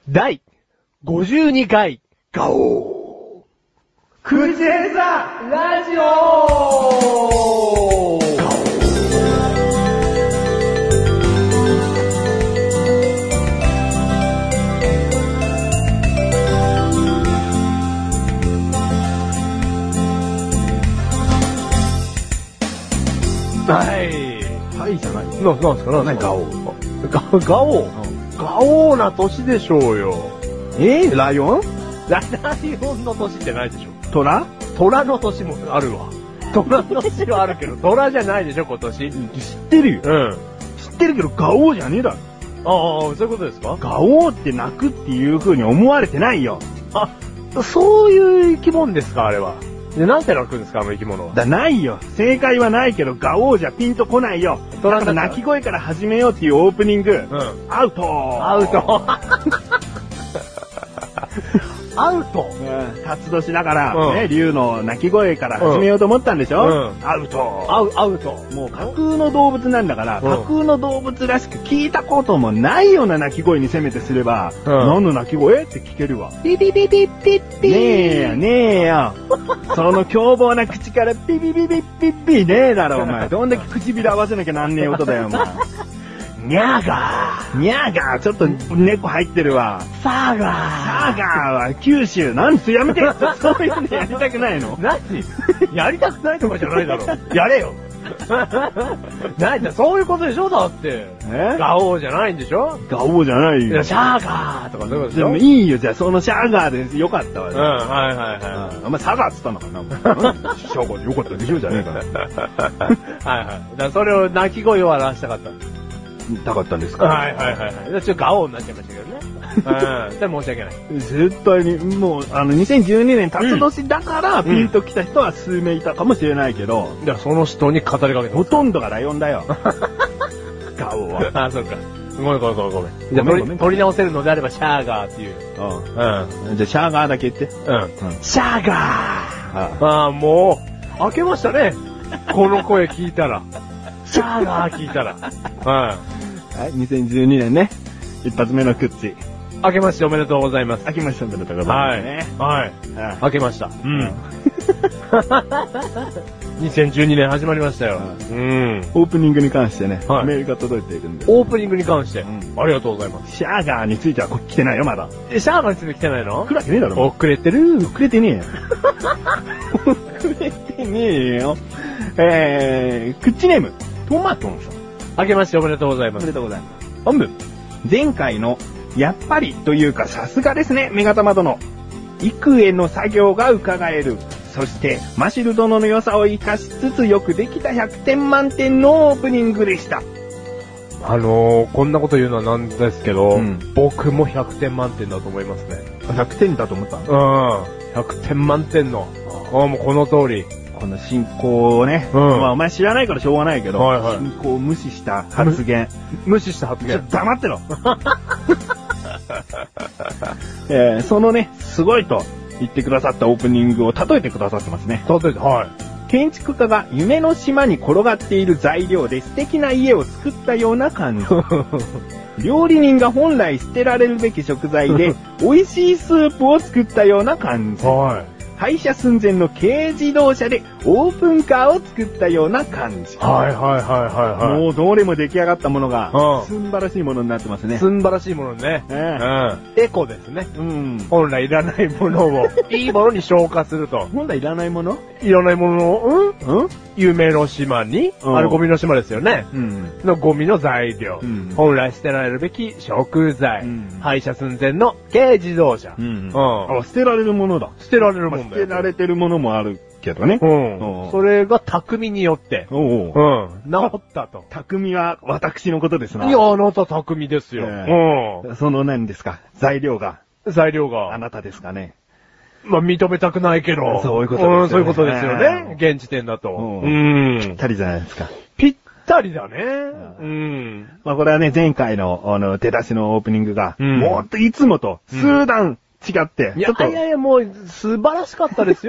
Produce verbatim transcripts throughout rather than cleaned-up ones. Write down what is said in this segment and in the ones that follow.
だいごじゅうにかい、ガオークジェザラジオガオはい。 はいじゃない。 な、なんすかなんすかガオガ、ガオー、ガオーな年でしょうよ。 えー、ライオンライオンの年ってないでしょ。 トラ虎の年もあるわ。虎の年はあるけど、虎じゃないでしょ、今年。 知ってるよ。 うん。 知ってるけど、ガオーじゃねえだろ。 ああ、そういうことですか？ ガオーって鳴くっていう風に思われてないよ。 あ、そういう生き物ですか、あれは。で、なんて鳴くんですか、あの生き物は。 だ、ないよ。正解はないけど、ガオーじゃピンとこないよ。だから鳴き声から始めようっていうオープニング。 うん。 アウトアウトアウトうん。辰年だから、 うん、 ね、竜の鳴き声から始めようと思ったんでしょ、 うん、 アウトアウ、アウトもう架空の動物なんだから、 うん、 架空の動物らしく聞いたこともないような鳴き声にせめてすれば、 うん、 何の鳴き声って聞けるわ。 ピピピピピピねえよ、ねえよ。その凶暴な口からピピピピピピねえだろ、お前。どんだけ唇合わせなきゃなんねえ音だよ、お前。 ニャガー。ニャガー、ちょっと猫入ってるわ。 サーガー。 サーガーは九州。なんつやめて。そういうのやりたくないの？ 何やりたくないとかじゃないだろ。やれよ。何だ、そういうことでしょだって。 えガオーじゃないんでしょ？ ガオーじゃないよ。 シャーガーとかそういうことでしょ？ でもいいよ、じゃあそのシャーガーでよかったわよ。 うん、はいはいはい。 お前サガーっつったのかな？シャーガーでよかったでしょじゃねえから。 はいはい。だからそれを鳴き声を表したかったんです。 たかったんですか？ はいはいはいはい。ちょっとガオーになっちゃいましたけどね。うん。で申し訳ない。 絶対に、もう、あの、にせんじゅうにねん辰年だから、ピンと来た人は数名いたかもしれないけど、 いや、その人に語りかけてほとんどがライオンだよ。ガオーは。 あ、そうか。ごめんごめんごめんごめん。じゃあ取り、取り直せるのであればシャーガーっていう。 うん。うん。じゃあシャーガーだけ言って。 うん。うん、シャーガーああ、もう、開けましたね。この声聞いたら。シャーガー聞いたら。はい。 はい、にせんじゅうにねんね。一発目のクッチ。 開けましておめでとうございます。 開けましておめでとうございますね。 はい。はい。開けました。 うん。 にせんじゅうにねん始まりましたよ。うん。 オープニングに関してね、 はい、 メールが届いているんで。 オープニングに関して、うん、ありがとうございます。 シャーガーについては来てないよ、まだ。 え、シャーガーについて来てないの？ 来るわけねえだろ。 遅れてる。 遅れてねえよ。遅れてねえよ。えー、クッチネーム、トマトンさん。 開けましておめでとうございます。 おめでとうございます。本文。前回の、やっぱりというかさすがですね、メガタマ殿。幾重の作業が伺える。そして、マシル殿の良さを生かしつつよくできたひゃくてん満点のオープニングでした。 あのー、こんなこと言うのはなんですけど、うん、僕もひゃくてん満点だと思いますね。 ひゃくてんだと思った？ うん。ひゃくてん満点の。ああ、もうこの通り。 この進行をね、うん、まあお前知らないからしょうがないけど、はいはい、進行を無視した発言。 無視した発言。 ちょっと黙ってろ。えー、そのね、すごいと言ってくださったオープニングを例えてくださってますね。 例えて、はい。 建築家が夢の島に転がっている材料で素敵な家を作ったような感じ。料理人が本来捨てられるべき食材で美味しいスープを作ったような感じ。はい。廃車寸前の軽自動車でオープンカーを作ったような感じ。 はいはいはいはいはい。 もうどれも出来上がったものが、うん、素晴らしいものになってますね。 素晴らしいものね。えー、うん。エコですね。 うん。 本来いらないものをいいものに消化すると。 本来いらないもの？ いらないものを、うんうん夢の島に、うん、あれゴミの島ですよね。うん。のゴミの材料。うん、本来捨てられるべき食材。うん、廃車寸前の軽自動車。うん。うん、 あ、捨てられるものだ。 捨てられるものだ。 捨てられてるものもあるけどね。 うん。それが匠によって。おううん。治ったと。 匠は私のことですな。 いや、あなた匠ですよ。 えー、うん。その何ですか材料が。 材料が。 あなたですかね。 まあ、認めたくないけど。 そういうことですよね。 うん、そういうことですよね。現時点だと。 うん。ぴったりじゃないですか。 ぴったりだね。うん。 まあ、これはね、前回の、あの、出だしのオープニングが、うん、もっといつもと、数段違って、 うん、いやいやいや、もう、素晴らしかったですよ。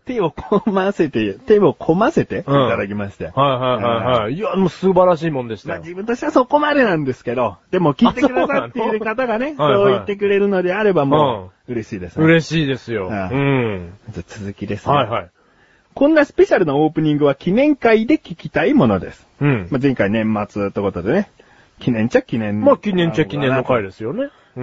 手を込ませて、手を込ませていただきまして。 はいはいはいはい。いや、もう素晴らしいもんでしたよ。 まあ自分としてはそこまでなんですけど、でも聞いてくださっている方がね、そう言ってくれるのであればもう、嬉しいですね。 嬉しいですよ。うん。 じゃあ続きですね。 はいはい。 こんなスペシャルなオープニングは記念会で聞きたいものです。 うん。 まあ前回年末ってことでね、記念っちゃ記念。 まあ記念っちゃ記念の回ですよね。 うん、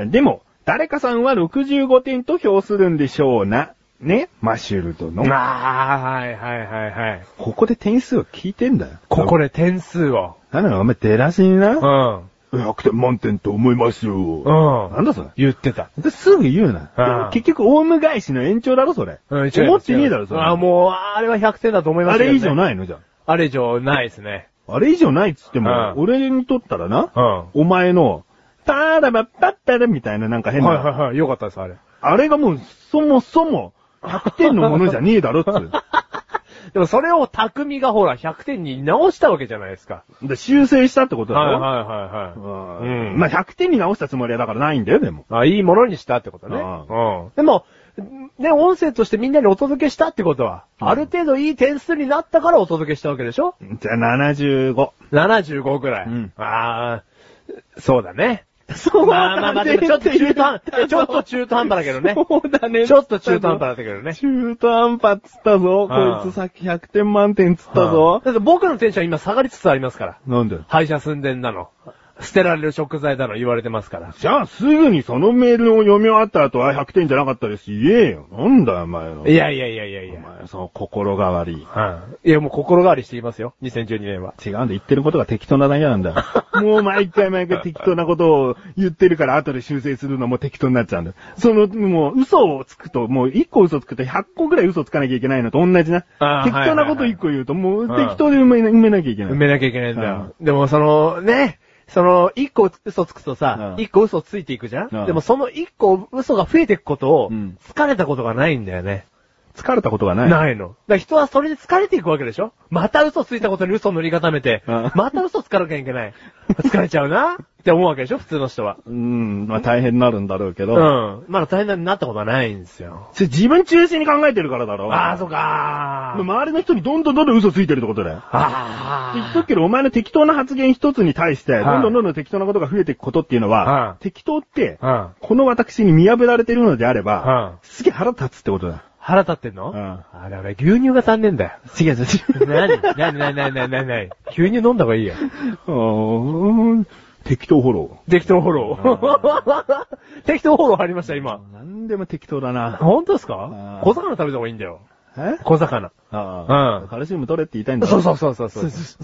でも、誰かさんはろくじゅうごてんと評するんでしょうな。ね、マシュルトの。 ああ、はいはいはいはい。 ここで点数を聞いてんだよ。 ここで点数を。 なんだろ、お前出だしにな。 うん。 ひゃくてん満点と思いますよ。 うん。 なんだそれ。 言ってた。 すぐ言うな。結局、オウム返しの延長だろ、それ。 うん、 思ってねえだろ、それ。 あ、もう、あれはひゃくてんだと思いますけど、ね。 あれ以上ないのじゃん。 あれ以上ないですね。 あれ以上ないっつっても、俺にとったらな、 うん、 お前の、ターラバッタッタラみたいななんか変な。 はいはいはい。よかったです、あれ。 あれがもう、そもそも、ひゃくてんのものじゃねえだろっつう。 でもそれを匠がほらひゃくてんに直したわけじゃないですか。 で修正したってことだろ。 はいはいはいはい。 うん。まあ、ひゃくてんに直したつもりはだからないんだよ、でも。 あ、いいものにしたってことね。うん。でも、ね、音声としてみんなにお届けしたってことは、うん、ある程度いい点数になったからお届けしたわけでしょ？ じゃあななじゅうご。 ななじゅうごぐらい。うん、ああ、そうだね。 そうまあまあまあ、でもちょっと中途半端、ちょっと中途半端だけどね。 そうだね。 ちょっと中途半端だったけどね。 中途半端っつったぞ。こいつさっきひゃくてん満点っつったぞ。 だって僕のテンション今下がりつつありますから。 なんで？ 廃車寸前なの。捨てられる食材だの言われてますから。 じゃあすぐにそのメールを読み終わった後はひゃくてんじゃなかったですし、言えよ。なんだよ、お前の。 いやいやいやいやいや。 お前、その心変わり。 はい。いや、もう心変わりしていますよ。にせんじゅうにねんは。 違うんだ、言ってることが適当なだけなんだよ。もう毎回毎回適当なことを言ってるから後で修正するのも適当になっちゃうんだよ。その、もう嘘をつくと、もういっこ嘘つくとひゃっこぐらい嘘つかなきゃいけないのと同じな。適当なこといっこ言うと、もう適当で埋め埋めなきゃいけない。 埋めなきゃいけないんだよ。でもその、ね。その、一個嘘つくとさ、一、うん、個嘘ついていくじゃん、うん、でもその一個嘘が増えていくことを、うん、疲れたことがないんだよね。 疲れたことがないないの。だから人はそれで疲れていくわけでしょ。また嘘ついたことに嘘塗り固めて、うん、また嘘つかなきゃいけない。疲れちゃうなって思うわけでしょ普通の人は。 うん、まあ大変になるんだろうけど。 うん。まだ大変になったことはないんですよ。 それ自分中心に考えてるからだろ。 ああ、そっかー。 周りの人にどんどんどんどん嘘ついてるってことだよ。ああ。言っとくけど、お前の適当な発言一つに対して、どんどんどんどん適当なことが増えていくことっていうのは、適当って、この私に見破られてるのであれば、すげえ腹立つってことだ。 腹立ってんの？うん。あれ、俺、牛乳が足んねえんだよ。 違う違う。 何何何何何何何牛乳飲んだ方がいいよ。 うーん。適当フォロー。適当フォロー。適当フォロー入りました、今。 なんでも適当だな。 本当ですか？小魚食べた方がいいんだよ。 え？ 小魚。 ああ。うん。カルシウム取れって言いたいんだ。 そうそうそうそうそう。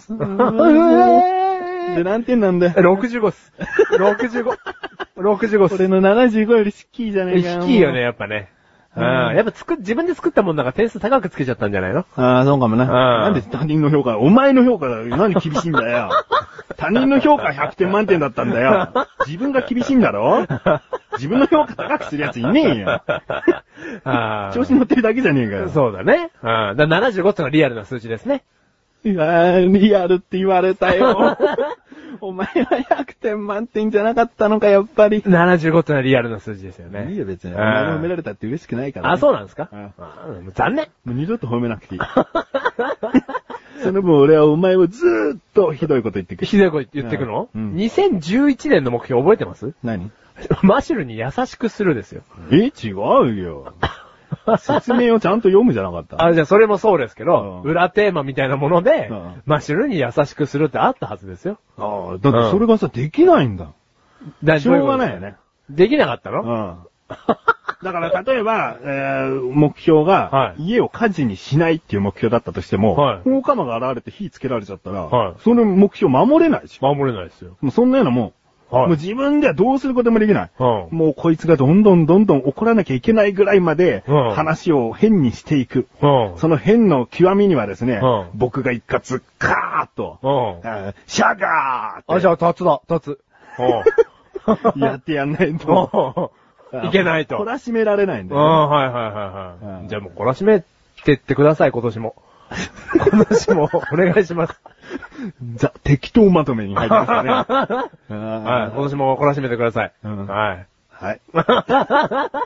で、何点なんだよ。 ろくじゅうごっす。ろくじゅうご。ろくじゅうごっす。 俺のななじゅうごより低いじゃねえか。 低いよね、やっぱね。うん。やっぱ作っ、自分で作ったもんだから点数高くつけちゃったんじゃないの？ ああ、そうかもな。なんで他人の評価、お前の評価だよ。なんで厳しいんだよ。他人の評価ひゃくてん満点だったんだよ。自分が厳しいんだろ？自分の評価高くするやついねえよ。調子乗ってるだけじゃねえかよ。 そうだね。うん。だからななじゅうごってのはリアルな数字ですね。 いやー、リアルって言われたよ。お前はひゃくてん満点じゃなかったのか、やっぱり。 ななじゅうごってのはリアルな数字ですよね。 いいよ、別に。お前も褒められたって嬉しくないから、ね。 あ、そうなんですか？残念。 もう二度と褒めなくていい。その分俺はお前をずーっとひどいこと言ってくる。 ひどいこと言ってくの？うん、にせんじゅういちねんの目標覚えてます？ 何？ マシュルに優しくするですよ。 え、違うよ。説明をちゃんと読むじゃなかった。 あ、じゃあそれもそうですけど、うん、裏テーマみたいなもので、うん、マシュルに優しくするってあったはずですよ。 ああ、だってそれがさ、うん、できないんだ。だしょうがないよね。 できなかったの？ うん。だから例えば、えー、目標が、はい、家を火事にしないっていう目標だったとしても、はい、放火魔が現れて火つけられちゃったら、はい、その目標守れないし。 守れないですよ。 もうそんなようなもん。はい、もう自分ではどうすることもできない。うん、もうこいつがどんどんどんどん怒らなきゃいけないぐらいまで、話を変にしていく。うん、その変の極みにはですね、うん、僕が一括、カーッと、うん、シャガーって。 あ、じゃあ、タツだ、タツ。 やってやんないと。 いけないと。 懲らしめられないんだよ、ね。 あはいはいはいはい。じゃあもう懲らしめてってください、今年も。今年もお願いします。 ザ、適当まとめに入りましたね。 はい、今年も懲らしめてください。うん、はい。 はい。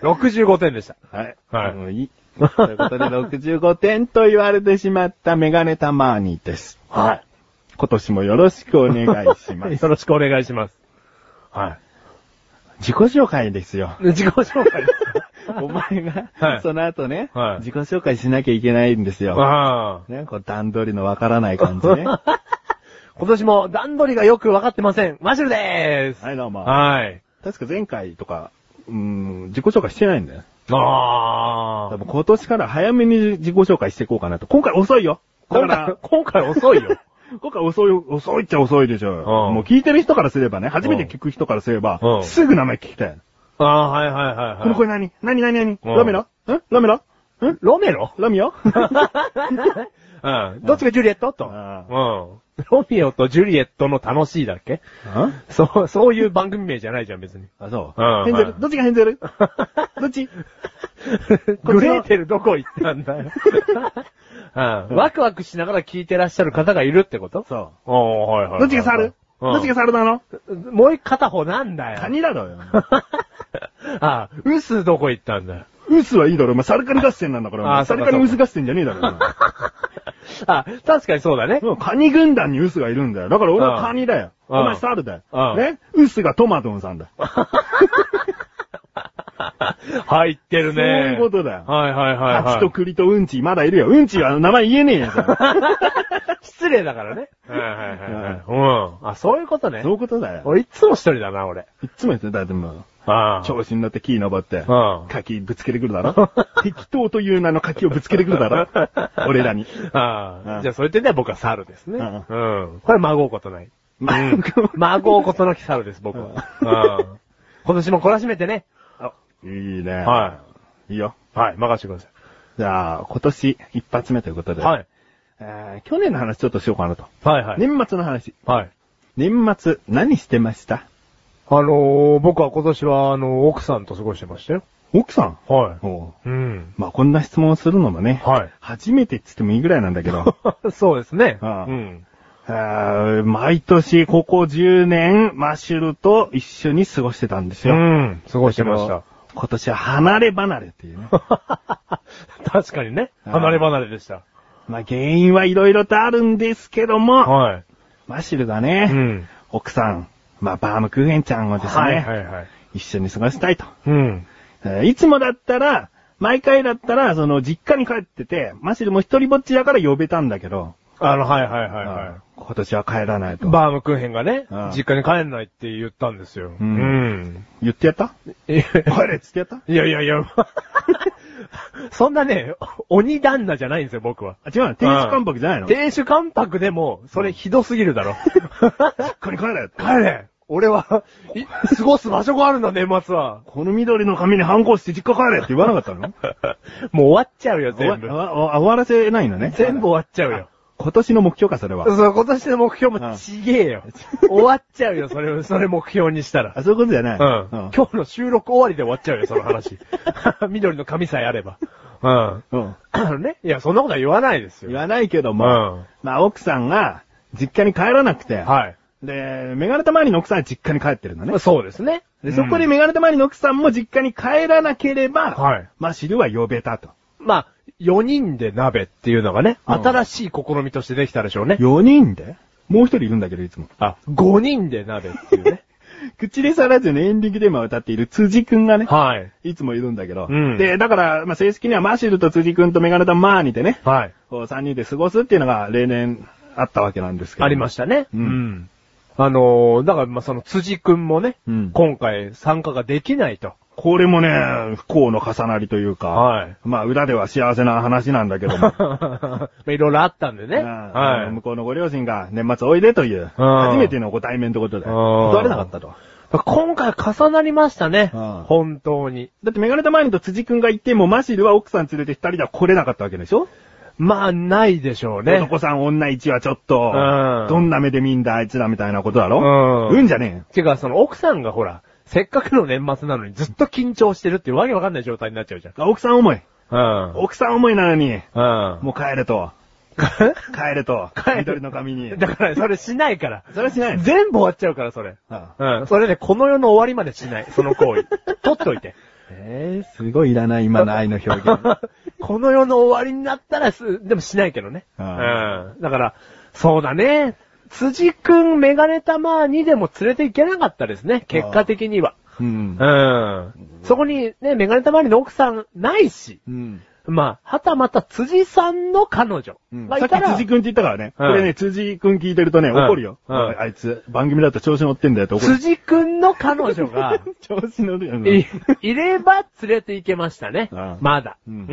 ろくじゅうごてんでした。 はい。 はい。 もういい。ということで、ろくじゅうごてんと言われてしまったメガネたまーにです。 はい。 今年もよろしくお願いします。 よろしくお願いします。はい。 自己紹介ですよ。 自己紹介ですかお前が、はい、その後ね、はい、自己紹介しなきゃいけないんですよ。あね、こう段取りのわからない感じね。 今年も段取りがよくわかってません。マシュルでーす。 はい、どうも。 はい。 確か前回とか、うーん、自己紹介してないんだよ。 ああ。 多分今年から早めに自己紹介していこうかなと。今回遅いよ。 今回、今回遅いよ。 今回遅い、遅いっちゃ遅いでしょ。もう聞いてる人からすればね、初めて聞く人からすれば、すぐ名前聞きたい。 ああ、はいはいはい、はい。 この声何何何何ロメロんロメロんロメロロミオうん。どっちがジュリエットと。うん。ロミオとジュリエットの楽しいだっけそう、そういう番組名じゃないじゃん、別に。 あ、そう。うん。ヘンゼル、どっちがヘンゼルどっちグレーテルどこ行ったんだよ。うん。ワクワクしながら聞いてらっしゃる方がいるってことそう。 おー、はいはい。 どっちが猿どっちが猿なのもう一片方なんだよ。 カニだろよ。 あ、ウスどこ行ったんだよ。 ウスはいいだろ、お前サルカニ合戦なんだから。あ、サルカニウス合戦じゃねえだろ。 あ、確かにそうだね。 カニ軍団にウスがいるんだよ。だから俺はカニだよ。お前サルだよ。ねウスがトマトンさんだ。 入ってるね。そういうことだよ。 はいはいはい、はい。 ハチと栗とうんちまだいるよ。うんちは名前言えねえよ。 失礼だからね。はいはいはい、はい。うん。あ、そういうことね。 そういうことだよ。 俺いつも一人だな、俺。 いつも一人だよ、でも。 ああ。 調子に乗って木登って、柿ぶつけてくるだろ適当という名の柿をぶつけてくるだろ俺らに。 ああ。じゃあ、それってね、僕は猿ですね。うん。これ、孫うことない。孫うことのき猿です、僕は。今年も懲らしめてね。 いいね。 はい。 いいよ。 はい、任せてください。 じゃあ、今年一発目ということで。 はい。 えー、去年の話ちょっとしようかなと。 はいはい。 年末の話。 はい。 年末、何してました？ あのー、僕は今年は、あのー、奥さんと過ごしてましたよ。 奥さん？ はい。 おう。うん。 まあ、こんな質問をするのもね。 はい。 初めてって言ってもいいぐらいなんだけど。 そうですね。 ああうん。毎年ここじゅうねん、マッシュルと一緒に過ごしてたんですよ。 うん。過ごしてました。 今年は離れ離れっていうね。 確かにね。離れ離れでした。 まあ原因はいろいろとあるんですけども、 はい。 マシルがね、うん、奥さん、まあバームクーヘンちゃんをですね、はいはいはい、一緒に過ごしたいと。 うん。 いつもだったら、毎回だったら、その実家に帰ってて、マシルも一人ぼっちだから呼べたんだけど、 あの、はいはいはいはい。 今年は帰らないと。 バームクーヘンがね、実家に帰んないって言ったんですよ。 うん。うん、言ってやった帰れっつってやったいやいやいや、そんなね、鬼旦那じゃないんですよ、僕は。 あ、違うの？亭主関白じゃないの？ 亭主関白でも、それひどすぎるだろ。 実家に帰れ帰れ俺は、過ごす場所があるんだ、年末は。 この緑の紙に反抗して実家帰れって言わなかったのもう終わっちゃうよ、全部。 終わらせないのね。 全部終わっちゃうよ。 今年の目標か、それは。 そう、今年の目標もちげえよ。終わっちゃうよ、それ、それ目標にしたら。 あ、そういうことじゃない。 うん。うん、今日の収録終わりで終わっちゃうよ、その話。緑の紙さえあれば。うん。うん。あのね。いや、そんなことは言わないですよ。 言わないけども。うん。まあ、奥さんが、実家に帰らなくて。 はい。 で、メガネたまわりの奥さんは実家に帰ってるのね。 そうですね。 で、そこでメガネたまわりの奥さんも実家に帰らなければ、はい。マシルは呼べたと。 まあ、よにんで鍋っていうのがね、うん、新しい試みとしてできたでしょうね。 よにんでもう一人いるんだけど、いつも。 あ、ごにんで鍋っていうね。 口でさらずのエンディングテーマを歌っている辻くんがね。 はい。 いつもいるんだけど。 うん、 で、だから、まあ、正式にはマシルと辻くんとメガネタマーニでね。 はい。 こうさんにんで過ごすっていうのが例年あったわけなんですけど。 ありましたね。 うん。うんあのー、だからまあ、その辻くんもね、うん、今回参加ができないと。 これもね、不幸の重なりというか、 はい。 まあ、裏では幸せな話なんだけども。 まあ、いろいろあったんでね。 はい。向こうのご両親が年末おいでという、初めてのご対面ってことで、断れなかったと。 今回重なりましたね。本当に。 だってメガネたまわりと辻くんがいても、マシルは奥さん連れて二人では来れなかったわけでしょ？ まあ、ないでしょうね。 男さん女一はちょっと、うん、どんな目で見んだあいつらみたいなことだろ？うん。うんじゃねえ。 てか、その奥さんがほら、せっかくの年末なのにずっと緊張してるっていうわけわかんない状態になっちゃうじゃん。 奥さん思い。 うん。 奥さん思いなのに、 うん。 もう帰れと。帰れと。帰緑の紙に。 だから、それしないから。 それしない。 全部終わっちゃうから、それ。うん。それで、この世の終わりまでしない。その行為。取っといて。 えー、すごいいらない今の愛の表現。 この世の終わりになったらす、でもしないけどね。うん。だから、そうだね。辻くんメガネたまにでも連れて行けなかったですね。結果的には。うん。うん。そこにね、メガネたまにの奥さんないし。うん。まあ、はたまた辻さんの彼女がいたら、うん、さっき辻くんって言ったからね。うん、これね、辻くん聞いてるとね、怒るよ。うん、あいつ、番組だと調子乗ってんだよって怒る。 辻くんの彼女が、 調子乗るよね。 い、いれば連れて行けましたね。うん、まだ、うん。うん。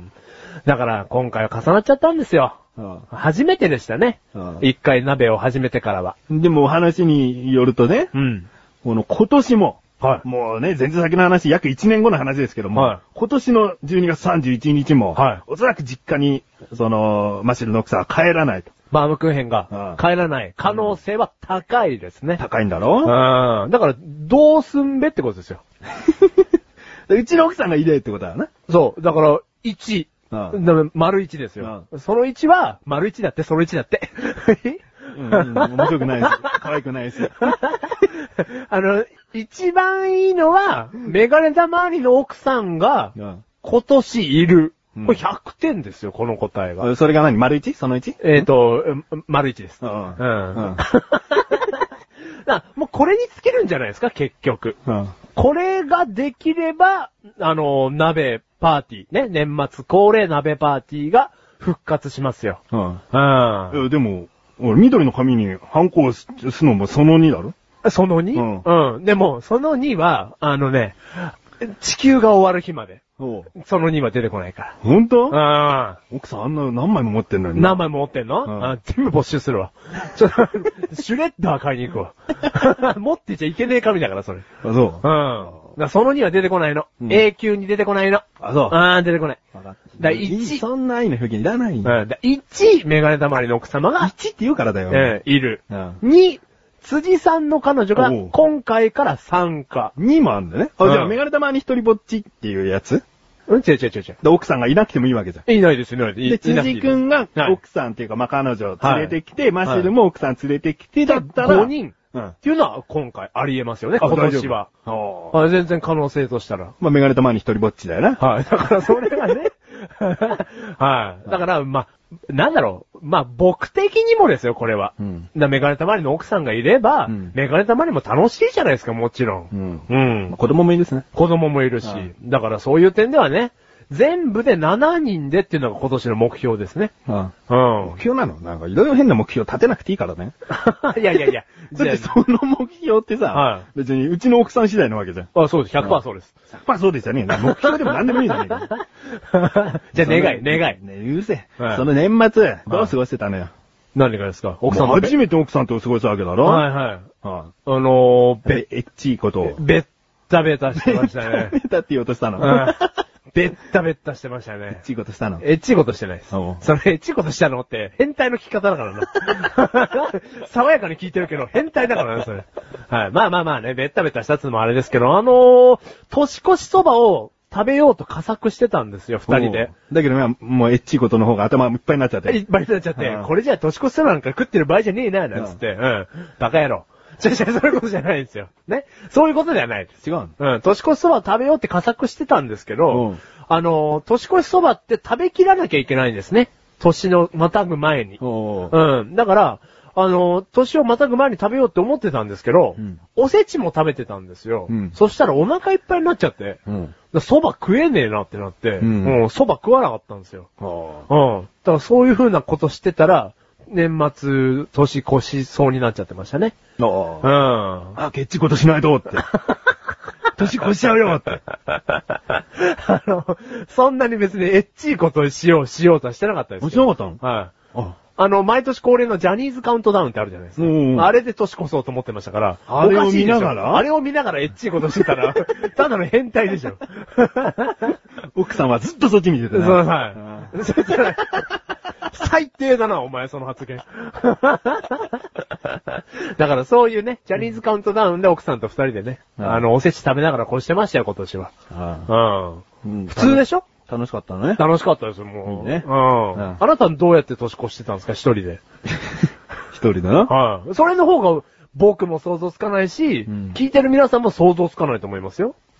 だから、今回は重なっちゃったんですよ。うん、初めてでしたね。うん、一回鍋を始めてからは。 でも、話によるとね、うん、この今年も、はい。もうね、全然先の話、約いちねんごの話ですけども、はい、今年のじゅうにがつさんじゅういちにちも、はい、おそらく実家に、その、マシルの奥さんは帰らないと。 バームクーヘンが帰らない可能性は高いですね。 高いんだろ？ うん。だから、どうすんべってことですよ。 うちの奥さんがいれってことだな。 そう。だから、いち。うん、丸いちですよ。うん、そのいちは、丸いちだって、そのいちだって。 うんうん、面白くないです。可愛くないです。 あの、一番いいのは、メガネたまわりの奥さんが、今年いる。これひゃくてんですよ、この答えが。 それが何？丸 いち？ その いち？ えっと、丸いちです。うん。うん。うん、もうこれにつけるんじゃないですか、結局。うん、これができれば、あの、鍋パーティー、ね、年末恒例鍋パーティーが復活しますよ。うん。 うん。でも、俺、緑の紙にハンコをすのもそのにだろ？ その に？ うん。うん。でも、そのには、あのね、地球が終わる日まで。そのには出てこないから。 ほんと？ うん。 奥さんあんな何枚も持ってんのに。 何枚も持ってんの？うん、あ、全部没収するわ。ちょっと、シュレッダー買いに行くわ。持ってちゃいけねえ紙だから、それ。 あ、そう。うん。 だそのには出てこないの。うん、永久に出てこないの。 あ、そう。 あー、出てこない。わかった。だいち。 そんな愛の表現いらないんだ。うん。だいち、メガネたまわりの奥様が。 いちって言うからだよ。 うん、いる。うん。に、辻さんの彼女が今回から参加。 にもあるんだね。あ、じゃあメガネたまわり一人ぼっちっていうやつ？ うん、違う違う違う違う。 で、奥さんがいなくてもいいわけじゃん。 いないです、いないです。で、辻くんが奥さんっていうか、まあ、彼女を連れてきて、マシルも奥さん連れてきて、だったら。 ごにん。うん。っていうのは今回ありえますよね、今年は。あ、全然可能性としたら。 まあ、メガネたまわり一人ぼっちだよな。 はい。だからそれがね。はい。だから、まあ、なんだろう。まあ、僕的にもですよ、これは。うん。だメガネたまわりの奥さんがいれば、うん、メガネたまわりも楽しいじゃないですか、もちろん。うん。うん。 まあ、子供もいるですね。 子供もいるし。だからそういう点ではね、全部でしちにんでっていうのが今年の目標ですね。うん。うん。 目標なの？なんかいろいろ変な目標立てなくていいからね。 いやいやいや。 だってその目標ってさ、はい、別にうちの奥さん次第なわけじゃん。 あ、そうです。ひゃくパーセント そうです。 ひゃくパーセント そうですよね。目標でも何でもいいじゃねえか。 じゃあ願い、願い。 ね、うるせえ。はい、その年末、どう過ごしてたのよ。 何がですか？奥さんと。初めて奥さんと過ごしたわけだろ？ はいはい。はい、あのー、 べ、エッチいことを。 べったべたしてましたね。 べったって言おうとしたの。 べったべったしてましたね。 エッチいことしたの？ エッチいことしてないです。そのエッチいことしたのって変態の聞き方だからな。爽やかに聞いてるけど変態だからね、それ。はい。まあまあまあね、べったべったしたつもあれですけど、あのー、年越しそばを食べようと加策してたんですよ、二人で。 だけどね、もうエッチいことの方が頭いっぱいになっちゃって。 いっぱいになっちゃって、これじゃあ年越しそばなんか食ってる場合じゃねえな、なんつって。うん。バカ野郎。違う違う、そういうことじゃないんですよ。ね。そういうことではないです。 違う。 うん。年越しそば食べようって加策してたんですけど、うん、あの、年越しそばって食べきらなきゃいけないんですね。年のまたぐ前に。うん。だから、あの、年をまたぐ前に食べようって思ってたんですけど、うん、おせちも食べてたんですよ。うん、そしたらお腹いっぱいになっちゃって、そば、うん、食えねえなってなって、もうそば食わなかったんですよ。うん。だからそういう風なことしてたら、年末、年越しそうになっちゃってましたね。 ああ。うん。あ、ケッチことしないとって。年越しちゃうよって。 あの、そんなに別にエッチいことをしよう、しようとはしてなかったですよ。 しなかったの？ はい。ああの、毎年恒例のジャニーズカウントダウンってあるじゃないですか。うん、あれで年越そうと思ってましたから。 あれを見ながらあれを見ながらエッチいことしてたら、ただの変態でしょ。 奥さんはずっとそっち見てたね。 そう、はい。そしたら、最低だな、お前、その発言。だからそういうね、ジャニーズカウントダウンで奥さんと二人でね、うん、あの、おせち食べながらこうしてましたよ、今年は。うん。うん。普通でしょ？ 楽しかったね。 楽しかったですよ、もう。いいね。うん。うん、あなたどうやって年越してたんですか、一人で。 一人だな。 はい。それの方が僕も想像つかないし、うん、聞いてる皆さんも想像つかないと思いますよ。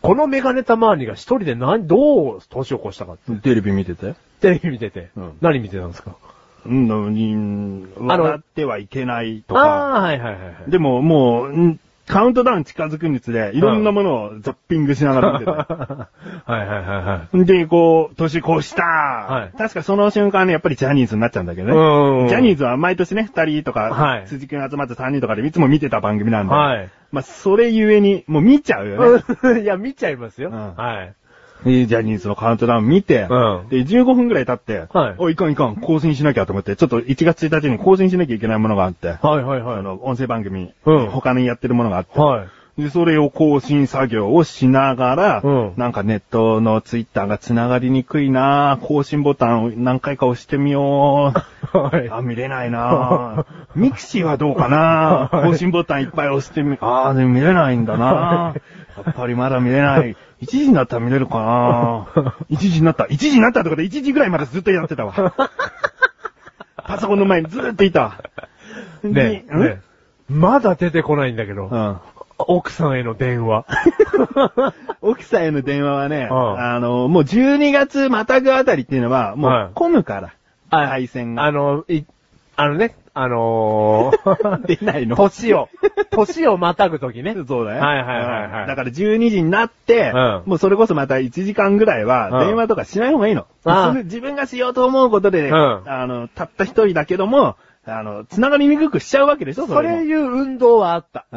このメガネたまわりが一人で何、どう年を越したかって。 テレビ見ててテレビ見てて。うん、何見てたんですか？ うん、に、笑ってはいけないとか。 ああ、はいはいはい。 でももう、カウントダウン近づくにつれ、いろんなものをザッピングしながら見てた。 はいはいはいはい。 で、こう、年越した、はい、確かその瞬間ね、やっぱりジャニーズになっちゃうんだけどね。ジャニーズは毎年ね、二人とか、はい、辻君集まって三人とかでいつも見てた番組なんで。はい、まあ、それゆえに、もう見ちゃうよね。いや、見ちゃいますよ。うん、はい。 ジャニーズのカウントダウン見て、うん、で、じゅうごふんくらい経って、はい、おい、いかんいかん、更新しなきゃと思って、ちょっといちがつついたちに更新しなきゃいけないものがあって、はいはいはい。あの、音声番組、うん、他にやってるものがあって、はい。で、それを更新作業をしながら、うん、なんかネットのツイッターが繋がりにくいなぁ、更新ボタンを何回か押してみよう。はい、あ、見れないなぁ。ミクシーはどうかなぁ、更新ボタンいっぱい押してみ、あー、でも見れないんだなぁ。やっぱりまだ見れない。いちじになったら見れるかなぁ。いちじになった。いちじになったとかでいちじぐらいまでずっとやってたわ。パソコンの前にずっといた。 ねえ、ね、まだ出てこないんだけど。うん奥さんへの電話。 奥さんへの電話はね、うん、あの、もうじゅうにがつまたぐあたりっていうのは、もう混むから、 はい、配線が。あの、い、あのね、あのー、 出ないの年を、年をまたぐときね。 そうだよ。 はいはいはい、はい。 だからじゅうにじになって、うん、もうそれこそまたいちじかんぐらいは電話とかしない方がいいの。うん、自分がしようと思うことで、うん、あの、たった一人だけども、あの、繋がりにくくしちゃうわけでしょそれ。 そういう運動はあった。うん。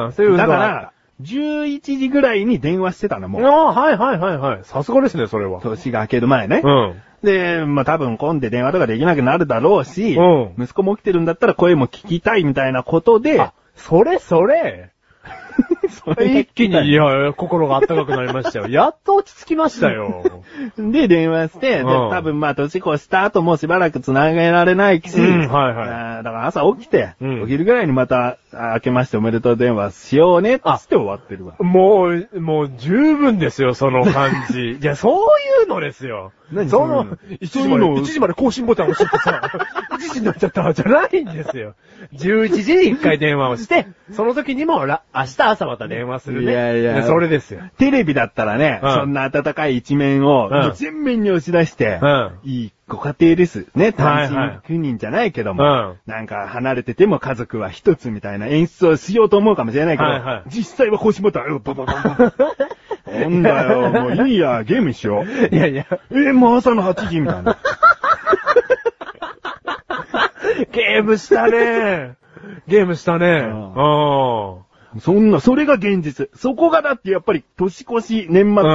うん。そういう運動はあった。だから、 じゅういちじぐらいに電話してたのもう。 ああ、はいはいはいはい。さすがですね、それは。 年が明ける前ね。うん。で、まあ多分混んで電話とかできなくなるだろうし、うん。息子も起きてるんだったら声も聞きたいみたいなことで、あ、 それそれ。一気に、いや、心が温かくなりましたよ。やっと落ち着きましたよ。 で、電話して、うん、で多分まあ、年越した後もしばらく繋げられないし、うん、はいはい。だから朝起きて、うん、お昼ぐらいにまた、明けましておめでとう電話しようね、つって終わってるわ。 もう、もう十分ですよ、その感じ。いや、そういうのですよ。何その、いちじまで、いちじまで更新ボタン押してさ、いちじになっちゃったじゃないんですよ。じゅういちじに一回電話をして、その時にもら、明日朝また電話するね。いやいや。それですよ。 テレビだったらね、うん、そんな温かい一面を、うん、全面に押し出して、うん、いいご家庭です。ね、単身赴任じゃないけども、はいはい、なんか離れてても家族は一つみたいな演出をしようと思うかもしれないけど、はいはい、実際は更新ボタン、ババババなんだよ、もういいや、ゲームしよう。いやいや。え、もう朝のはちじみたいな。 ゲームしたね。ゲームしたね。 ああ。そんな、それが現実。そこがだってやっぱり年越し、年末、うん、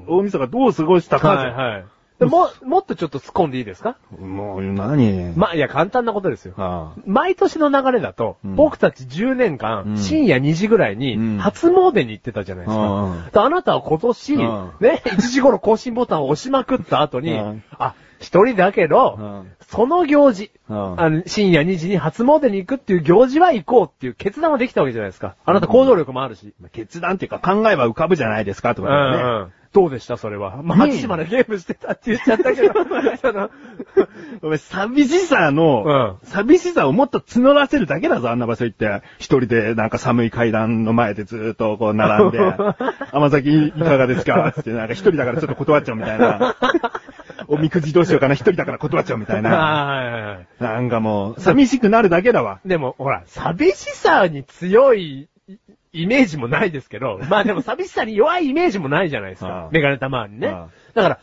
大晦日どう過ごしたか。はいはい。 も、もっとちょっと突っ込んでいいですか？ もう、何ま、いや、簡単なことですよ。ああ毎年の流れだと、うん、僕たちじゅうねんかん、うん、深夜にじぐらいに、初詣に行ってたじゃないですか。うん、あなたは今年、うん、ね、いちじ頃更新ボタンを押しまくった後に、うん、あ、一人だけど、うん、その行事、うん、あの、深夜にじに初詣に行くっていう行事は行こうっていう決断はできたわけじゃないですか。あなた行動力もあるし。 うん、決断っていうか考えは浮かぶじゃないですか、とかね。うんうんどうでしたそれは。まあ、はちじまでゲームしてたって言っちゃったけど。そのお前、寂しさの、うん、寂しさをもっと募らせるだけだぞ、あんな場所行って。一人でなんか寒い階段の前でずーっとこう並んで、甘崎いかがですかってなんか一人だからちょっと断っちゃうみたいな。おみくじどうしようかな、一人だから断っちゃうみたいな。はいはいはい、なんかもう、寂しくなるだけだわ。 でも、ほら、寂しさに強い、イメージもないですけど、まあでも寂しさに弱いイメージもないじゃないですか。ああメガネたまわりね。ああだから、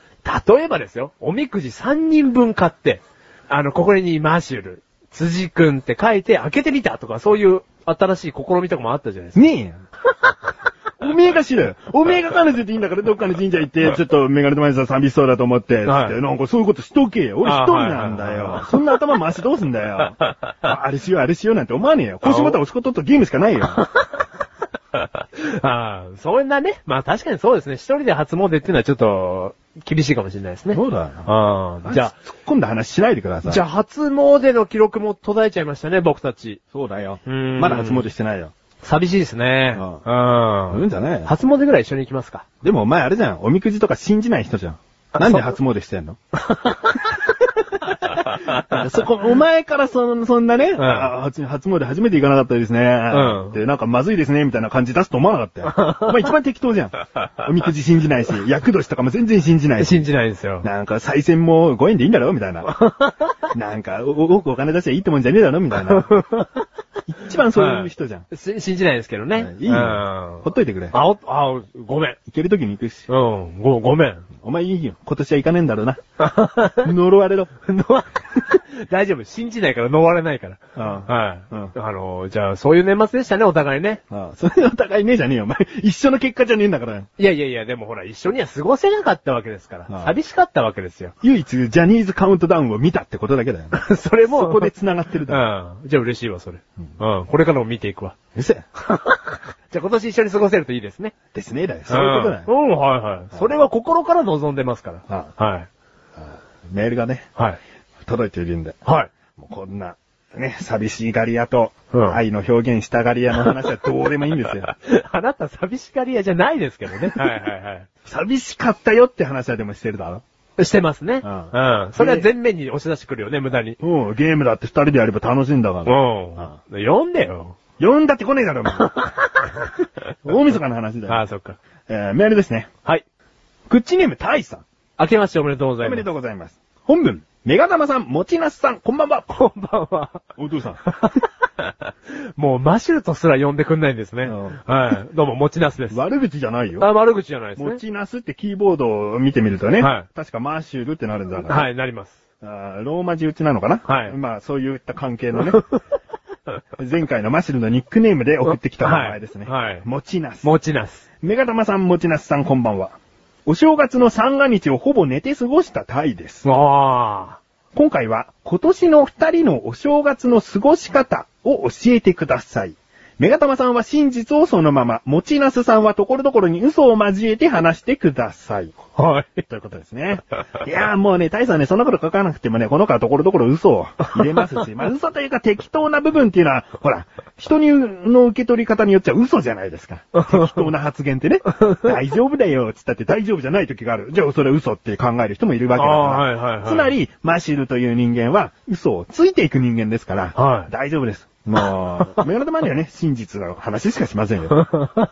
例えばですよ、おみくじさんにんぶん買って、あの、ここにマシュル、辻くんって書いて開けてみたとか、そういう新しい試みとかもあったじゃないですか。 ねえ。おめえが知る。おめえが彼女でいいんだからどっかの神社行って、ちょっとメガネたまわりさん寂しそうだと思って、はい、なんかそういうことしとけよ。俺一人なんだよ。そんな頭回しどうすんだよ。あれしようあれしようなんて思わねえよ。腰ボタン押すこととゲームしかないよ。 ああ、そんなね。まあ確かにそうですね。一人で初詣っていうのはちょっと厳しいかもしれないですね。 そうだよ。ああ、じゃあ、突っ込んだ話しないでください。 じゃあ初詣の記録も途絶えちゃいましたね、僕たち。 そうだよ。まだ初詣してないよ。 寂しいですね。うん。 うんじゃない初詣ぐらい一緒に行きますか。 でもお前あれじゃん。おみくじとか信じない人じゃん。なんで初詣してんのそこ、お前からその、そんなね、 うん、 あ初、初詣初めて行かなかったですね。うん。で、なんかまずいですね、みたいな感じ出すと思わなかったよ。お前一番適当じゃん。おみくじ信じないし、厄年とかも全然信じないし。 信じないんですよ。 なんか、再選もごえんでいいんだろみたいな。なんか、多くお金出しゃいいってもんじゃねえだろみたいな。一番そういう人じゃん。 信じないですけどね。 いいよ。ほっといてくれ。 あ、お、あ、ごめん。 行けるときに行くし。 うん、ご、ごめん。 お前いいよ。今年は行かねえんだろうな。呪われろ。 大丈夫。信じないから呪われないから。 ああはい、うん。あの、じゃあ、そういう年末でしたね、お互いね。 ああそれお互いねえじゃねえよ。お前、一緒の結果じゃねえんだから。 いやいやいや、でもほら、一緒には過ごせなかったわけですから。ああ寂しかったわけですよ。 唯一、ジャニーズカウントダウンを見たってことだけだよ。 それも、 そこで繋がってるだろ。うん。じゃあ嬉しいわ、それ。うん。うん、これからも見ていくわ。 うせ。 じゃあ今年一緒に過ごせるといいですね。 ですね、だよ。そういうことだよ。 うん、うん、はいはい。それは心から望んでますから。 ああはい。 メールがね、 はい。 届いているんで。 はい。 もうこんな、ね、寂しがり屋と、愛の表現したがり屋の話はどうでもいいんですよ。 あなた寂しがり屋じゃないですけどね。はいはいはい。 寂しかったよって話はでもしてるだろ。 してますね。うん。うん。それは全面に押し出してくるよね、無駄に。 うん、ゲームだって二人でやれば楽しいんだから。 うん。読んでよ。 読んだって来ねえだろ、大晦日の話だよ。 ああ、そっか。 えー、メールですね。 はい。 クッチネームタイさん。 明けましておめでとうございます。 おめでとうございます。本文、メガタマさん、もちなすさん、こんばんは。 こんばんは。 お父さん。 もうマシュルとすら呼んでくんないんですね。うん、はい。どうも、もちなすです。 悪口じゃないよ。 あ、悪口じゃないですね。 もちなすってキーボードを見てみるとね。 はい。 確かマーシュルってなるんだから。 はい、なります。 あローマ字打ちなのかな。 はい。 まあ、そういった関係のね。前回のマシルのニックネームで送ってきた名前ですね。 はい。はい、 もちなす。 もちなす。 メガタマさん、もちなすさん、こんばんは。お正月の三が日をほぼ寝て過ごしたタイです。 ああ。 今回は今年の二人のお正月の過ごし方を教えてください。メガタマさんは真実をそのまま、もちなすさんはところどころに嘘を交えて話してください。 はい。 ということですね。いやーもうね、タイさんね、そんなこと書かなくてもね、この子はところどころ嘘を入れますし、まあ嘘というか適当な部分っていうのは、ほら、人にの受け取り方によっちゃ嘘じゃないですか。適当な発言ってね。大丈夫だよ、つったって大丈夫じゃない時がある。じゃあそれ嘘って考える人もいるわけだから。 はいはいはい、 つまり、マシルという人間は嘘をついていく人間ですから、 はい、 大丈夫です。もう、メガネ玉にはね、真実の話しかしませんよ。はい。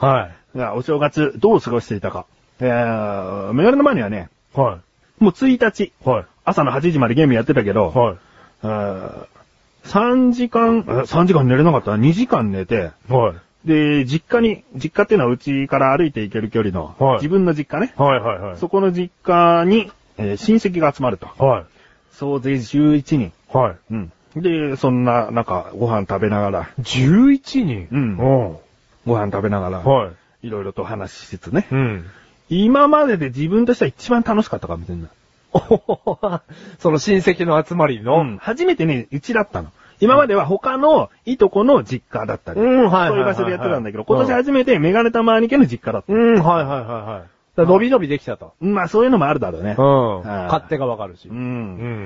はい。 お正月、どう過ごしていたか。えー、メガネ玉にはね、 はい。 もうついたち、 はい。 朝のはちじまでゲームやってたけど、 はい。 さんじかん、さんじかん寝れなかったにじかん寝て、 はい。 で、実家に、実家っていうのはうちから歩いて行ける距離の、はい、自分の実家ね。 はいはいはい。 そこの実家に、えー、親戚が集まると。 はい。 総勢じゅういちにん。 はい。 うん。で、そんな、なんか、ご飯食べながら。 じゅういちにん？ うん。ご飯食べながら。 はい。 いろいろと話しつつね。 うん。 今までで自分としては一番楽しかったかもしれない。 その親戚の集まりの、 うん、初めてね、うちだったの。今までは他のいとこの実家だったり。 うん、はい。 そういう場所でやってたんだけど、今年初めてメガネタマ兄家の実家だった。 うん、はいはいはいはい。伸び伸びできたと。 まあそういうのもあるだろうね。 うん。勝手がわかるし。 うん。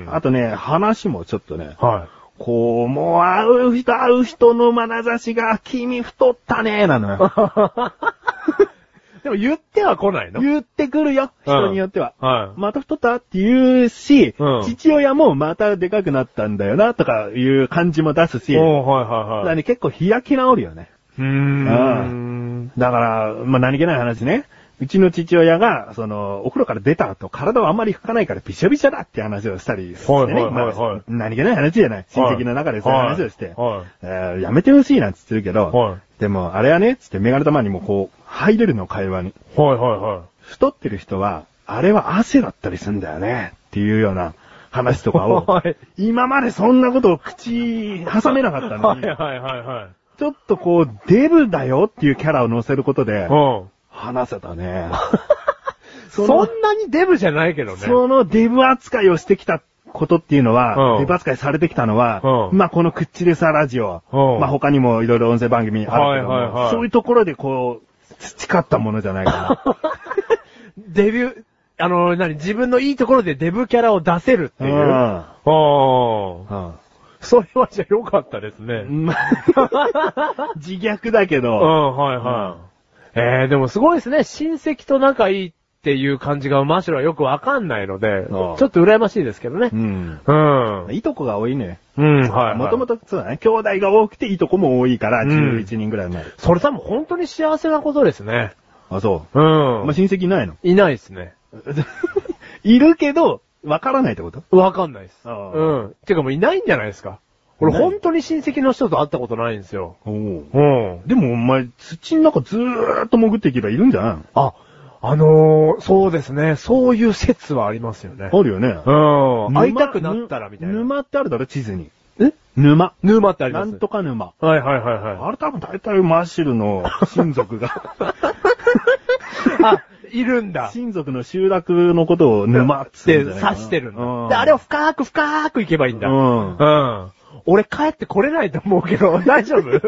あとね、話もちょっとね。 はい。 こう、もう会う人会う人の眼差しが、君太ったねーなのよ。 でも言っては来ないの？ 言ってくるよ。人によっては。 はい。 また太ったって言うし、 うん、 父親もまたでかくなったんだよな、とかいう感じも出すし。 おはいはいはい。 だからね、結構開き直るよね。 うーん。 だから、まあ何気ない話ね。うちの父親が、その、お風呂から出た後、体をあんまり拭かないからびしょびしょだって話をしたりしてね。 はいはいはいはい、 まあ、何気ない話じゃない。親戚の中でそういう話をして。 はいえー、やめてほしいなんて言ってるけど、 はい、 でも、あれはね、つってメガネ玉にもこう、入れるの会話に。 はいはいはい。 太ってる人は、あれは汗だったりするんだよね。っていうような話とかを、はい、今までそんなことを口挟めなかったのに。 はいはいはいはい。 ちょっとこう、デブだよっていうキャラを乗せることで、 うん話せたね。 そんなにデブじゃないけどね。 そのデブ扱いをしてきたことっていうのは、 うん、 デブ扱いされてきたのは、 うん、 まあこのクッチレサラジオ、うん、まあ他にもいろいろ音声番組あるけども、はいはいはい、そういうところでこう、培ったものじゃないかな。 デビュー、あの、何、自分のいいところでデブキャラを出せるっていう。うん。ああ。それはじゃ良かったですね。 自虐だけど。 うん、はいはい。えー、でもすごいですね。親戚と仲いいっっていう感じがマシュルはよくわかんないので、ちょっと羨ましいですけどね。うん。うん。 いとこが多いね。 うん、はい。 もともとそうだね。兄弟が多くていとこも多いから、じゅういちにんぐらいになる、うん。 それ多分本当に幸せなことですね。 あ、そう。 うん。 まあ、親戚いないの？ いないですね。 いるけど、わからないってこと？ わかんないです。うん。てかもういないんじゃないですか。俺本当に親戚の人と会ったことないんですよ。 おう。うん。でもお前、土の中ずーっと潜っていけばいるんじゃないの？ あ、あのー、そうですね。そういう説はありますよね。 あるよね。 うん。会いたくなったらみたいな。 沼ってあるだろ、地図に。 え？ 沼。 沼ってあります。 なんとか沼。 はいはいはいはい。 あれ多分大体マッシュルの親族が。 あ、いるんだ。 親族の集落のことを沼って指してるんだ。うん、で、あれを深く深く行けばいいんだ。うん。うん。俺帰ってこれないと思うけど、大丈夫？うん。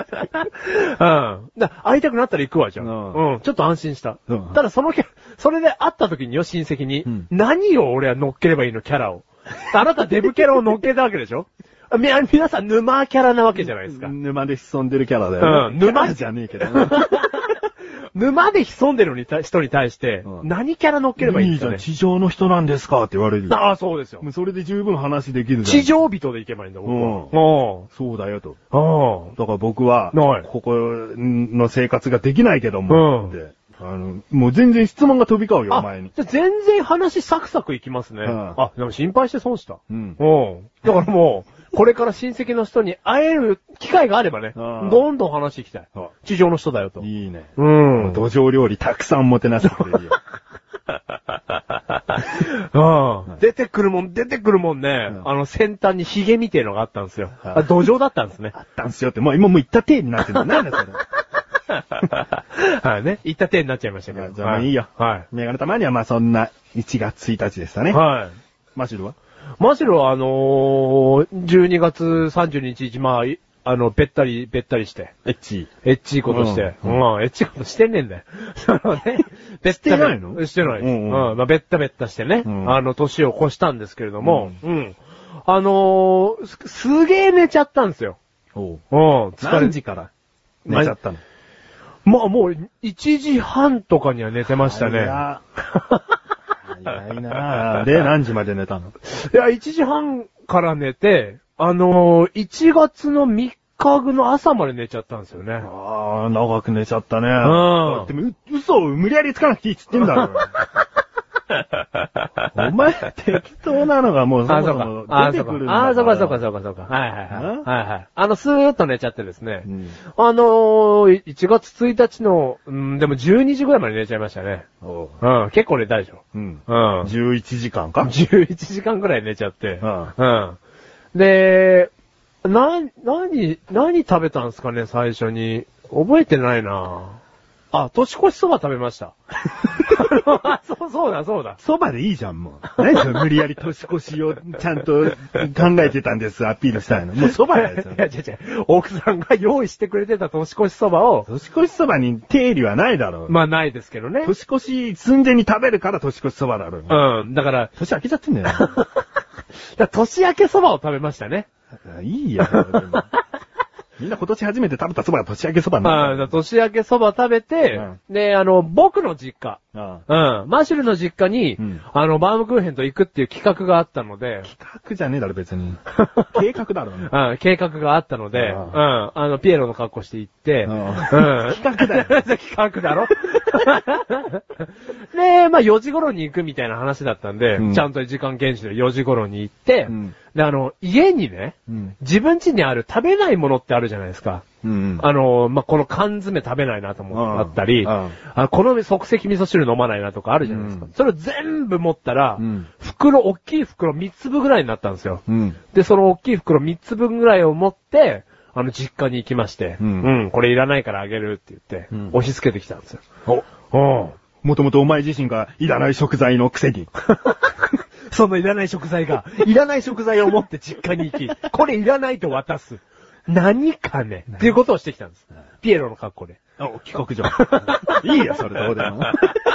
だ会いたくなったら行くわ、じゃん。うん。うん。ちょっと安心した。うん、ただそのキャラ、それで会った時によ、親戚に、うん、何を俺は乗っければいいの、キャラを。あなたデブキャラを乗っけたわけでしょ？み、皆さん沼キャラなわけじゃないですか。 沼で潜んでるキャラだよ、ね。うん。沼じゃねえけど、ね。 沼で潜んでる人に対して、何キャラ乗っければいいんですかね。 いいじゃん、地上の人なんですかって言われる。 ああ、そうですよ。 それで十分話できるじゃん。 地上人で行けばいいんだ、僕は。 うん。そうだよと。 うん。 だから僕は、ここの生活ができないけども、って。あの、もう全然質問が飛び交うよ、お前に。 じゃ全然話サクサクいきますね。うん、あ、でも心配して損した。うん。うん。だからもう、これから親戚の人に会える機会があればね、どんどん話していきたい。地上の人だよと。 いいね。 うん。 土壌料理たくさんもてなしてくれるよ。 うん。出てくるもん、出てくるもんね。うん、あの先端にヒゲみてえのがあったんですよ。あ、土壌だったんですね。 あったんですよって、もう今もう行った体になってるんだ。なんだそれ。 はいね。行った手になっちゃいましたけど。 じゃあまあいいよ。 はい。 メガネたまにはまあそんないちがつついたちでしたね。 はい。 マシルはマシルはあのー、じゅうにがつさんじゅうにち、まあ、あの、べったり、べったりして。 エッチエッチいことして。うん、うん、エッチいことしてねえんだよ。そのね、 べったないのしてないです。うん、うん、まあ、べったべったしてね。うん、あの、年を越したんですけれども、うん。うん、あのー、す、すげえ寝ちゃったんですよ。 おう。 うん。 何時から寝ちゃったの？ まあもう、いちじはんとかには寝てましたね。 早いなぁ。で、何時まで寝たの？ いや、いちじはんから寝て、あのー、いちがつのみっかの朝まで寝ちゃったんですよね。 ああ、長く寝ちゃったね。うん。でも、嘘を無理やりつかなくていいっつってんだろ。お前、適当なのがもうそもそも出てくるんだから。 ああ、そうか、そうか、そうか、そうか。はいはいはい。はいはい。あの、スーッと寝ちゃってですね。うん、あのー、いちがつついたちの、うん、でもじゅうにじぐらいまで寝ちゃいましたね。 おうん、結構寝たでしょ。 うん。うん。じゅういちじかんか ? じゅういちじかんぐらい寝ちゃって。うん。うん。で、な、何、何食べたんですかね、最初に。覚えてないなあ、年越しそば食べました。そう、そうだ、そうだ。 そばでいいじゃん、もう。何それ無理やり年越しをちゃんと考えてたんです、アピールしたいの。もうそばやつ。いや、違う違う。奥さんが用意してくれてた年越しそばを。 年越しそばに定理はないだろう。 まあないですけどね。 年越し寸前に食べるから年越しそばだろう。 うん。だから、 年明けちゃってんだよ。 だ年明けそばを食べましたね。 いいよ。みんな今年初めて食べた蕎麦が年明け蕎麦なんだ。ああ、年明け蕎麦食べて、うん、で、あの、僕の実家、ああうん、マシュルの実家に、うん、あの、バームクーヘンと行くっていう企画があったので、 企画じゃねえだろ別に。計画だろ、ね、 うん、計画があったので、ああうん、あの、ピエロの格好して行って、 ああうん、企画だよ。 企画だろで、まあよじ頃に行くみたいな話だったんで、うん、ちゃんと時間厳守でよじ頃に行って、うんで、あの、家にね、うん、自分家にある食べないものってあるじゃないですか。うん、あの、まあ、この缶詰食べないなと思ったり、ああこの即席味噌汁飲まないなとかあるじゃないですか。うん、それを全部持ったら、うん、袋、大きい袋みっつぶんぐらいになったんですよ。うん、で、その大きい袋みっつぶんぐらいを持って、あの、実家に行きまして、うん、うん、これいらないからあげるって言って、うん、押し付けてきたんですよ。 お、おもともとお前自身がいらない食材のくせに。 そのいらない食材が、いらない食材を持って実家に行き、これいらないと渡す。何かねっていうことをしてきたんです。ピエロの格好で。 あ、企画じゃん。いいや、それどうでも。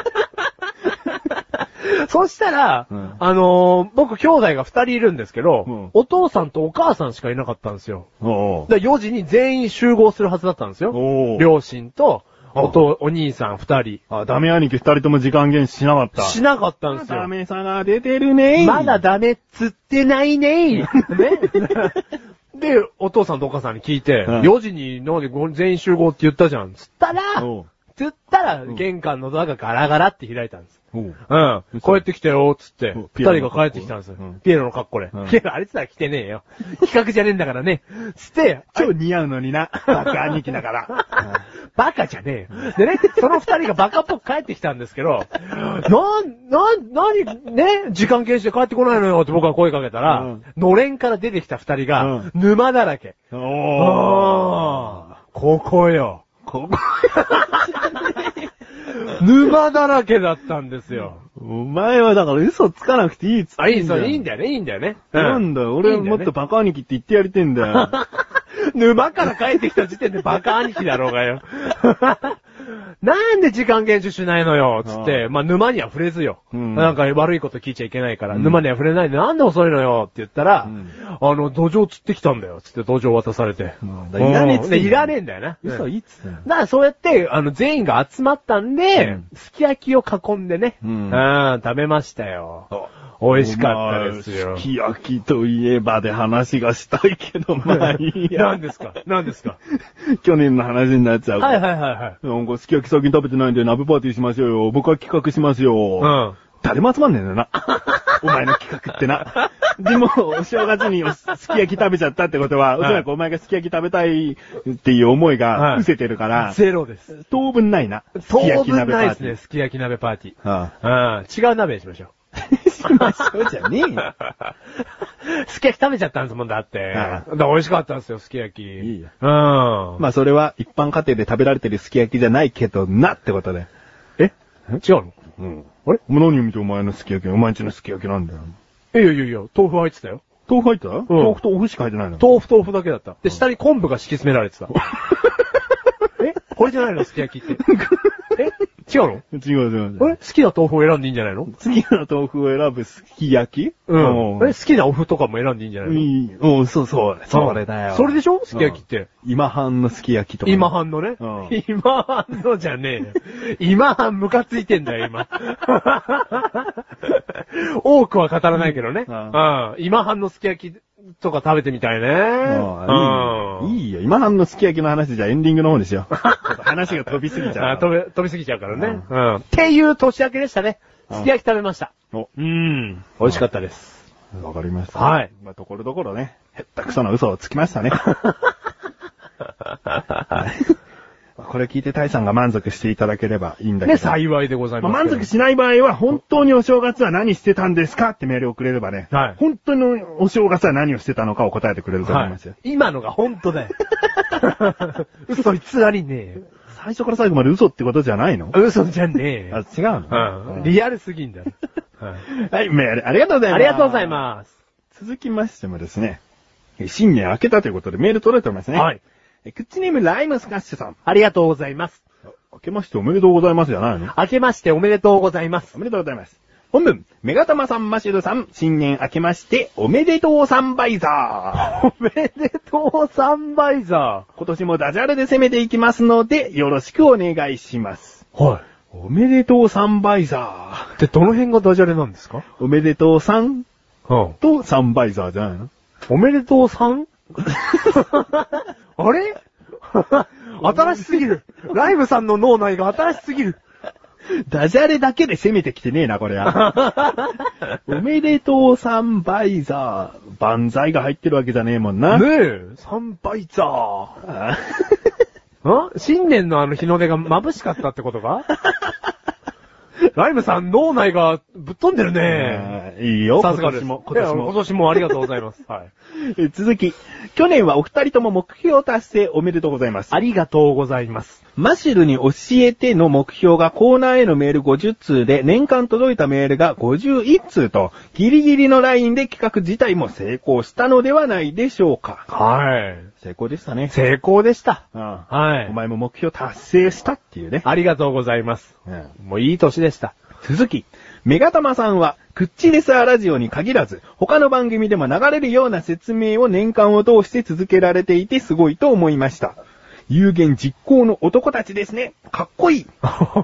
そしたら、うん、あのー、僕兄弟が二人いるんですけど、うん、お父さんとお母さんしかいなかったんですよ。だよじに全員集合するはずだったんですよ。両親と、 おと、お兄さん二人。 あ、ダメ兄貴二人とも時間減しなかった。 しなかったんですよ。 ダメさが出てるね。 まだダメっつってないね。ね。で、お父さんとお母さんに聞いて、うん、よじになんで全員集合って言ったじゃん。つったら、つったら、玄関のドアがガラガラって開いたんです。うん。帰ってきたよ、つって。二人が帰ってきたんですよ。ピエロの格好で。ピエロあれつったら来てねえよ。企画じゃねえんだからね。つって、 超似合うのにな。バカ兄貴だから。 バカじゃねえよ。でね、その二人がバカっぽく帰ってきたんですけど、な、な、なに、ね、時間消して帰ってこないのよって僕が声かけたら、のれんから出てきた二人が、沼だらけ。おー。ここよ。ここ沼だらけだったんですよ。 お前はだから嘘つかなくていいっつってんだよ。 あ、いい、そう、いいんだよね、いいんだよね。 なんだよ、俺もっとバカ兄貴って言ってやりてんだよ。 沼から帰ってきた時点でバカ兄貴だろうがよ。なんで時間厳守しないのよ、つって、まあ、沼には触れずよ。うん、なんか悪いこと聞いちゃいけないから、うん、沼には触れないでなんで遅いのよって言ったら、うん、あの、土壌釣ってきたんだよ、つって土壌渡されて。 うん、いらねえっつって。 いらねえんだよな。 嘘いいっつって。だからそうやって、あの、全員が集まったんで、うん、すき焼きを囲んでね、うん、あ食べましたよ。美味しかったですよ。 すき焼きといえばで話がしたいけど、まあいいや。 何ですか何ですか去年の話になっちゃうから。 はいはいはいはい。 なんかすき焼き最近食べてないんで鍋パーティーしましょうよ。僕は企画しますよ。うん。誰も集まんねえんだよな。お前の企画ってな。でも、お正月にすき焼き食べちゃったってことは、おそらくお前がすき焼き食べたいっていう思いが失せてるから。 ゼロです。 当分ないな。 当分ないですね、すき焼き鍋パーティー。ああ。違う鍋にしましょう。 しましょうじゃねえよ。 すき焼き食べちゃったんですもんだって。だから美味しかったんですよ、すき焼き。いいよ。うん。 まあそれは一般家庭で食べられてるすき焼きじゃないけどなってことで。 え違うのうん。あれ何を見てお前のすき焼き、お前んちのすき焼きなんだよ。 いやいやいや、豆腐入ってたよ。 豆腐入ってた、うん、豆腐とお麩しか入ってないの豆腐豆腐だけだった。で、下に昆布が敷き詰められてた。えこれじゃないのすき焼きって。え違うの違う違う。 え好きな豆腐を選んでいいんじゃないの好きな豆腐を選ぶすき焼きうん。え好きなお麩とかも選んでいいんじゃないのいい。うん、そうそう。それだよ。 それでしょすき焼きって。 今半のすき焼きとか。 今半のね。うん、今半のじゃねえよ。今半ムカついてんだよ、今。多くは語らないけどね。うん。今半のすき焼きとか食べてみたいね。 うん。いいよ。今半のすき焼きの話じゃエンディングの方にしよう。話が飛びすぎちゃう。 飛び、飛びすぎちゃうからね。うん。っていう年明けでしたね。すき焼き食べました。お。うん。美味しかったです。 わかりました。 はい。 まあ、ところどころね、へったくそな嘘をつきましたね。これ聞いてタイさんが満足していただければいいんだけど。 ね、幸いでございます。 まあ、満足しない場合は、本当にお正月は何してたんですかってメールをくれればね。はい。本当にお正月は何をしてたのかを答えてくれると思いますよ。 はい、今のが本当だよ。嘘偽りねえよ。 最初から最後まで嘘ってことじゃないの？ 嘘じゃねえよ。 あ、違うの？ うん。リアルすぎんだよ。 はい、メールありがとうございます。 ありがとうございます。 続きましてもですね、新年明けたということでメール届いておりますね。はい。クッチネームライムスカッシュさん。 ありがとうございます。 明けましておめでとうございますじゃないの？ 明けましておめでとうございます。 おめでとうございます。本文、メガタマさん、マシュルさん、新年明けましておめでとうサンバイザー。おめでとうサンバイザー。今年もダジャレで攻めていきますので、よろしくお願いします。 はい。 おめでとうサンバイザー。ってどの辺がダジャレなんですか？ おめでとうさんとサンバイザーじゃないの？ おめでとうさんあれ新しすぎる。ライブさんの脳内が新しすぎる。 ダジャレだけで攻めてきてねえな、これは。おめでとうサンバイザー。万歳が入ってるわけじゃねえもんな。 ねえ、サンバイザー。あ新年のあの日の出が眩しかったってことかライムさん、脳内がぶっ飛んでるね。 いいよ。 さすがです。 今年も。今年もありがとうございます。はい。 続き。去年はお二人とも目標達成おめでとうございます。 ありがとうございます。 マシルに教えての目標がコーナーへのメールごじゅっつうで、年間届いたメールがごじゅういっつうと、ギリギリのラインで企画自体も成功したのではないでしょうか。 はい。 成功でしたね。 成功でした。 うん、 はい。 お前も目標達成したっていうね。 ありがとうございます。うん、もういい年でした。 続き、メガタマさんは、クッチレスアラジオに限らず、他の番組でも流れるような説明を年間を通して続けられていてすごいと思いました。 有言実行の男たちですね。かっこいい。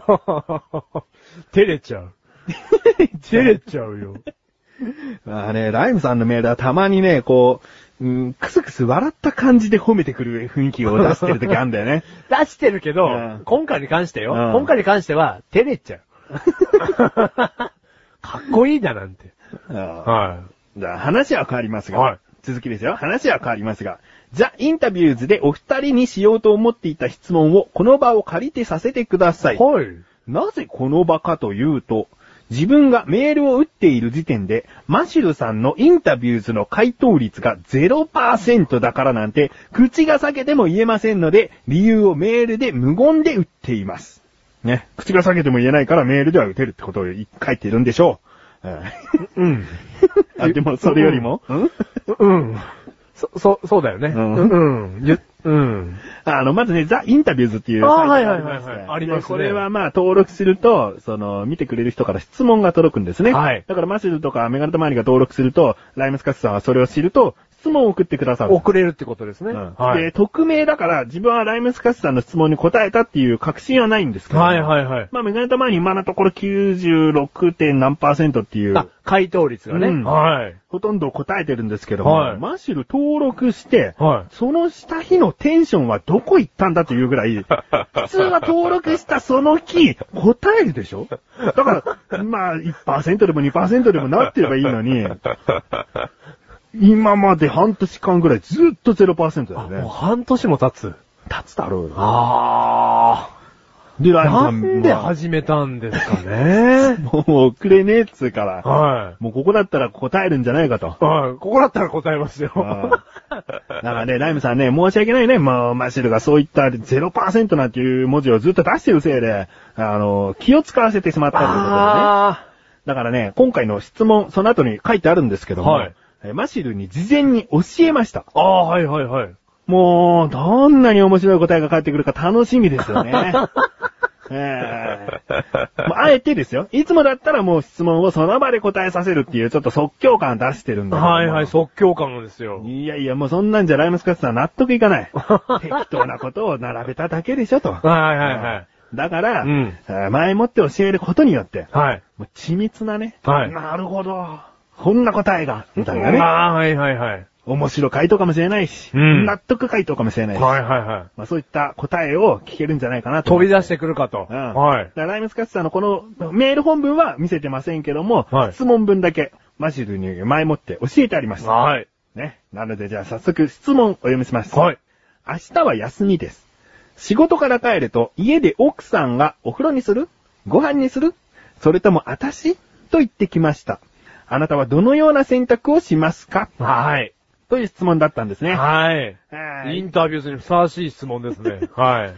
照れちゃう。照れちゃうよ。 まあね、ライムさんのメールはたまにね、こう、うん、クスクス笑った感じで褒めてくる雰囲気を出してる時あるんだよね。 出してるけど、うん、今回に関してよ、うん。今回に関しては、照れちゃう。かっこいいだなんて。 はい。じゃあ話は変わりますが、はい、続きですよ。話は変わりますが、ザ・インタビューズでお二人にしようと思っていた質問をこの場を借りてさせてください。 はい。 なぜこの場かというと、自分がメールを打っている時点で、マシュルさんのインタビューズの回答率が ゼロパーセント だからなんて、口が裂けても言えませんので、理由をメールで無言で打っています。ね。口が裂けても言えないからメールでは打てるってことを書いてるんでしょう。うん。あ、でもそれよりも、 うん、うん。そ、そ、そうだよね。うん。うん。うん。 あの、まずね、ザ・インタビューズっていうサイトがあります、ね。はいはいはい、はい。ありますね。これはまあ、登録すると、その、見てくれる人から質問が届くんですね。はい。だからマシルとかメガネとマリが登録すると、ライムスカスさんはそれを知ると、質問を送ってくださる。 送れるってことですね。うん、 はい。で、匿名だから、自分はライムスカスさんの質問に答えたっていう確信はないんですけど、 はいはいはい。 まあ、メガネとマリ今のところ きゅうじゅうろく. 点何パーセントっていう。あ、 回答率がね。うん、はい。 ほとんど答えてるんですけども、はい、マシル登録して、はい、そのした日のテンションはどこ行ったんだというぐらい、普通は登録したその日、答えるでしょ？だから、まあ、いちパーセント でも にパーセント でもなってればいいのに、今まで半年間ぐらいずっと ゼロパーセント だよね。 もう半年も経つ。 経つだろうよ。 ああ。で、ライムさんなんで始めたんですかね。 もう遅れねえっつうから。はい。もうここだったら答えるんじゃないかと。 はい。ここだったら答えますよ。 だからね、ライムさんね、申し訳ないね。もう、マシルがそういった ゼロパーセント なんていう文字をずっと出してるせいで、あの、気を使わせてしまったということでね。だからね、今回の質問、その後に書いてあるんですけども、はい、マシルに事前に教えました。 ああ、はいはいはい。 もう、どんなに面白い答えが返ってくるか楽しみですよね。えー、あえてですよ。いつもだったらもう質問をその場で答えさせるっていうちょっと即興感出してるんだけど。 はいはい、即興感ですよ。 いやいや、もうそんなんじゃライムスカッツさん納得いかない。適当なことを並べただけでしょと。 はいはいはい。 だから、うん、前もって教えることによって、はい、もう緻密なね、はい、なるほど。こんな答えが、みたいなね。 ああ、はいはいはい。 面白回答かもしれないし、うん、納得回答かもしれないし、 はいはいはい。 まあそういった答えを聞けるんじゃないかなと。 飛び出してくるかと。うん、はい。 だからライムスカッツさんのこのメール本文は見せてませんけども、はい、質問文だけマシルに前もって教えてありました。 はい。 ね。なのでじゃあ早速質問をお読みします。はい。明日は休みです。仕事から帰ると家で奥さんがお風呂にする？ご飯にする？それとも私？と言ってきました。あなたはどのような選択をしますか？ はい。 という質問だったんですね。 はい。インタビューズにふさわしい質問ですね。はい。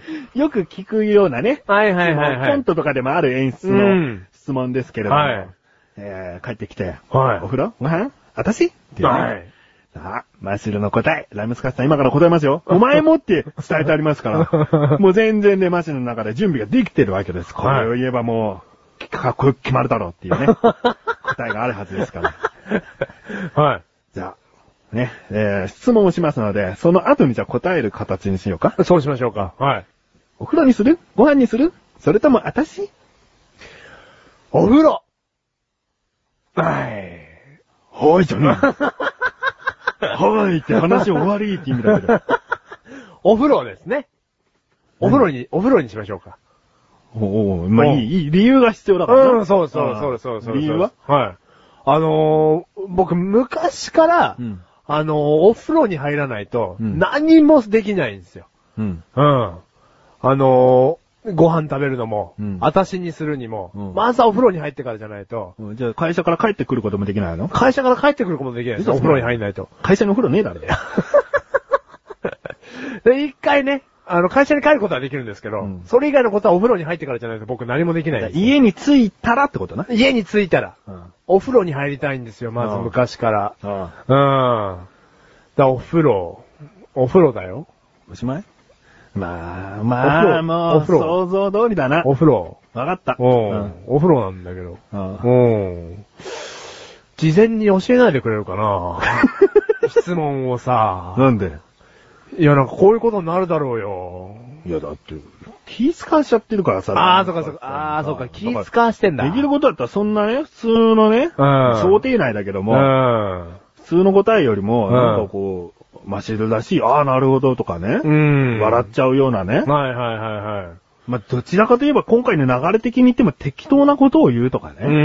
よく聞くようなね。 はいはいはい、はい。 コントとかでもある演出の質問ですけれども。はい。えー、帰ってきて。はい。お風呂？ご飯？私？っていうね。はい。さあ、マシルの答え。ライムスカッツさん今から答えますよ。お前もって伝えてありますから。もう全然ね、マシルの中で準備ができてるわけです。これを言えばもう、かっこよく決まるだろうっていうね。答えがあるはずですから。はい。じゃあ。ね、えー、質問をしますので、その後にじゃあ答える形にしようか。 そうしましょうか。はい。 お風呂にする？ご飯にする？それとも私？ お風呂！はい。 はいじゃない。はいって話終わりって意味だけど。 お風呂ですね。お風呂に、お風呂にしましょうか。 おお、まあいい、いい、理由が必要だからな。 うん、そうそうそうそうそう。 理由は？ はい。あのー、僕昔から、うん、あのー、お風呂に入らないと、何もできないんですよ。うん。うん。あのー、ご飯食べるのも、うん、私にするにも、うん、まずはお風呂に入ってからじゃないと、 うん。じゃあ会社から帰ってくることもできないの？ 会社から帰ってくることもできないです。お風呂に入んないと。 会社のお風呂ねえだろ。 で、一回ね、あの、会社に帰ることはできるんですけど、うん、それ以外のことはお風呂に入ってからじゃないと僕何もできないんです。 家に着いたらってことな。 家に着いたら、うん、お風呂に入りたいんですよ、まず昔から。うん。うん。だお風呂、お風呂だよ。 おしまい？まあ、まあ、もう、お風呂。想像通りだな。 お風呂。 わかった。 うん。お風呂なんだけど。うん。事前に教えないでくれるかな質問をさ。 なんで？ いや、なんかこういうことになるだろうよ。 いや、だって、気使わしちゃってるからさ。 ああ、そっかそっか。ああ、そっか。気使わしてんだ。 できることだったらそんなね、普通のね、うん、想定内だけども、うん、普通の答えよりも、なんかこう、マシルだし、ああ、なるほどとかね、うん、笑っちゃうようなね。 はいはいはいはい。 まあ、どちらかといえば今回の流れ的に言っても適当なことを言うとかね。うん。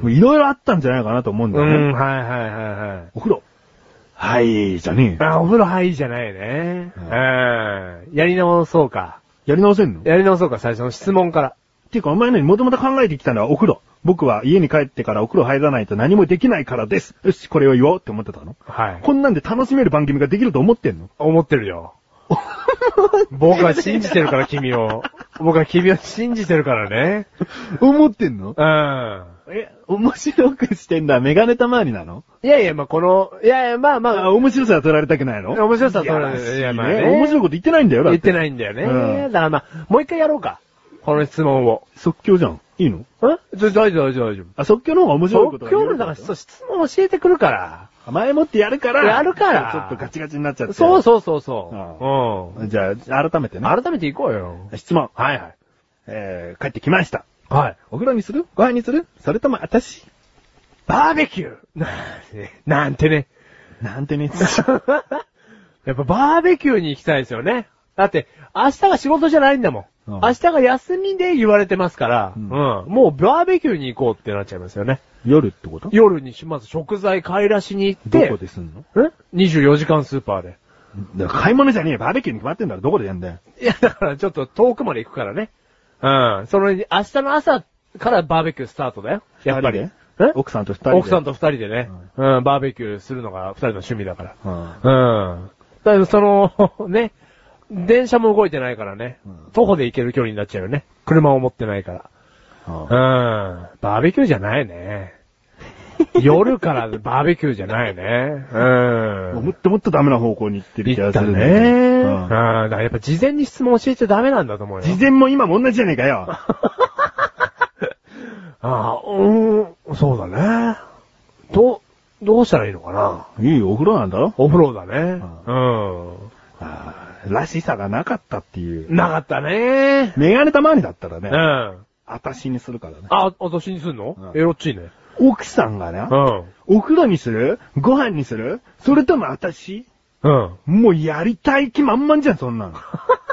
いろいろあったんじゃないかなと思うんだよね。うん、 はいはいはいはい。 お風呂。はい、じゃねえ。 あ、お風呂はいじゃないね。うん。やり直そうか。 やり直せんの？ やり直そうか、最初の質問から。 っていうか、お前ね、もともと考えてきたのはお風呂。僕は家に帰ってからお風呂入らないと何もできないからです。よし、これを言おうって思ってたの？はい。こんなんで楽しめる番組ができると思ってんの？ 思ってるよ。僕は信じてるから、君を。僕は君を信じてるからね。 思ってんの？ うん。 え、面白くしてんだ。メガネたまわりなの？ いやいや、まあ、この、いやいや、まあまあ。 あ、面白さは取られたくないの？ 面白さは取られたくない。いや、まあね。 面白いこと言ってないんだよ、だって。 言ってないんだよね。うん、だからまあ、もう一回やろうか。この質問を。 即興じゃん。いいの？ え？大丈夫、大丈夫、大丈夫。 あ、即興の方が面白いことが言う。 即興の、だから、そう、質問教えてくるから。 前もってやるから。 やるから。 ちょっとガチガチになっちゃって。 そうそうそうそう。 うん。じゃあ、改めてね。 改めて行こうよ。 質問。 はいはい。 えー、帰ってきました。 はい。 お風呂にする？ご飯にする？それとも私？ バーベキューなんてね。 なんてね。 やっぱバーベキューに行きたいですよね。だって、明日が仕事じゃないんだもん。うん、明日が休みで言われてますから、うん、うん。もうバーベキューに行こうってなっちゃいますよね。 夜ってこと？ 夜にまず食材買い出しに行って。 どこですんの？ え ?にじゅうよじかんスーパーで。 だから買い物じゃねえよ。バーベキューに決まってんだろ。どこでやんだよ。 いや、だからちょっと遠くまで行くからね。うん。その、明日の朝からバーベキュースタートだよ。やっぱり。え奥さんと二人で。 奥さんと二人でね、うん。うん。バーベキューするのが二人の趣味だから。うん。うん。だからその、ね。電車も動いてないからね。うん、徒歩で行ける距離になっちゃうよね。車を持ってないから。うん。うん。バーベキューじゃないね。夜からバーベキューじゃないね。うん。 もっともっとダメな方向に行ってる気がするね。ね。うん。だからやっぱ事前に質問教えちゃダメなんだと思うよ。 事前も今も同じじゃねえかよ。 ああ、うん、そうだね。ど、どうしたらいいのかな？ いいよ、お風呂なんだろ？ お風呂だね。うん。 うんあらしさがなかったっていう。 なかったね。 メガネたまわりだったらね。 うん。 あたしにするからね。 あ、あたしにすんの？うん、エロっちいね。 奥さんがね。うん。お風呂にする？ご飯にする？それともあたし？うん。もうやりたい気満々じゃん、そんなの。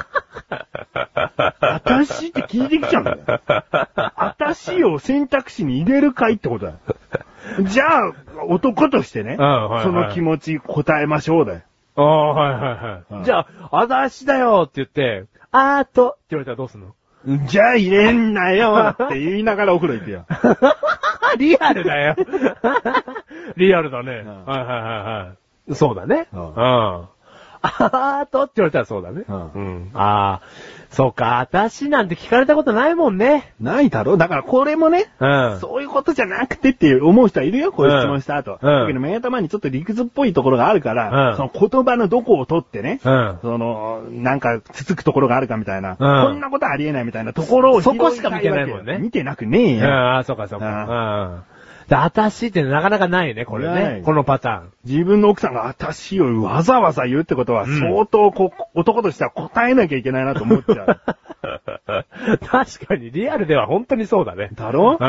あたしって聞いてきちゃうんだよ。あたしを選択肢に入れるかいってことだよ。じゃあ、男としてね。うんはいはい、その気持ち答えましょうだよ。 ああ、はいはいはい。うん、じゃあ、あたしだよって言って、あーとって言われたらどうすんの？ じゃあ入れんなよって言いながらお風呂行くよ。 リアルだよ。リアルだね。うん、はいはいはいはい。そうだね。うん。うん、あーとって言われたらそうだね。うん。うん、あー。そうか、私なんて聞かれたことないもんね。 ないだろ？だからこれもね、うん、そういうことじゃなくてって思う人はいるよ、こういう質問した後。うん、だけど、目頭にちょっと理屈っぽいところがあるから、うん、その言葉のどこを取ってね、うん、その、なんか、つつくところがあるかみたいな、うん、こんなことありえないみたいなところをそこしか見てないもんね。 見てなくねえよ。 うん、ああ、そうかそうか。うん。あたしってなかなかないね、これね。このパターン。 自分の奥さんがあたしをわざわざ言うってことは、相当こう、うん、男としては答えなきゃいけないなと思っちゃう。 確かに、リアルでは本当にそうだね。 だろ？うん。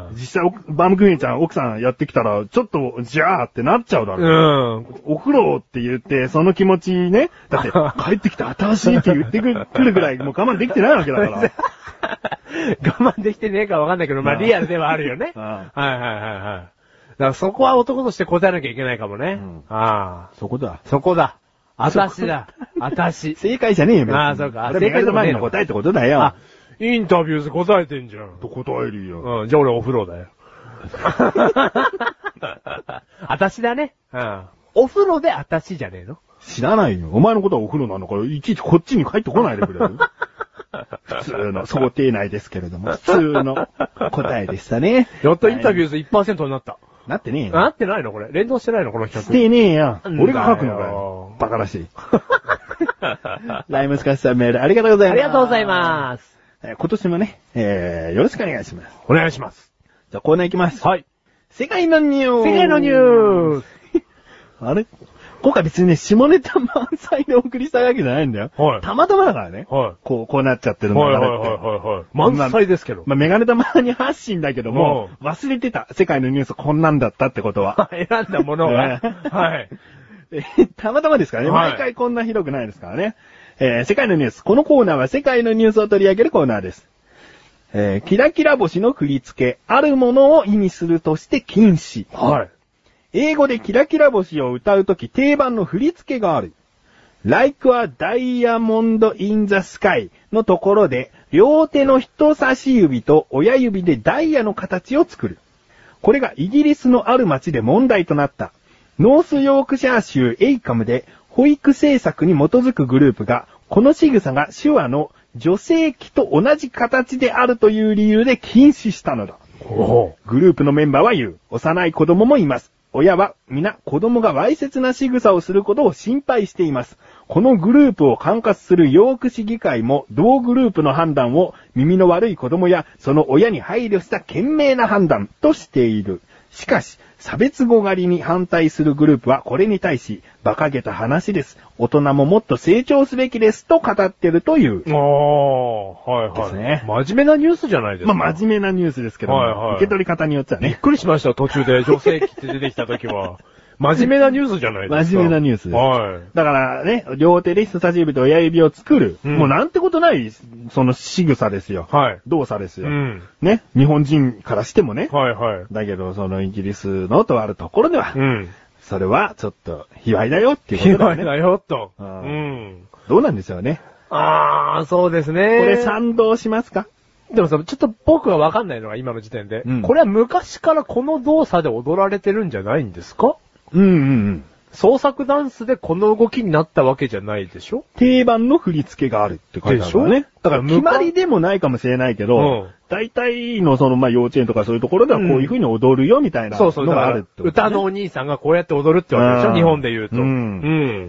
実際、バームクーヘンちゃん奥さんやってきたら、ちょっと、じゃあってなっちゃうだろ。うん。お風呂って言って、その気持ちね、だって、帰ってきて新しいって言ってくるぐらい、もう我慢できてないわけだから。 我慢できてねえかわかんないけど、まあリアルではあるよね。はいはいはいはい。だからそこは男として答えなきゃいけないかもね。うん、ああ。 そこだ。 そこだ。あたしだ。あたし。 正解じゃねえよ。 ああ、そうか。 正解の前の答えってことだよ。あ、 インタビューで答えてんじゃん。 と答えるよ。 うん、じゃあ俺お風呂だよ。あたしだね。うん。お風呂であたしじゃねえの？ 知らないよ。お前のことはお風呂なのから、いちいちこっちに帰ってこないでくれる？普通の、想定内ですけれども、普通の答えでしたね。 やっとインタビューズ いちパーセント になった。 なってねえよ。 なってないのこれ。連動してないのこの企画。 してねえよ。俺が書くのかよ。バカらしい。ライムスカッシュさんメールありがとうございます。 ありがとうございます。 えー、今年もね、えー、よろしくお願いします。 お願いします。 じゃあコーナー行きます。 はい。 世界のニュース。 世界のニュース。 あれ今回別にね、下ネタ満載でお送りしたいわけじゃないんだよ。 はい。 たまたまだからね。 はい。 こう、こうなっちゃってるのが、 はいはいはいはいはい。満載ですけど。 まあ、メガネたまに発信だけども、忘れてた。世界のニュースこんなんだったってことは。 選んだものが。はい。 たまたまですからね。 はい、 毎回こんな広くないですからね。えー、世界のニュース。このコーナーは世界のニュースを取り上げるコーナーです。えー、キラキラ星の振り付け、あるものを意味するとして禁止。 はい。 英語でキラキラ星を歌うとき定番の振り付けがある。Like a diamond in the sky のところで、両手の人差し指と親指でダイヤの形を作る。これがイギリスのある町で問題となった。ノースヨークシャー州エイカムで保育政策に基づくグループが、この仕草が手話の女性器と同じ形であるという理由で禁止したのだ。グループのメンバーは言う。幼い子供もいます。親は皆子供がわいせつな仕草をすることを心配しています。このグループを管轄するヨーク市議会も同グループの判断を耳の悪い子供やその親に配慮した賢明な判断としている。しかし、差別語狩りに反対するグループはこれに対し、馬鹿げた話です。大人ももっと成長すべきですと語ってるという。 ああ、はいはい。ですね。真面目なニュースじゃないですか。 まあ真面目なニュースですけども、はいはい、受け取り方によってはね。 びっくりしました、途中で女性器って出てきた時は。真面目なニュースじゃないですか。 真面目なニュースです。はい。だからね、両手で人差し指と親指を作る。うん、もうなんてことない、その仕草ですよ。はい。動作ですよ。うん。ね。日本人からしてもね。はいはい。だけど、そのイギリスのとあるところでは。うん。それは、ちょっと、卑猥だよっていうことだよね。 卑猥だよ、と。 うん。どうなんでしょうね。 あー、そうですね。 これ賛同しますか？ でもさ、ちょっと僕はわかんないのが今の時点で。うん、これは昔からこの動作で踊られてるんじゃないんですか？ うんうんうん。 創作ダンスでこの動きになったわけじゃないでしょ？ 定番の振り付けがあるって書いてあるからね。だから決まりでもないかもしれないけど、うん、大体のそのまあ幼稚園とかそういうところではこういう風に踊るよみたいなのがあるってこと、ね、 歌のお兄さんがこうやって踊るってわけでしょ？日本で言うと。うん。うん。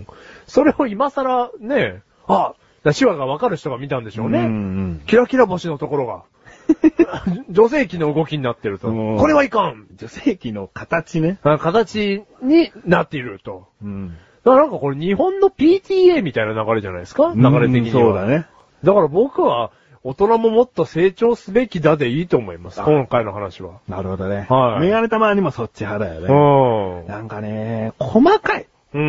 それを今更ね、あ、手話がわかる人が見たんでしょうね。うんうん、キラキラ星のところが。女性器の動きになってると。これはいかん。 女性器の形ね。 形になっていると。うん。だからなんかこれ日本の ピーティーエー みたいな流れじゃないですか？流れ的には。 そうだね。 だから僕は大人ももっと成長すべきだでいいと思います。今回の話は。 なるほどね。はい。メガネたまにもそっち派だよね。うん。なんかね、細かい。うん。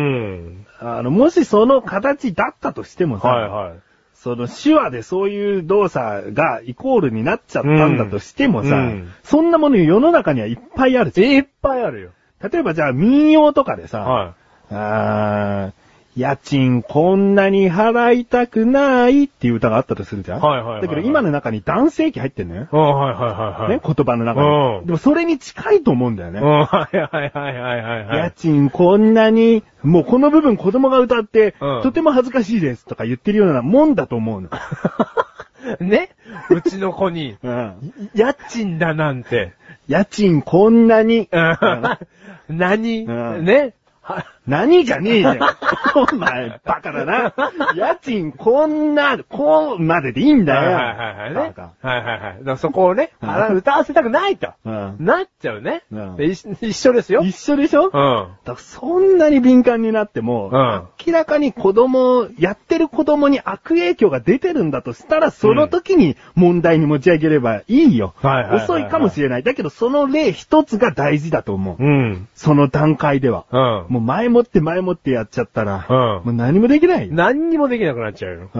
あの、もしその形だったとしてもさ。はいはい。その手話でそういう動作がイコールになっちゃったんだとしてもさ、うん、そんなもの世の中にはいっぱいあるじゃん。 いっぱいあるよ。 例えばじゃあ民謡とかでさ、はい、あ家賃こんなに払いたくないっていう歌があったとするじゃん。はいはいはいはい、だけど今の中に男性器入ってんのよ。はいはいはいはい。ね、言葉の中に。うん、でもそれに近いと思うんだよね。はいはいはいはいはい、はい。家賃こんなに、もうこの部分子供が歌って、うん、とても恥ずかしいですとか言ってるようなもんだと思うの。 ね、うちの子に、うん、家賃だなんて。 家賃こんなに。うん、 何、うん、ね。 何じゃねえじゃん。お前、バカだな。家賃こんな、こうまででいいんだよ。はいはいはい、ね。はいはいはい。だからそこをね、歌わせたくないと。うん、なっちゃうね、うん、一。一緒ですよ。 一緒でしょ？うん。だからそんなに敏感になっても、うん、明らかに子供、やってる子供に悪影響が出てるんだとしたら、その時に問題に持ち上げればいいよ。はいはいはいはい、遅いかもしれない。だけどその例一つが大事だと思う。うん。その段階では。うん。もう前もって前もってやっちゃったら、うん、もう何もできない。 何にもできなくなっちゃうよ。うん、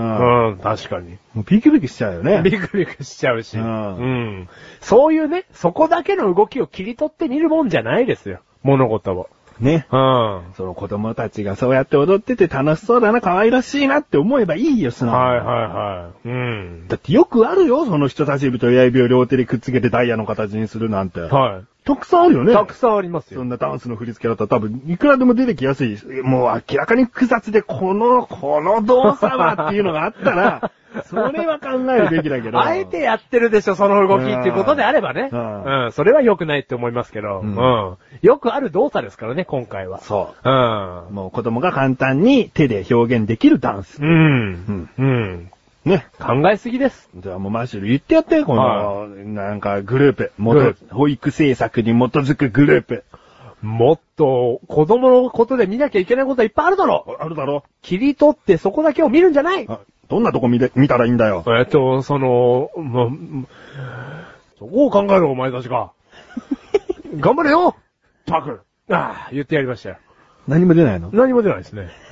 うん、確かに。 もうビクビクしちゃうよね。 ビクビクしちゃうし、うん、うん。そういうね、そこだけの動きを切り取ってみるもんじゃないですよ。物事を。 ね。うん。その子供たちがそうやって踊ってて楽しそうだな、可愛らしいなって思えばいいよ、素直に。はいはいはい。うん。だってよくあるよ、その人差し指と親指を両手でくっつけてダイヤの形にするなんて。はい。たくさんあるよね。 たくさんありますよ。 そんなダンスの振り付けだったら多分、いくらでも出てきやすい。もう明らかに複雑で、この、この動作はっていうのがあったら、それは考えるべきだけど。 あえてやってるでしょ、その動きっていうことであればね。うん。うん。それは良くないって思いますけど。うん。うん、よくある動作ですからね、今回は。 そう。うん。もう子供が簡単に手で表現できるダンス。うん。うん。 うん。ね。考えすぎです。 じゃあもうマシュル言ってやって、この、はい、なんかグループ。元、保育政策に基づくグループ。 もっと子供のことで見なきゃいけないことはいっぱいあるだろ。 あるだろ。 切り取ってそこだけを見るんじゃない。 どんなとこ見で、見たらいいんだよ。 えっと、その、ま、そこを考えろ、お前たちが。頑張れよパク。ああ、言ってやりましたよ。 何も出ないの？ 何も出ないですね。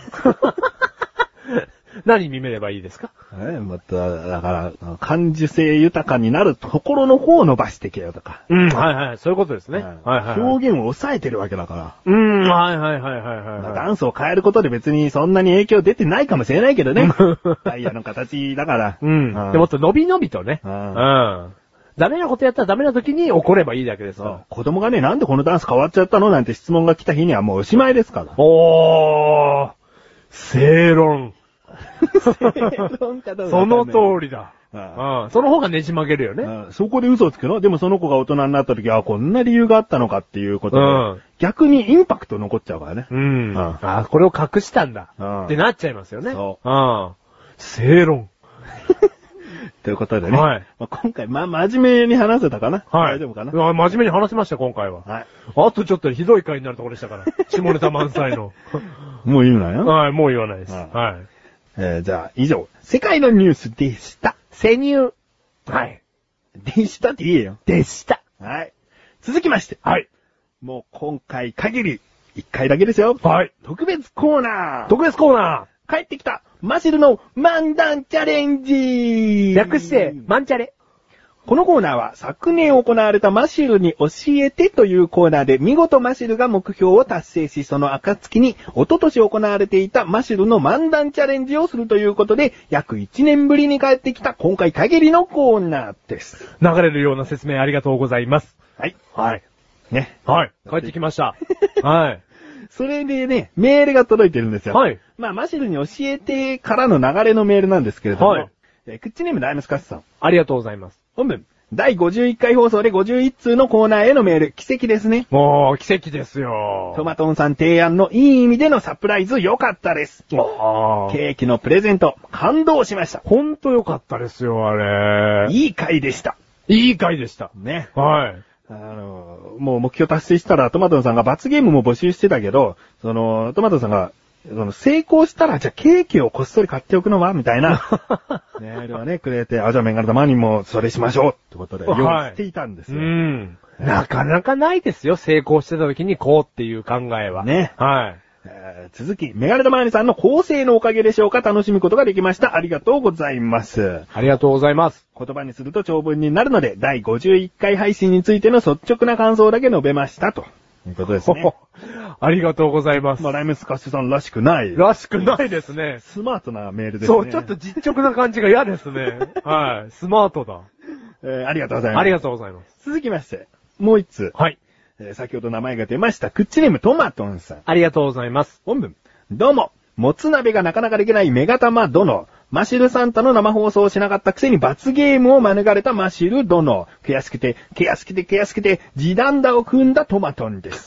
何見めればいいですか？ え、また、だから、感受性豊かになるところの方を伸ばしてけよとか。 うん、はいはい、そういうことですね。はいはい、はい。 表現を抑えてるわけだから。 うん、はいはいはいはい、はいまあ。ダンスを変えることで別にそんなに影響出てないかもしれないけどね。ダイヤの形だから。 うん。うん、でもっと伸び伸びとね。うん。うんダメなことやったらダメな時に怒ればいいだけですから。 子供がね、なんでこのダンス変わっちゃったのなんて質問が来た日にはもうおしまいですから。 おー、正論。 正論かどうかその通りだ。 ああその方がねじ曲げるよね。 あそこで嘘をつくの？でもその子が大人になった時は、こんな理由があったのかっていうことで、うん、逆にインパクト残っちゃうからね。 うん。ああ、これを隠したんだ。ってなっちゃいますよね。 そう。 あ正論。 ということでね。 はい。 まあ、今回、まあ、真面目に話せたかな？ はい。 大丈夫かな？ 真面目に話しました、今回は。 はい。 あとちょっとひどい回になるところでしたから。下ネタ満載の。 もう言うなよ。 はい、もう言わないです。はい。はい、 えー、じゃあ、以上、世界のニュースでした。 潜入。はい。 でしたって言えよ。 でした。 はい。続きまして。 はい。 もう今回限り、一回だけですよ。 はい。 特別コーナー。 特別コーナー。帰ってきた。マシルの漫談チャレンジ略して、マンチャレ。 このコーナーは昨年行われたマシルに教えてというコーナーで見事マシルが目標を達成し、その暁に一昨年行われていたマシルの漫談チャレンジをするということで、約いちねんぶりに帰ってきた今回限りのコーナーです。 流れるような説明ありがとうございます。 はい。 はい。 ね。 はい。帰ってきました。はい。 それでね、メールが届いてるんですよ。 はい。 まあ、マシルに教えてからの流れのメールなんですけれども。 はい。 えー、クッチネームダイムスカスさん。 ありがとうございます。 本文。だいごじゅういっかい放送でごじゅういち通のコーナーへのメール。奇跡ですね。 もう、奇跡ですよ。 トマトンさん提案のいい意味でのサプライズ良かったです。ケーキのプレゼント、感動しました。 ほんと良かったですよ、あれ。 いい回でした。 いい回でした。 ね。 はい。 あの、もう目標達成したらトマトンさんが罰ゲームも募集してたけど、その、トマトンさんが、その成功したら、じゃあケーキをこっそり買っておくのはみたいな。メールをね、くれて、あ、じゃあメガネ玉にもそれしましょうってことで、用意していたんですよ。 はい、うん。なかなかないですよ、成功してた時にこうっていう考えは。 ね。 はい。 えー、続き、メガネ玉にさんの構成のおかげでしょうか、楽しむことができました。ありがとうございます。 ありがとうございます。 言葉にすると長文になるので、だいごじゅういっかい配信についての率直な感想だけ述べました。ということですね。 ありがとうございます。 まあ、ライムスカッシュさんらしくない。 らしくないですね。 スマートなメールですね。 そう、ちょっと実直な感じが嫌ですね。はい。スマートだ。 えー。ありがとうございます。 ありがとうございます。 続きまして、もう一つ。 はい。 えー、先ほど名前が出ました、クッチネームトマトンさん。 ありがとうございます。 本文。どうも、もつ鍋がなかなかできないメガタマ殿。マシルサンタの生放送をしなかったくせに罰ゲームを免れたマシル殿。悔しくて、悔しくて、悔しくて、地団打を組んだトマトンです。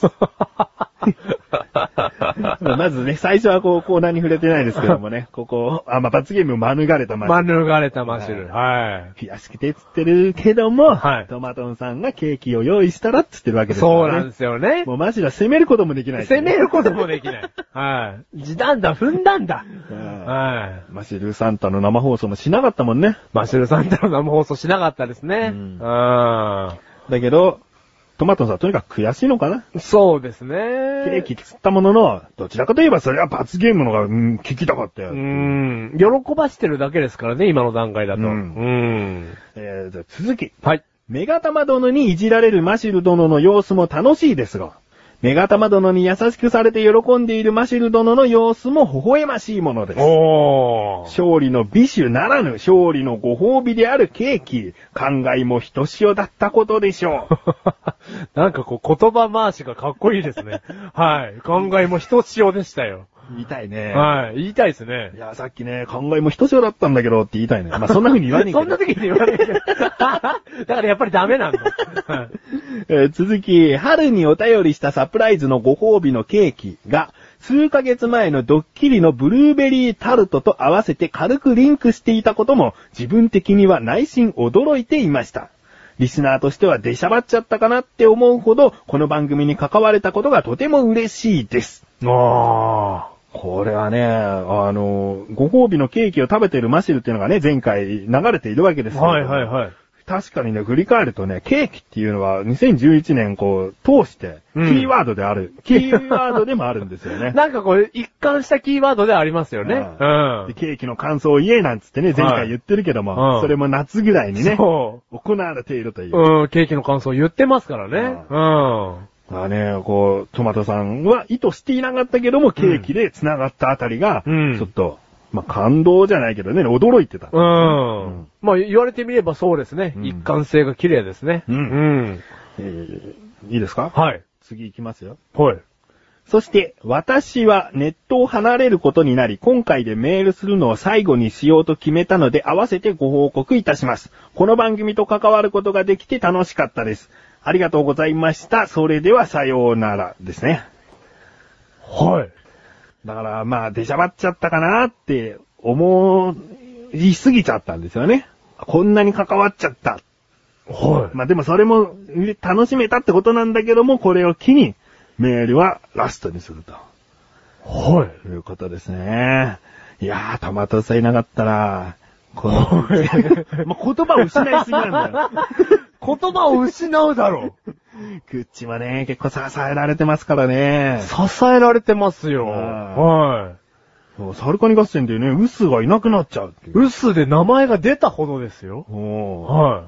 まずね、最初はこう、コーナーに触れてないですけどもね、ここ、あ、まあ、罰ゲームを免れたマシル。 免れたマシル。はい。 悔しくてつってるけども、 はい。 トマトンさんがケーキを用意したらっつってるわけですからね。 そうなんですよね。 もうマシルは攻めることもできない、ね。 攻めることもできない。はい。地団打踏んだんだ。 はい。マシルサンタの生放送もしなかったもんね。 マシルサンタの生放送しなかったですね。うん。 だけど、トマトさんとにかく悔しいのかな？ そうですね。 ケーキ作ったものの、どちらかといえばそれは罰ゲームのが、うん、聞きたかったよ。 うん。喜ばしてるだけですからね、今の段階だと。うん。うん、 えー、じゃあ続き。 はい。 メガタマ殿にいじられるマシル殿の様子も楽しいですが、メガタマ殿に優しくされて喜んでいるマシル殿の様子も微笑ましいものです。 おー。 勝利の美酒ならぬ勝利のご褒美であるケーキ、考えもひとしおだったことでしょう。 なんかこう言葉回しがかっこいいですね。はい。考えもひとしおでしたよ。 言いたいね。 はい。言いたいですね。 いや、さっきね、考えもひとしおだったんだけどって言いたいね。まあ、そんな風に言わねえけど。 そんな時に言わねえけど。だからやっぱりダメなんだ。はいえー、続き、春にお便りしたサプライズのご褒美のケーキが、数ヶ月前のドッキリのブルーベリータルトと合わせて軽くリンクしていたことも、自分的には内心驚いていました。 リスナーとしては出しゃばっちゃったかなって思うほど、この番組に関われたことがとても嬉しいです。 ああ。 これはね、あの、ご褒美のケーキを食べてるマシルっていうのがね、前回流れているわけですよ。 はいはいはい。 確かにね、振り返るとね、ケーキっていうのはにせんじゅういちねんこう、通して、キーワードである、うん。キーワードでもあるんですよね。 なんかこう、一貫したキーワードでありますよね。 うん。でケーキの感想を言えなんつってね、前回言ってるけども、はい、それも夏ぐらいにね、行われているという。 うん、ケーキの感想を言ってますからね。うん。うんまあね、こう、トマトさんは意図していなかったけども、ケーキで繋がったあたりが、うん、ちょっと、まあ、感動じゃないけどね、驚いてた。 うん。うん、まあ、言われてみればそうですね。うん、一貫性が綺麗ですね。うん。うん。 えー、いいですか？ はい。 次行きますよ。 はい。 そして、私はネットを離れることになり、今回でメールするのを最後にしようと決めたので、合わせてご報告いたします。この番組と関わることができて楽しかったです。ありがとうございました。それではさようならですね。 はい。 だから、まあ、出しゃばっちゃったかなって思いすぎちゃったんですよね。こんなに関わっちゃった。 はい。 まあでもそれも楽しめたってことなんだけども、これを機にメールはラストにすると。 はい。 ということですね。いやー、トマトさんいなかったら、この、まあ、言葉を失いすぎなんだよ。 言葉を失うだろう。 グッチはね、結構支えられてますからね。 支えられてますよ。はい。 サルカニ合戦でね、ウスがいなくなっちゃうっていう。 ウスで名前が出たほどですよ。はい。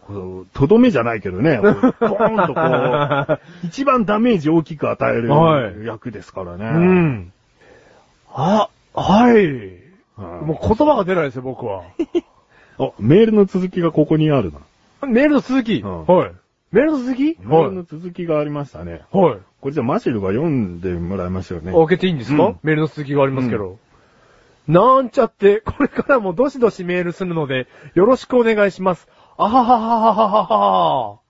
とどめじゃないけどね、ボーンとこう、一番ダメージ大きく与える役ですからね。はい、うん。 あ、はい。もう言葉が出ないですよ、僕は。 あ、メールの続きがここにあるな。 メールの続き、うん、はい。メールの続きメールの続きがありましたね。 はい。 これじゃあマシルが読んでもらいましょうね。 開けていいんですか、うん、メールの続きがありますけど。うん、なんちゃって、これからもどしどしメールするので、よろしくお願いします。あははははははは。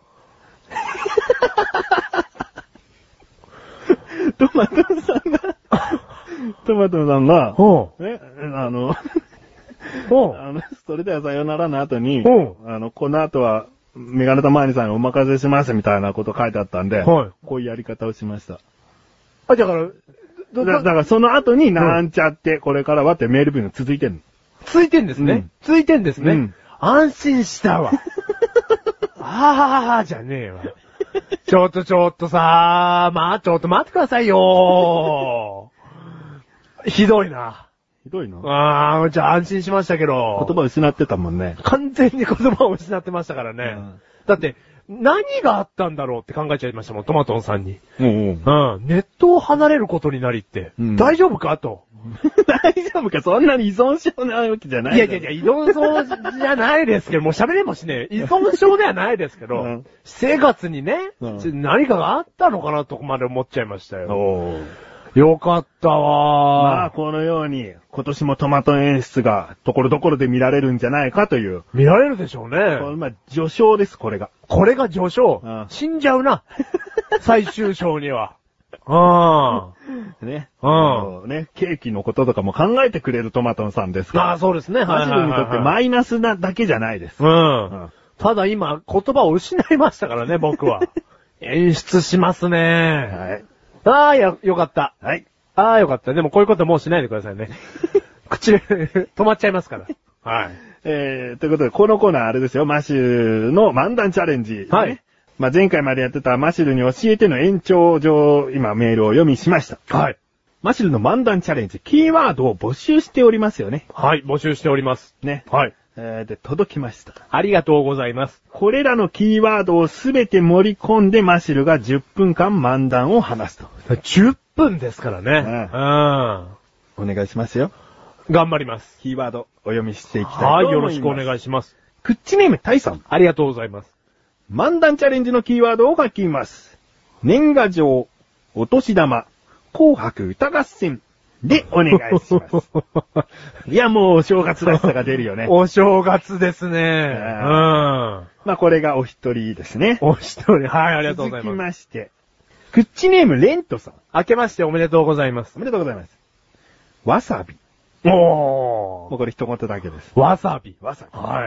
トマトさんが、トマトさんが、え、あの、あの、それではさよならの後に、あの、この後は、メガネタマーニさんにお任せしますみたいなこと書いてあったんで、はい、こういうやり方をしました。 あ、だから、 だ, だからその後になんちゃって、これからはってメール文が続いてんの。 続いてんですね。うん、続いてんですね。うん、安心したわ。あーじゃねえわ。ちょっとちょっとさー、まあちょっと待ってくださいよー。ひどいな。 ひどいの？ ああ、じゃあ安心しましたけど。 言葉失ってたもんね。 完全に言葉を失ってましたからね。うん、だって、何があったんだろうって考えちゃいましたもん、トマトンさんに。うん、うん。うん。ネットを離れることになりって、うん、大丈夫かと。 大丈夫かそんなに依存症なわけじゃない。 いやいやいや、依存症じゃないですけど、もう喋れもしねえ。依存症ではないですけど、うん、生活にね、うん、何かがあったのかなとこまで思っちゃいましたよ。およかったわー。 まあ、このように、今年もトマト演出が、ところどころで見られるんじゃないかという。 見られるでしょうね。 まあ、序章です、これが。 これが序章。うん、死んじゃうな。最終章には。ああ。ね。うん。ね、ケーキのこととかも考えてくれるトマトンさんですから。 ああ、そうですね。はいマシルにとってマイナスなだけじゃないです。 うん。うん、ただ今、言葉を失いましたからね、僕は。演出しますね。はい。ああ、や、よかった。はい。ああ、よかった。でもこういうこともうしないでくださいね。口、止まっちゃいますから。はい。 えー、ということで、このコーナーあれですよ、マシルの漫談チャレンジ、ね。はい。まあ、前回までやってたマシルに教えての延長上、今メールを読みしました。はい。マシルの漫談チャレンジ、キーワードを募集しておりますよね。 はい、募集しております。 ね。はい。えー、で、届きました。 ありがとうございます。 これらのキーワードをすべて盛り込んでマシルがじゅっぷんかん漫談を話すと。 じゅっぷんですからね。うん。 うん。お願いしますよ。 頑張ります。 キーワードお読みしていきたいと思います。はい、 よろしくお願いします。 クッチネームタイさん。 ありがとうございます。 漫談チャレンジのキーワードを書きます。年賀状、お年玉、紅白歌合戦。で、お願いします。いや、もうお正月らしさが出るよね。 お正月ですね。うん。 まあ、これがお一人ですね。 お一人。はい、ありがとうございます。 続きまして、クッチネームレントさん。 明けましておめでとうございます。 おめでとうございます。わさび。 おー。 もうこれ一言だけです。 わさび。 わさび。 はい。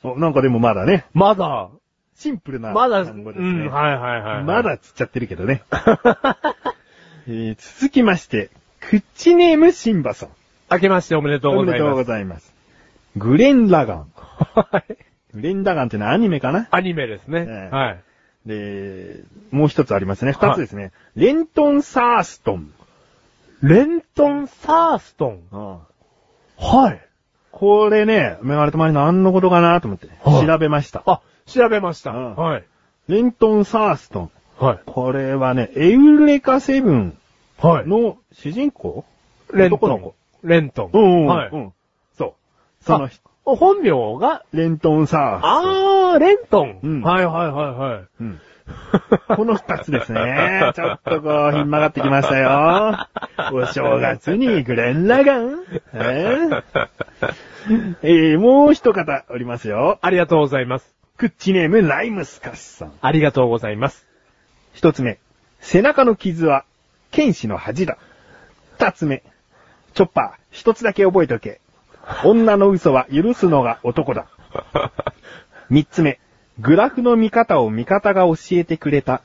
なんかでもまだね。 まだ。 シンプルなまだ、 単語ですね。 うん、はいはいはい、はい。 まだつっちゃってるけどね。えー、続きまして、クッチネームシンバさん。 明けましておめでとうございます。 おめでとうございます。グレン・ラガン。 はい。 グレン・ラガンってのはアニメかな？ アニメですね。 えー、 はい。 で、もう一つありますね。二つですね。はい、レントン・サーストン。 レントン・サーストン。 うん、 はい。 これね、メガネとまり何のことかなと思って、はい、調べました。 あ、調べました。 うん、 はい。 レントン・サーストン。 はい。 これはね、エウレカセブンの主人公、 はい、レントン。レントン。 うん、うん、 はい。 うん。そう。その人。 本名がレントン・サーストン。 あー、レントン。 うん、 はいはいはいはい。 うん、この二つですね。ちょっとこう、ひん曲がってきましたよ。お正月にグレン・ラガン、えーえー、もう一方おりますよ。 ありがとうございます。 クッチネームライムスカスさん。 ありがとうございます。 一つ目。背中の傷は、剣士の恥だ。二つ目。チョッパー、一つだけ覚えておけ。女の嘘は許すのが男だ。三つ目。グラフの見方を味方が教えてくれた。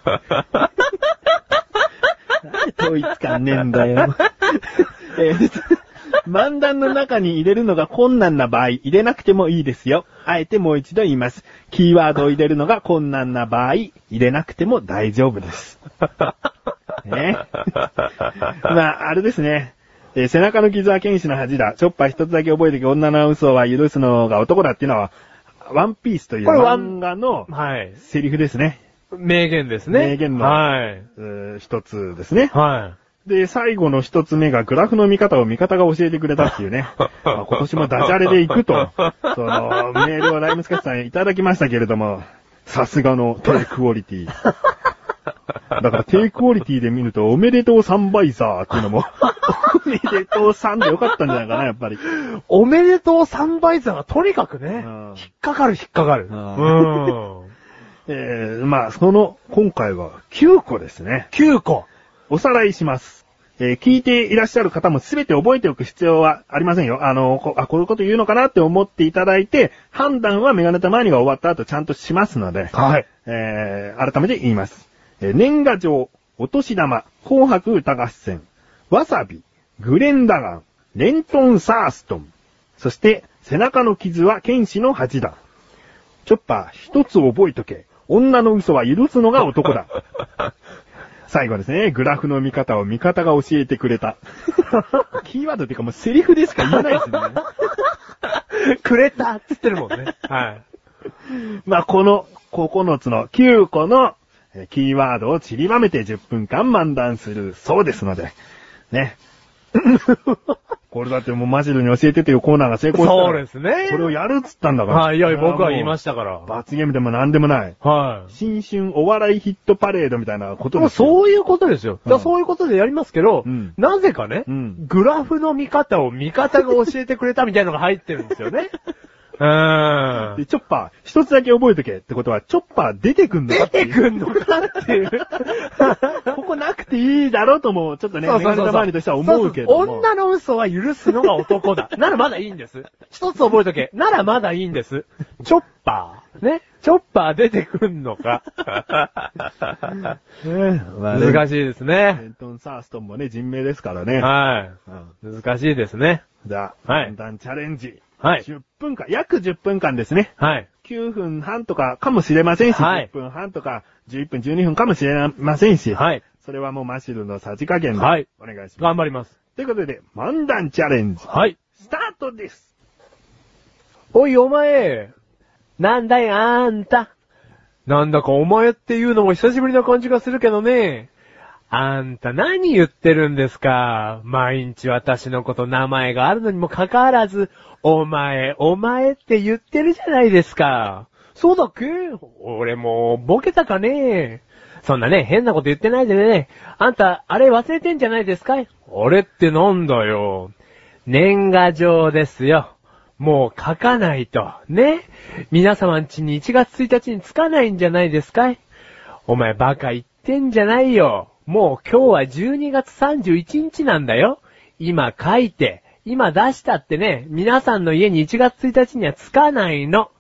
なんで統一感ねえんだよ。えー、漫談の中に入れるのが困難な場合、入れなくてもいいですよ。あえてもう一度言います。キーワードを入れるのが困難な場合、入れなくても大丈夫です。ね。まあ、あれですね。えー、背中の傷は剣士の恥だ。チョッパー一つだけ覚えておけ。女の嘘は許すのが男だっていうのは、ワンピースという漫画のセリフですね。 名言ですね。 名言の、はい、一つですね。 はい。 で、最後の一つ目がグラフの見方を味方が教えてくれたっていうね。まあ、今年もダジャレで行くと、そのメールをライムスカッシュさんいただきましたけれども、さすがの低クオリティ。だから低クオリティで見ると、おめでとうサンバイザーっていうのも、おめでとうさんでよかったんじゃないかな、やっぱり。 おめでとうサンバイザーがとにかくね、うん、引っかかる引っかかる。うん。 えー、まあ、その、今回はきゅうこですね。 きゅうこ。 おさらいします。えー、聞いていらっしゃる方もすべて覚えておく必要はありませんよ。あの、こあ、こういうこと言うのかなって思っていただいて、判断はメガネたまにが終わった後ちゃんとしますので、 はい。 えー、改めて言います。えー、年賀状、お年玉、紅白歌合戦、わさび、グレン・ラガン、レントン・サーストン、そして、背中の傷は剣士の恥だ。チョッパー、一つ覚えとけ。女の嘘は許すのが男だ。最後ですね。グラフの見方を味方が教えてくれた。キーワードっていうかもうセリフでしか言えないですね。 くれたって言ってるもんね。はい。 まあ、このここのつのきゅうこのキーワードを散りばめてじゅっぷんかん漫談するそうですので、ね。これだってもうマジルに教えてというコーナーが成功したら。 そうですね。 これをやるっつったんだから。 はい、いや、僕は言いましたから。 罰ゲームでも何でもない。 はい。 新春お笑いヒットパレードみたいなことですよ。 そういうことですよ。だそういうことでやりますけど、 うん、 なぜかね、 うん、 グラフの見方を味方が教えてくれたみたいなのが入ってるんですよね。うーん。 で、チョッパー、一つだけ覚えとけってことは、チョッパー出てくんのかっていう。 出てくんのかっていう。 ここなくていいだろうとも、ちょっとね、メガネたまわりとしては思うけども。 そうそう女の嘘は許すのが男だ。ならまだいいんです。一つ覚えとけ。ならまだいいんです。チョッパー。ね。チョッパー出てくんのか。 ね、 難しいですね。 レントン・サーストンもね、人名ですからね。 はい。うん、難しいですね。 じゃあ、 はい。 簡単チャレンジ。 はい。 じゅっぷんかん、約じゅっぷんかんですね。 はい。 きゅうふんはんとかかもしれませんし、はい、じゅっぷんはんとかじゅういっぷん、じゅうにふんかもしれませんし、 はい。 それはもうマシルのさじ加減で、 はい。 お願いします。 頑張ります。 ということで、漫談チャレンジ。 はい。 スタートです。 おいお前、なんだよあんた。なんだかお前っていうのも久しぶりな感じがするけどね。あんた何言ってるんですか。毎日私のこと名前があるのにもかかわらず、お前、お前って言ってるじゃないですか。そうだっけ？俺もボケたかね。そんなね、変なこと言ってないでね。あんた、あれ忘れてんじゃないですかい？あれってなんだよ。年賀状ですよ。もう書かないと。ね。皆様んちにいちがつついたちに着かないんじゃないですかい？お前バカ言ってんじゃないよ。もう今日はじゅうにがつさんじゅういちにちなんだよ。今書いて、今出したってね、皆さんの家にいちがつついたちには着かないの。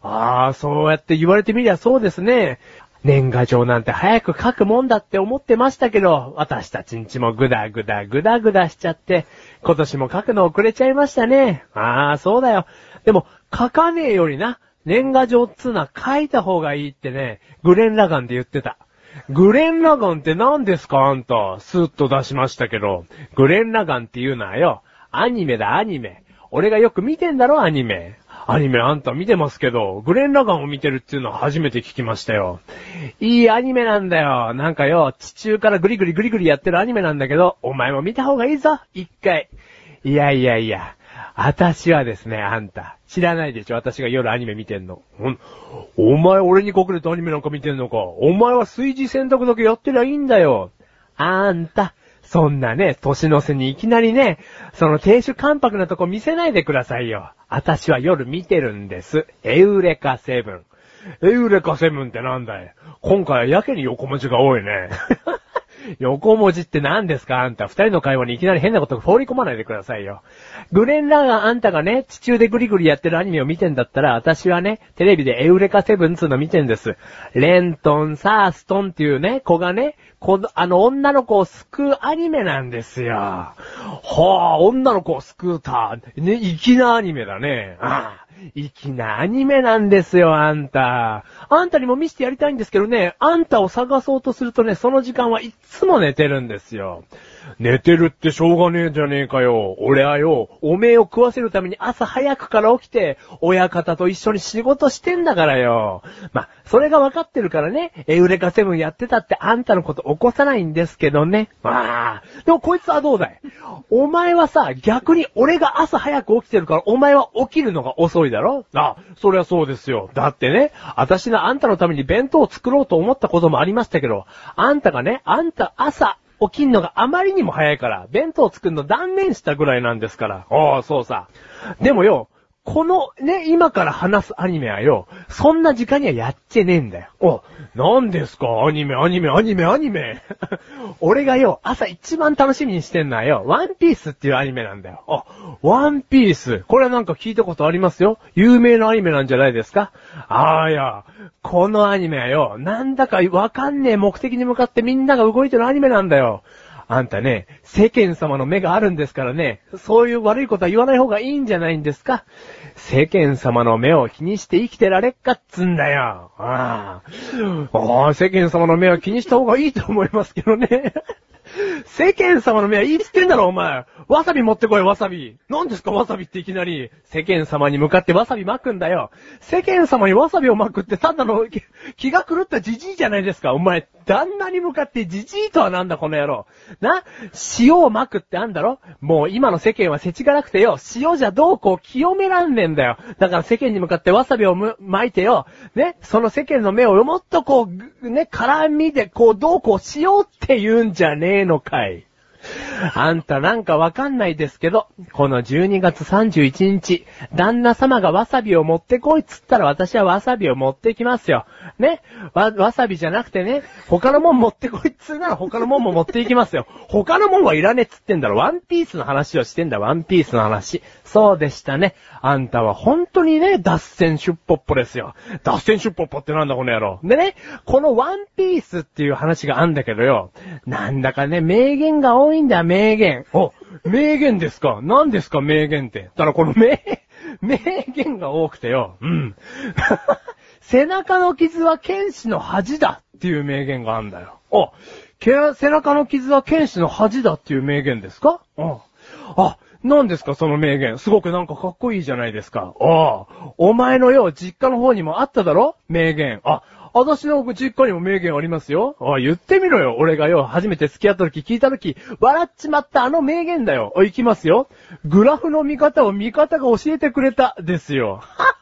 ああ、そうやって言われてみりゃそうですね。年賀状なんて早く書くもんだって思ってましたけど、私たちんちもぐだぐだぐだぐだしちゃって、今年も書くの遅れちゃいましたね。ああ、そうだよ。でも、書かねえよりな、年賀状っつうのは書いた方がいいってね、グレン・ラガンで言ってた。グレン・ラガンって何ですかあんた。スッと出しましたけど。グレン・ラガンっていうのはよ、アニメだアニメ。俺がよく見てんだろアニメ。アニメあんた見てますけど、グレン・ラガンを見てるっていうのは初めて聞きましたよ。いいアニメなんだよ。なんかよ、地中からグリグリグリグリやってるアニメなんだけど、お前も見た方がいいぞ、一回。いやいやいや、私はですね、あんた、知らないでしょ私が夜アニメ見てんの。お、お前俺に隠れてアニメなんか見てんのか。お前は炊事洗濯だけやってりゃいいんだよ。あんた、そんなね、年の瀬にいきなりね、その亭主関白なとこ見せないでくださいよ。私は夜見てるんです。エウレカセブン。エウレカセブンってなんだい？今回はやけに横文字が多いね。横文字って何ですかあんた。二人の会話にいきなり変なこと放り込まないでくださいよ。グレン・ラガンあんたがね、地中でグリグリやってるアニメを見てんだったら、私はね、テレビでエウレカセブンつうの見てんです。レントン、サーストンっていうね、子がね、この、あの女の子を救うアニメなんですよ。はあ、女の子を救うた。ね、粋なアニメだね。ああ。粋なアニメなんですよ、あんた。あんたにも見せてやりたいんですけどね、あんたを探そうとするとね、その時間はいつも寝てるんですよ。寝てるってしょうがねえじゃねえかよ。俺はよ、おめえを食わせるために朝早くから起きて、親方と一緒に仕事してんだからよ。ま、それが分かってるからね、エウレカセブンやってたってあんたのこと起こさないんですけどね。まあ、でもこいつはどうだい？お前はさ、逆に俺が朝早く起きてるから、お前は起きるのが遅いだろ？あ、そりゃそうですよ。だってね、私のあんたのために弁当を作ろうと思ったこともありましたけど、あんたがね、あんた朝、起きんのがあまりにも早いから、弁当作るの断念したぐらいなんですから。ああ、そうさ。でもよ、このね、今から話すアニメはよ、そんな時間にはやっちゃねえんだよ。お、なんですかアニメ、アニメ、アニメ、アニメ。俺がよ、朝一番楽しみにしてんのはよ、ワンピースっていうアニメなんだよ。あ、ワンピース。これはなんか聞いたことありますよ。有名なアニメなんじゃないですか？ああ、いや、このアニメはよ、なんだかわかんねえ目的に向かってみんなが動いてるアニメなんだよ。あんたね、世間様の目があるんですからね、そういう悪いことは言わない方がいいんじゃないんですか？世間様の目を気にして生きてられっかっつんだよ。ああ。ああ、世間様の目は気にした方がいいと思いますけどね。世間様の目はいいっつってんだろ、お前。わさび持ってこい、わさび。何ですか、わさびっていきなり。世間様に向かってわさび巻くんだよ。世間様にわさびを巻くってただの気が狂ったじじいじゃないですか。お前、旦那に向かってじじいとはなんだ、この野郎。な、塩を巻くってあんだろ？もう今の世間は世知がなくてよ、塩じゃどうこう清めらんねんだよ。だから世間に向かってわさびを巻いてよ、ね、その世間の目をもっとこう、ね、絡みでこうどうこうしようって言うんじゃねえのかい。あんたなんかわかんないですけど、このじゅうにがつさんじゅういちにち、旦那様がわさびを持ってこいっつったら私はわさびを持ってきますよ。ね、わ、わさびじゃなくてね、他のもん持ってこいっつうなら他のもんも持っていきますよ。他のもんはいらねえっつってんだろ。ワンピースの話をしてんだ、ワンピースの話。そうでしたね。あんたは本当にね、脱線シュッポッポですよ。脱線シュッポッポってなんだこの野郎。でね、このワンピースっていう話があんだけどよ、なんだかね、名言が多いんだ、名言。お、名言ですか？何ですか、名言って。ただこの名、名言が多くてよ、うん。背中の傷は剣士の恥だっていう名言があんだよ。お、背中の傷は剣士の恥だっていう名言ですか？あ、あ、何ですかその名言。すごくなんかかっこいいじゃないですか。ああ、お前のよ、実家の方にもあっただろ名言。あ、私の実家にも名言ありますよ。ああ、言ってみろよ。俺がよ、初めて付き合った時聞いた時、笑っちまったあの名言だよ。あ、行きますよ。グラフの見方を味方が教えてくれた、ですよ。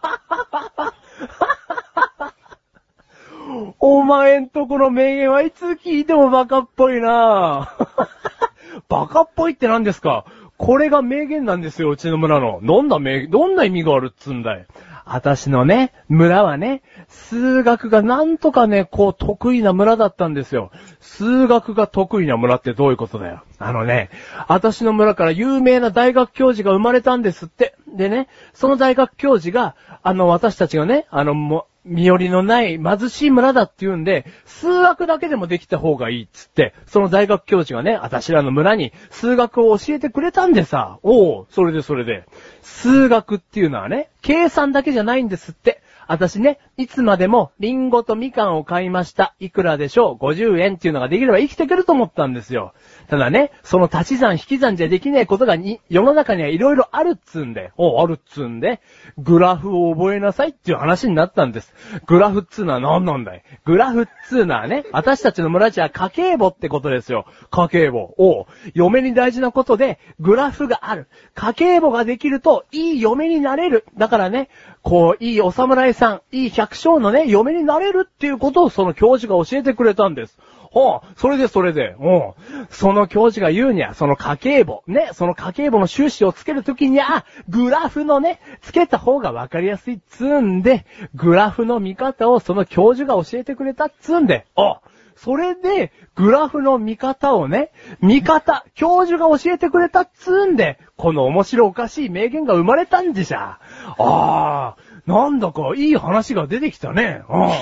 お前んとこの名言はいつ聞いてもバカっぽいなぁ。バカっぽいって何ですか？これが名言なんですよ、うちの村の。どんな名言、どんな意味があるっつんだい。私のね、村はね、数学がなんとかね、こう得意な村だったんですよ。数学が得意な村ってどういうことだよ。あのね、私の村から有名な大学教授が生まれたんですって。 でね、その大学教授が、あの、私たちがね、あの、も、身寄りのない貧しい村だって言うんで、数学だけでもできた方がいいっつって、その大学教授がね、私らの村に数学を教えてくれたんでさ、おう、それでそれで。数学っていうのはね、計算だけじゃないんですって。私ね、いつまでもリンゴとみかんを買いました。いくらでしょう ?ごじゅうえんっていうのができれば生きていけると思ったんですよ。ただね、その足し算引き算じゃできないことがに世の中にはいろいろあるっつうんで、おあるっつうんで、グラフを覚えなさいっていう話になったんです。グラフっつうのは何なんだい？グラフっつうのはね、私たちの村じゃ家計簿ってことですよ。家計簿。お嫁に大事なことで、グラフがある。家計簿ができると、いい嫁になれる。だからね、こう、いいお侍さん、いい百姓のね、嫁になれるっていうことをその教授が教えてくれたんです。はあ、それでそれで、うん。その教授が言うには、その家計簿、ね、その家計簿の収支をつけるときには、グラフのね、つけた方がわかりやすいっつうんで、グラフの見方をその教授が教えてくれたっつうんで、あ、それで、グラフの見方をね、見方、教授が教えてくれたっつうんで、この面白おかしい名言が生まれたんでしょ。ああ、なんだかいい話が出てきたね。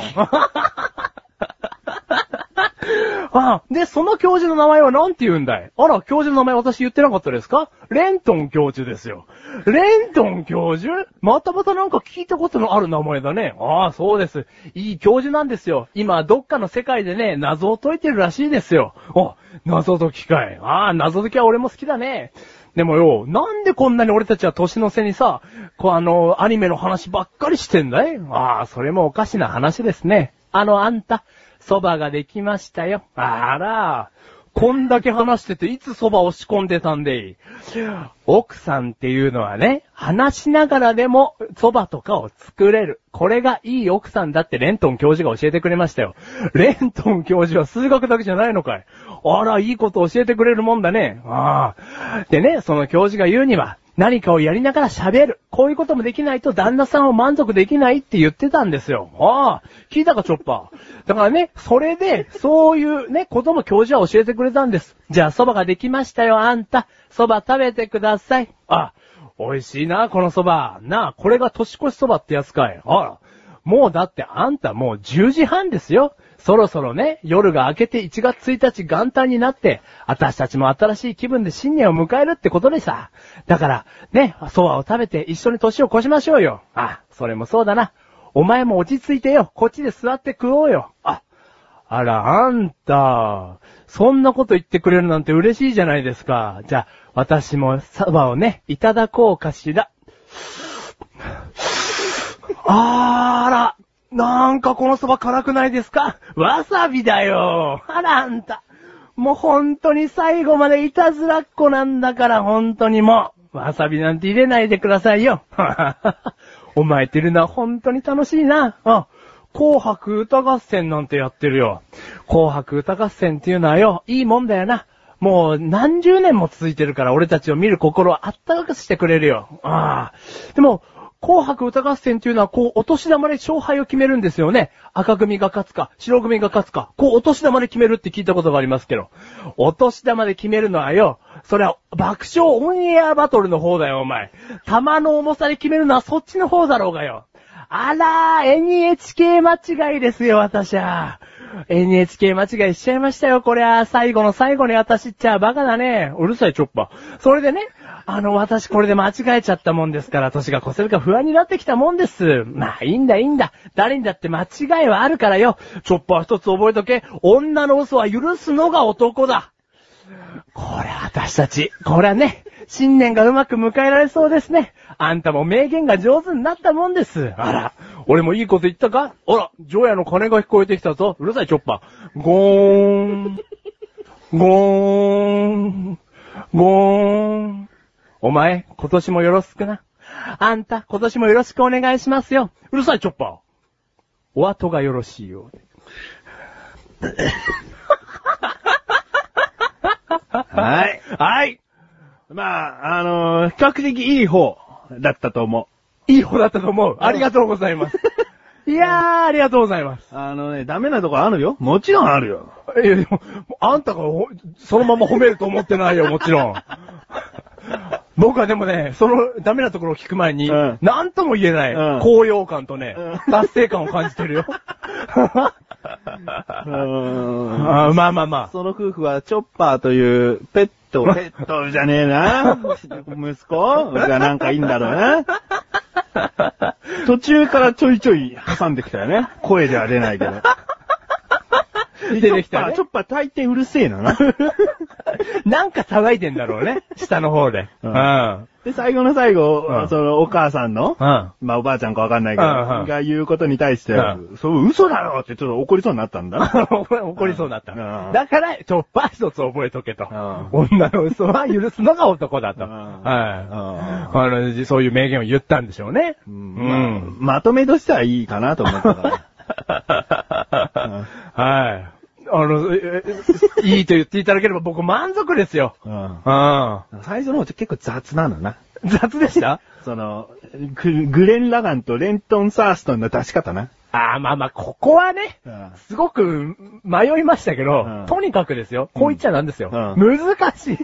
ああ、で、その教授の名前は何て言うんだい？あら、教授の名前私言ってなかったですか？レントン教授ですよ。レントン教授？またまたなんか聞いたことのある名前だね。ああ、そうです。いい教授なんですよ。今、どっかの世界でね、謎を解いてるらしいですよ。あ、謎解きかい。ああ、謎解きは俺も好きだね。でもよ、なんでこんなに俺たちは年の瀬にさ、こうあの、アニメの話ばっかりしてんだい？ああ、それもおかしな話ですね。あの、あんた、蕎麦ができましたよ。あら、こんだけ話してていつ蕎麦押し込んでたんでい。奥さんっていうのはね、話しながらでも蕎麦とかを作れる。これがいい奥さんだってレントン教授が教えてくれましたよ。レントン教授は数学だけじゃないのかい。あら、いいこと教えてくれるもんだね。ああ。でね、その教授が言うには、何かをやりながら喋る。こういうこともできないと旦那さんを満足できないって言ってたんですよ。ああ、聞いたかチョッパー。だからね、それで、そういうね、ことも教授は教えてくれたんです。じゃあ蕎麦ができましたよ、あんた。蕎麦食べてください。あ、美味しいな、この蕎麦。なあ、これが年越し蕎麦ってやつかい。あら、もうだってあんたもうじゅうじはんですよ。そろそろね、夜が明けていちがつついたち元旦になって、私たちも新しい気分で新年を迎えるってことでさ。だから、ね、蕎麦を食べて一緒に年を越しましょうよ。あ、それもそうだな。お前も落ち着いてよ。こっちで座って食おうよ。あ、あら、あんた、そんなこと言ってくれるなんて嬉しいじゃないですか。じゃあ、私も蕎麦をね、いただこうかしら。あら、なんかこの蕎麦辛くないですか？わさびだよ。あらあんた。もう本当に最後までいたずらっ子なんだから本当にもう。わさびなんて入れないでくださいよ。お前っているのは本当に楽しいな。あ、紅白歌合戦なんてやってるよ。紅白歌合戦っていうのはよ、いいもんだよな。もう何十年も続いてるから俺たちを見る心をあったかくしてくれるよ。ああ。でも、紅白歌合戦っていうのはこう、お年玉で勝敗を決めるんですよね。赤組が勝つか、白組が勝つか、こう、お年玉で決めるって聞いたことがありますけど。お年玉で決めるのはよ、それは爆笑オンエアバトルの方だよ、お前。玉の重さで決めるのはそっちの方だろうがよ。あらー、エヌエイチケー 間違いですよ、私は。エヌエイチケー 間違いしちゃいましたよ、こりゃ。最後の最後に私っちゃバカだね。うるさい、チョッパー。それでね、あの、私これで間違えちゃったもんですから、年が越せるか不安になってきたもんです。まあ、いいんだ、いいんだ。誰にだって間違いはあるからよ。チョッパー一つ覚えとけ。女の嘘は許すのが男だ。これ私たち、これはね、新年がうまく迎えられそうですね。あんたも名言が上手になったもんです。あら、俺もいいこと言ったか？あら、ジョヤの鐘が聞こえてきたぞ。うるさい、チョッパー。ゴーン。ゴーン。ゴーン。お前、今年もよろしくな。あんた、今年もよろしくお願いしますよ。うるさい、チョッパー。お後がよろしいようで。 はい。はい。まあ、あのー、比較的いい方だったと思う。いい方だったと思う。ありがとうございます。いやー、ありがとうございます。 あのね、ダメなとこあるよ。もちろんあるよ。 いや、でも、あんたがそのまま褒めると思ってないよ、もちろん。 僕はでもね、そのダメなところを聞く前に、うん、なんとも言えない、うん、高揚感とね、うん、達成感を感じてるよ。 うんあまあまあまあ。 その夫婦はチョッパーというペット、ペットじゃねえな。息子がなんかいいんだろうな。途中からちょいちょい挟んできたよね。声では出ないけど。 出てきたね。 チョッパー大抵うるせえなな。 なんか騒いでんだろうね。下の方で。 うん。うんで、最後の最後、 うん、 そのお母さんの、うん、まあおばあちゃんかわかんないけど、うんうん、が言うことに対して、うん、そう嘘だよってちょっと怒りそうになったんだ。 怒りそうになった。 うん、 だから、チョッパー一つ覚えとけと。うん、女の嘘は許すのが男だと。うん、はい、あの。そういう名言を言ったんでしょうね。 うんうんまあ、まとめとしてはいいかなと思ったから。 うん、はい。あの、え、いいと言っていただければ僕満足ですよ。うん。うん。 最初の方結構雑なのな。 雑でしたそのグ、グレン・ラガンとレントン・サーストンの出し方な。 ああ、まあまあ、ここはね、うん、すごく迷いましたけど、うん、とにかくですよ、こう言っちゃなんですよ。うん、難しい。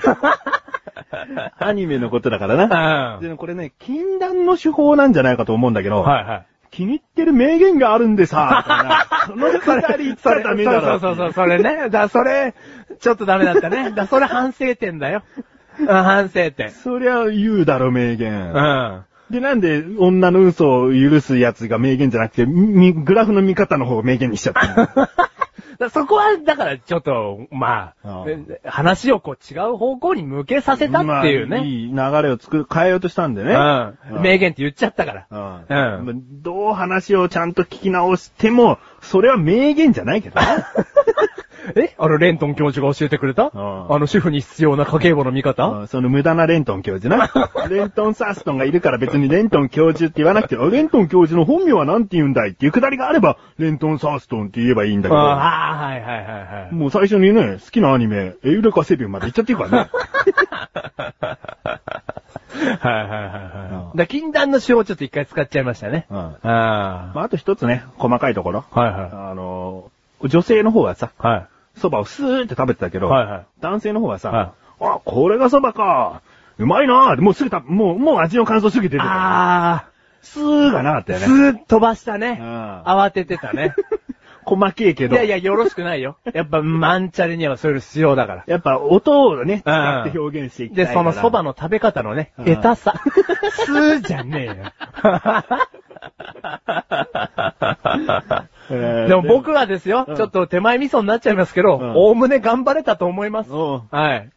アニメのことだからな。うん、でもこれね、禁断の手法なんじゃないかと思うんだけど、はいはい。気に入ってる名言があるんでさ、みたいな。そのくだり言ったらダメだろ。 そうそうそう、それね。だ、それ、ちょっとダメだったね。だ、それ反省点だよ。反省点。 そりゃ言うだろ、名言。うん。で、なんで女の嘘を許すやつが名言じゃなくて、グラフの見方の方を名言にしちゃったの。 そこは、だからちょっと、まあ、話をこう違う方向に向けさせたっていうね。まあ、 いい流れを作る、変えようとしたんでね。 うん。名言って言っちゃったから。 うん。うん。どう話をちゃんと聞き直しても、それは名言じゃないけどね。 えあの、レントン教授が教えてくれた、うん、あの、主婦に必要な家計簿の見方、 うん、その無駄なレントン教授な。レントン・サーストンがいるから別にレントン教授って言わなくて、レントン教授の本名はなんて言うんだいっていうくだりがあれば、レントン・サーストンって言えばいいんだけど。 ああ、はいはいはいはい。 もう最初にね、好きなアニメ、エウレカセビュンまで言っちゃってるからね。 はいはいはいはい。だ禁断の手法ちょっと一回使っちゃいましたね。うん。ああ。まあ、あと一つね、細かいところ。 はいはい。 あの、女性の方はさ、 はい。 蕎麦をスーって食べてたけど、 はいはい、 男性の方はさ、はい、あ、これが蕎麦か。うまいなぁ。もうすぐた、もう、もう味の感想すぐ出てた。 ああ。 スーがなかったよね。 スー飛ばしたね。慌ててたね。 細けえけど。 いやいや、よろしくないよ。やっぱ、マンチャレにはそういうの必要だから。 やっぱ、音をね、使って表現していきたいから。 で、その蕎麦の食べ方のね、下手さ。スーじゃねえよ。でも僕はですよ、うん、ちょっと手前味噌になっちゃいますけど、おおむね頑張れたと思います。はい。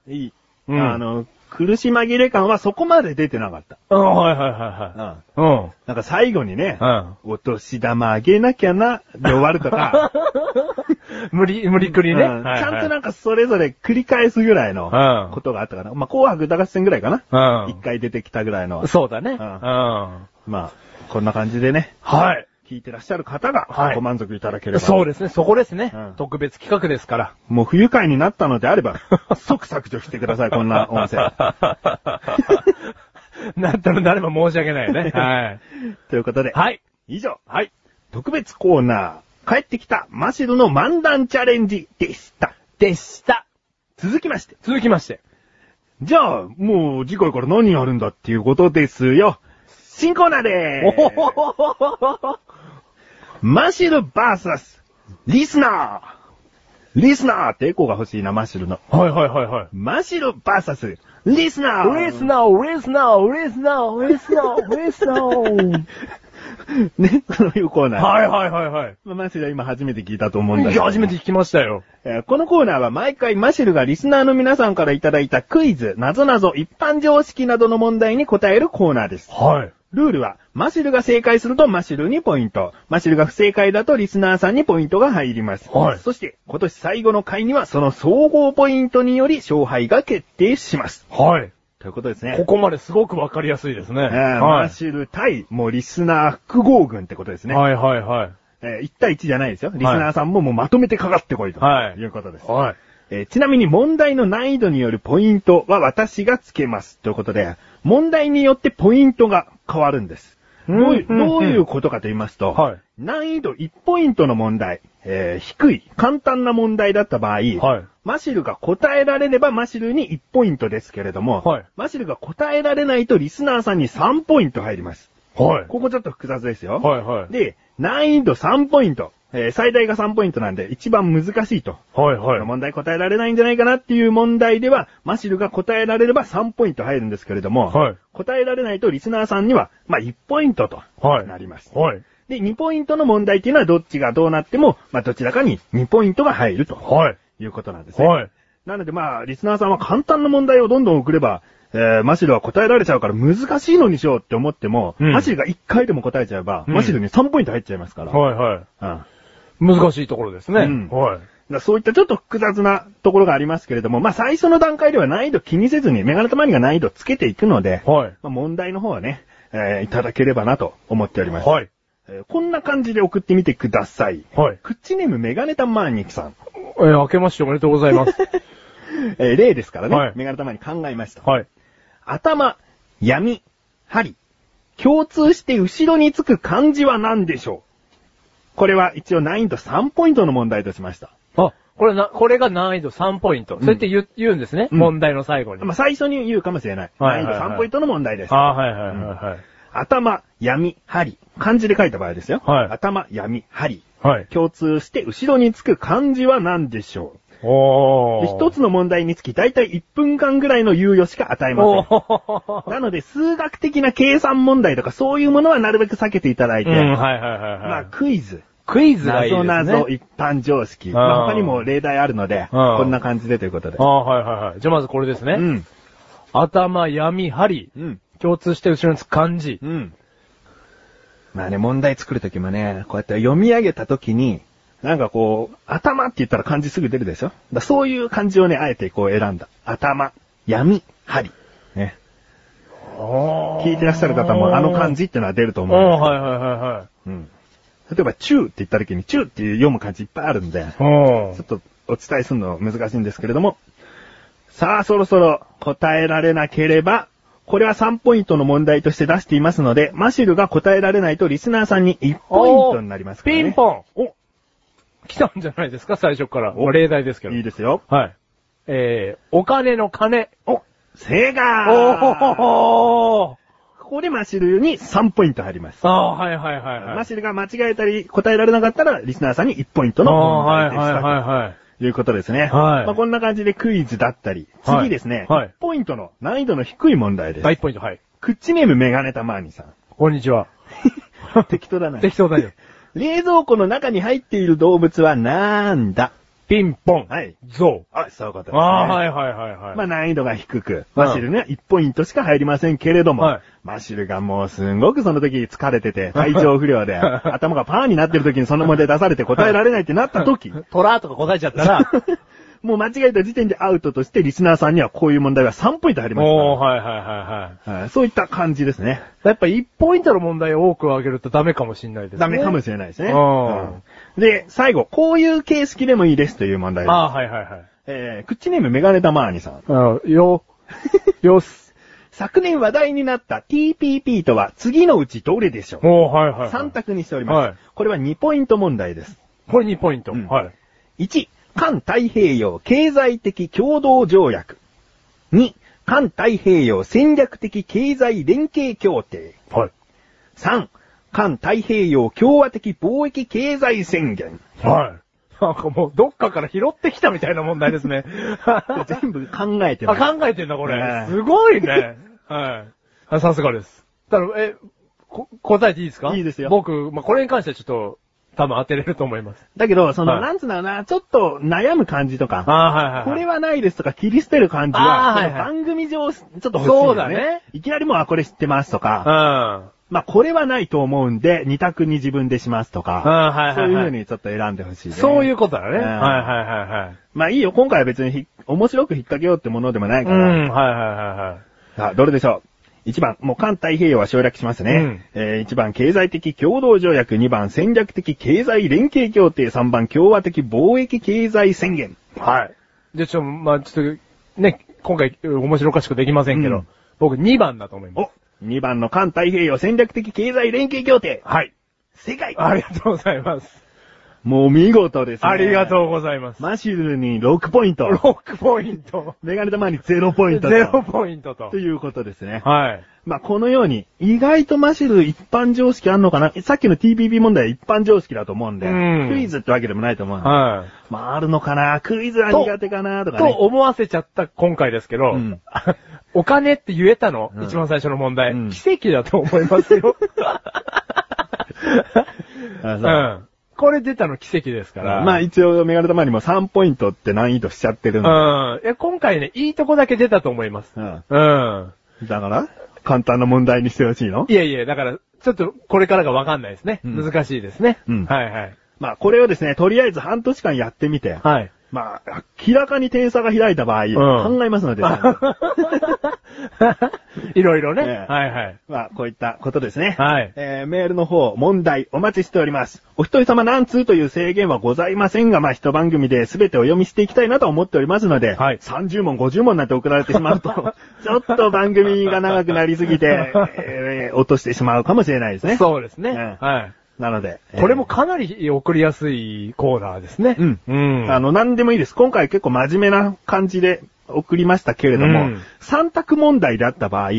いい。うん、あの、苦し紛れ感はそこまで出てなかった。 うん、はいはいはいはい。うん。うん。 なんか最後にね、うん、お年玉あげなきゃな、で終わるとか。 無理、無理くりね、 うんはいはい。ちゃんとなんかそれぞれ繰り返すぐらいのことがあったかな。まあ、紅白歌合戦ぐらいかな。うん。一回出てきたぐらいの。 そうだね。うん。うん、 まあ、こんな感じでね。 はい。 聞いてらっしゃる方がご満足いただければ、はい、 そうですね、そこですね、うん。特別企画ですから。 もう不愉快になったのであれば、即削除してください、こんな音声。 なったのであれば申し訳ないよね。はい。 ということで、 はい。 以上、はい。特別コーナー、帰ってきたマシルの漫談チャレンジでした。 でした。 続きまして。 続きまして。 じゃあ、もう次回から何やるんだっていうことですよ。新コーナーでーす。マシルバーサスリスナーリスナーってエコーが欲しいな、マシルの。 はいはいはいはい。 マシルバーサスリスナーリスナーリスナーリスナーリスナーリスナーね、そういうコーナー。 はいはいはいはい。 マシルは今初めて聞いたと思うんだけど。 初めて聞きましたよ。 このコーナーは毎回マシルがリスナーの皆さんからいただいたクイズ、なぞなぞ、一般常識などの問題に答えるコーナーです。 はい。 ルールは、マシルが正解するとマシルにポイント。マシルが不正解だとリスナーさんにポイントが入ります。 はい。 そして、今年最後の回にはその総合ポイントにより勝敗が決定します。 はい。 ということですね。 ここまですごくわかりやすいですね。 えーはい、マシル対、もうリスナー複合軍ってことですね。 はいはいはい。 えー、いち対いちじゃないですよ。リスナーさんももうまとめてかかってこいと。はい。いうことです。 はい。 えー、ちなみに問題の難易度によるポイントは私がつけます。ということで、問題によってポイントが変わるんです。どういう、どういうことかと言いますと、はい、難易度いちポイントの問題、 えー、低い、簡単な問題だった場合、はい、マシルが答えられればマシルにいちポイントですけれども、はい、マシルが答えられないとリスナーさんにさんポイント入ります。はい。ここちょっと複雑ですよ。はいはい。で、難易度さんポイント。えー、最大がさんポイントなんで一番難しいと。はいはい。問題答えられないんじゃないかなっていう問題では、マシルが答えられればさんポイント入るんですけれども、はい。答えられないとリスナーさんには、まあいちポイントとなります。はい。はい。で、にポイントの問題っていうのはどっちがどうなっても、まあどちらかににポイントが入ると。はい。いうことなんですね。はい。なのでまあ、リスナーさんは簡単な問題をどんどん送れば、えー、マシルは答えられちゃうから難しいのにしようって思っても、うん、マシルがいっかいでも答えちゃえば、うん、マシルにさんポイント入っちゃいますから。はいはい。 うん、難しいところですね。うん、はい。 だそういったちょっと複雑なところがありますけれども、まあ最初の段階では難易度気にせずに、メガネたまにが難易度つけていくので、はい。まあ、問題の方はね、えー、いただければなと思っております。はい。えー、こんな感じで送ってみてください。はい。クッチネームメガネタマーニキさん。 えー、明けましておめでとうございます。 えー、例ですからね。はい。メガネたまに考えました。はい。頭、闇、針。共通して後ろにつく漢字は何でしょう？これは一応難易度さんポイントの問題としました。 あ、これな、これが難易度さんポイント。うん、そうやって言う、言うんですね。うん、問題の最後に。 まあ、最初に言うかもしれない。はいはいはい、難易度さんポイントの問題です。あ、はいはいはい、はいうん。頭、闇、針。漢字で書いた場合ですよ。はい。頭、闇、針。はい。共通して後ろにつく漢字は何でしょう？おー。一つの問題につき大体いっぷんかんぐらいの猶予しか与えません。なので数学的な計算問題とかそういうものはなるべく避けていただいて。うん、はいはいはい、はい。まあクイズ。 クイズがいいですね。 謎々一般常識。まあ他にも例題あるので、こんな感じでということで。 ああ、はいはいはい。じゃあまずこれですね。うん。頭、闇、針。うん。共通して後ろにつく漢字。うん。 まあね、問題作るときもね、こうやって読み上げたときに、なんかこう、頭って言ったら漢字すぐ出るでしょ？だそういう漢字をね、あえてこう選んだ。頭、闇、針。ね。聞いてらっしゃる方もあの漢字ってのは出ると思うんですけど。はいはいはいはい。うん。例えば、チューって言った時に、チューっていう読む漢字いっぱいあるんで、ちょっとお伝えするの難しいんですけれども、さあそろそろ答えられなければ、これはさんポイントの問題として出していますので、マシルが答えられないとリスナーさんにいちポイントになりますからね。 ピンポンお来たんじゃないですか、最初から。お、例題ですけど。 いいですよ。 はい。えー、お金の金。 お、正解おーここでマシルにさんポイント入ります。 ああ、はいはいはい、はい。 マシルが間違えたり答えられなかったら、リスナーさんにいちポイントの問題でした。はいはいはいはい。ということですね。はい。まあこんな感じでクイズだったり、次ですね。はい。いちポイントの難易度の低い問題です。 はい、いちポイント、はい。 クッチネームメガネタマーニさん。 こんにちは。 適当だな。 適当だよ。 冷蔵庫の中に入っている動物はなんだ？ ピンポン。 はい。 ゾウ。 あ、そういうことですね。 ああ、はいはいはいはい。 まあ難易度が低く、マシルにはいちポイントしか入りませんけれども、はい、マシルがもうすんごくその時疲れてて、体調不良で、頭がパーになってる時にその問題出されて答えられないってなった時、 トラとか答えちゃったら、 もう間違えた時点でアウトとしてリスナーさんにはこういう問題がさんポイント入りますから。 おー、はいはいはいはい。 はい、そういった感じですね。 やっぱいちポイントの問題を多く上げるとダメかもしれないですね。 ダメかもしれないですね。うん、で、最後、こういう形式でもいいですという問題です。 あー、はいはいはい。 えー、クッチネームメガネタマーニさん。 あよ、よす。 昨年話題になった ティーピーピー とは次のうちどれでしょう？ おー、はいはい、はい。 さん択にしております。はい。これはにポイント問題です。 これにポイント。うん、はい。 いち、環太平洋経済的共同条約。に、環太平洋戦略的経済連携協定。はい。さん、環太平洋共和的貿易経済宣言。 はい。なんかもうどっかから拾ってきたみたいな問題ですね。 全部考えてます。 あ、考えてんだこれ。すごいね。はい。さすがです。ただ、え、こ、答えていいですか？ いいですよ。 僕、まあ、これに関してはちょっと、多分当てれると思います。 だけど、その、はい、なんつうのな、ちょっと悩む感じとか、あはいはいはい、これはないですとか切り捨てる感じは、はいはい、番組上、ちょっと欲しい、ね。そうだね。いきなりもう、あ、これ知ってますとか、うん。まあ、これはないと思うんで、二択に自分でしますとか、はいはいはい、そういう風にちょっと選んでほしい、ね。 そういうことだね。うん、はいはいはいはい。 まあいいよ、今回は別にひ面白く引っ掛けようってものでもないから。 うん、はいはいはいはい。 さあ、どれでしょう？いちばん、もう環太平洋は省略しますね。うん、えー、いちばん、経済的共同条約。にばん、戦略的経済連携協定。さんばん、共和的貿易経済宣言。 はい。で、ちょっと、まあちょっと、ね、今回面白おかしくできませんけど、うん、僕にばんだと思います。 お、にばんの環太平洋戦略的経済連携協定。 はい。 正解。 ありがとうございます。 もう見事ですね。 ありがとうございます。 マシルにろくポイント。 ろくポイント。 メガネ玉にゼロポイントと。 ゼロポイントと。 ということですね。 はい。 まあ、このように、意外とマシル一般常識あんのかな？さっきの ティーピーピー 問題は一般常識だと思うんで、うん、クイズってわけでもないと思うんで。はい。まあ、あるのかな？クイズは苦手かなとかね。 と思わせちゃった今回ですけど、うん、お金って言えたの、うん、一番最初の問題、うん。奇跡だと思いますよ。あ、そう。うんこれ出たの奇跡ですから。 まあ一応メガネ玉にもさんポイントって難易度しちゃってるんで。 うん。いや、今回ね、いいとこだけ出たと思います。うん。うん。 だから簡単な問題にしてほしいの？ いやいや、だから、ちょっとこれからがわかんないですね。うん、難しいですね。うん。はいはい。 まあこれをですね、とりあえず半年間やってみて。はい。まあ、明らかに点差が開いた場合、うん、考えますので。 いろいろね、ね。はいはい。 まあ、こういったことですね。はい。えー、メールの方、問題お待ちしております。お一人様何通という制限はございませんが、まあ、一番組で全てお読みしていきたいなと思っておりますので、はい。さんじゅう問、ごじゅう問なんて送られてしまうと、ちょっと番組が長くなりすぎて、えー、落としてしまうかもしれないですね。 そうですね。うん、はい。なので。これもかなり送りやすいコーナーですね。うん。うん。 あの、何でもいいです。今回結構真面目な感じで送りましたけれども、うん、さん択問題であった場合、うん、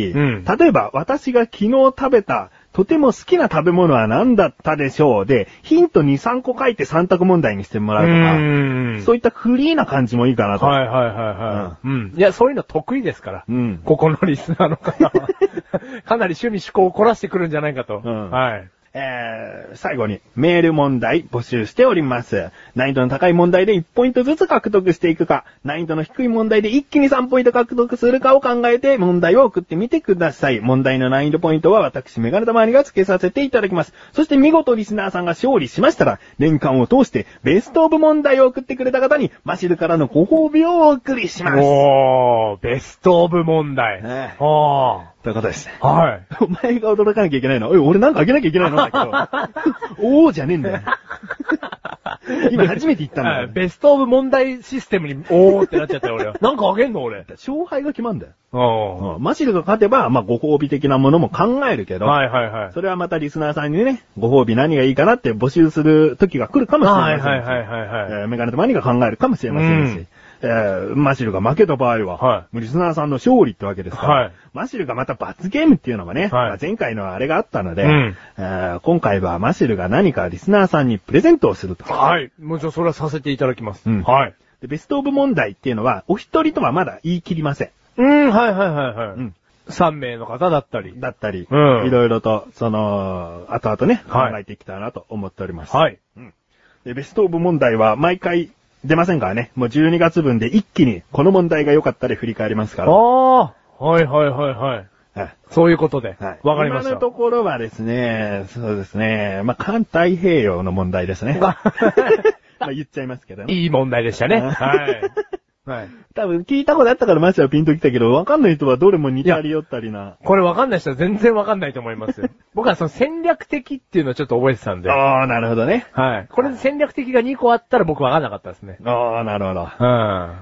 例えば私が昨日食べたとても好きな食べ物は何だったでしょうで、ヒントに、さんこ書いてさん択問題にしてもらうとか、うんそういったフリーな感じもいいかなと。 はいはいはいはい。うん。うん、いや、そういうの得意ですから。うん。ここのリスナーの方は。かなり趣味思考を凝らしてくるんじゃないかと。うん、はい。 えー、最後にメール問題募集しております。難易度の高い問題でいちポイントずつ獲得していくか、難易度の低い問題で一気にさんポイント獲得するかを考えて問題を送ってみてください。問題の難易度ポイントは私、メガネたまわりが付けさせていただきます。そして見事リスナーさんが勝利しましたら、年間を通してベストオブ問題を送ってくれた方にマシルからのご褒美をお送りします。 おー、ベストオブ問題。ね、 おー。ということです。 はい。 お前が驚かなきゃいけないの。おい、俺なんかあげなきゃいけないのだけど。おーじゃねえんだよ。今初めて言ったんだよ。 ベストオブ問題システムにおーってなっちゃったよ、俺は。なんかあげんの俺。 勝敗が決まんだよ。うん。マシルが勝てば、まあ、ご褒美的なものも考えるけど。はいはいはい。それはまたリスナーさんにね、ご褒美何がいいかなって募集する時が来るかもしれません。はいはいはいはい、はい。えー、メガネとマニが考えるかもしれませんし。うんえー、マシルが負けた場合は、はい、リスナーさんの勝利ってわけですから、はい、マシルがまた罰ゲームっていうのがね、はいまあ、前回のあれがあったので、うんえー、今回はマシルが何かリスナーさんにプレゼントをすると。 はい。もちろんそれはさせていただきます。うん、はい。 で。ベストオブ問題っていうのは、お一人とはまだ言い切りません。 うん、はいはいはいはい。うんさん名の方だったり。 だったり。うん。いろいろと、その、後々ね、考えていきたいなと思っております。はい。うん。で、ベストオブ問題は毎回出ませんからね。もうじゅうにがつぶんで一気にこの問題が良かったで振り返りますから。ああ。はいはいはいはい。はい、そういうことで。はい。わかりました。 今のところはですね、そうですね、まあ、環太平洋の問題ですね。まあ言っちゃいますけどね。 いい問題でしたね。はい。 はい。多分聞いたことあったからマシはピンときたけど、わかんない人はどれも似たり寄ったりな。 これわかんない人は全然わかんないと思いますよ。僕はその戦略的っていうのをちょっと覚えてたんで。 ああ、なるほどね。 はい。これで戦略的がにこあったら僕わかんなかったですね。 ああ、なるほど。うん。はい。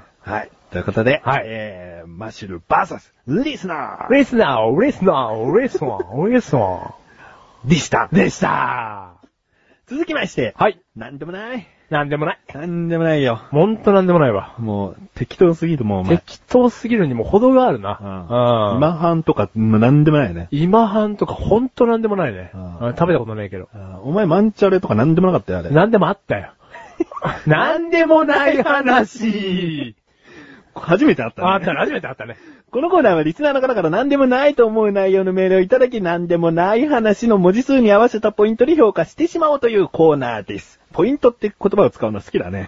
ということで、はい。えー、マシュルバーサス、リスナーリスナーリスナーリスナーリスナーでした。 でした。 続きまして。 はい。 なんでもない。 なんでもない。 なんでもないよ。 ほんとなんでもないわ。 もう、適当すぎるもん、お前。 適当すぎるにも程があるな。 うん。今半とか、なんでもないね。 今半とかほんとなんでもないね。食べたことないけど。 お前マンチャレとかなんでもなかったよ、あれ。 なんでもあったよ。なんでもない話。 初めてあったね。 あったね、初めてあったね。 このコーナーはリスナーの方から何でもないと思う内容のメールをいただき、何でもない話の文字数に合わせたポイントで評価してしまおうというコーナーです。ポイントって言葉を使うの好きだね。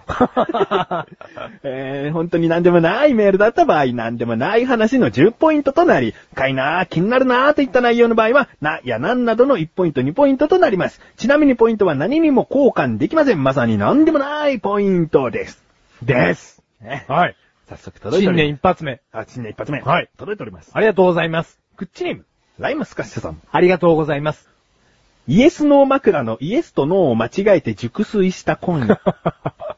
えー、本当に何でもないメールだった場合、何でもない話のじゅうポイントとなり、深いなー、気になるなーといった内容の場合は、な、やなんなどのいちポイント、にポイントとなります。ちなみにポイントは何にも交換できません。まさに何でもないポイントです。 です。ね、はい。 早速届いております。 新年一発目。 あ、新年一発目。 はい。 届いております。 ありがとうございます。クッチネーム。 ライムスカッシュさん。 ありがとうございます。 イエスノー枕のイエスとノーを間違えて熟睡した今夜。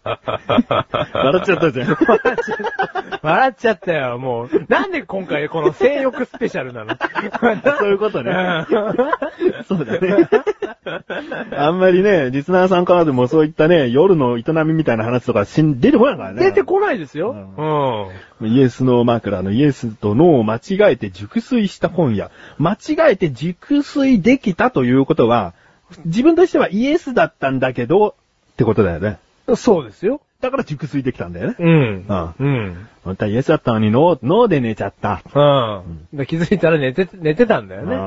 笑っちゃったじゃん。 笑っちゃったよ、もう。なんで今回この性欲スペシャルなのそういうことね。そうだね。あんまりね、リスナーさんからでもそういったね、夜の営みみたいな話とかしん出てこないからね。 出てこないですよ。 うん。イエスの枕のイエスとノーを間違えて熟睡した本屋。間違えて熟睡できたということは、自分としてはイエスだったんだけど、ってことだよね。 そうですよ。 だから熟睡できたんだよね。 うん。うん。 うん。本当はイエスだったのにノー、ノーで寝ちゃった。 うん。気づいたら寝て、寝てたんだよね。うん。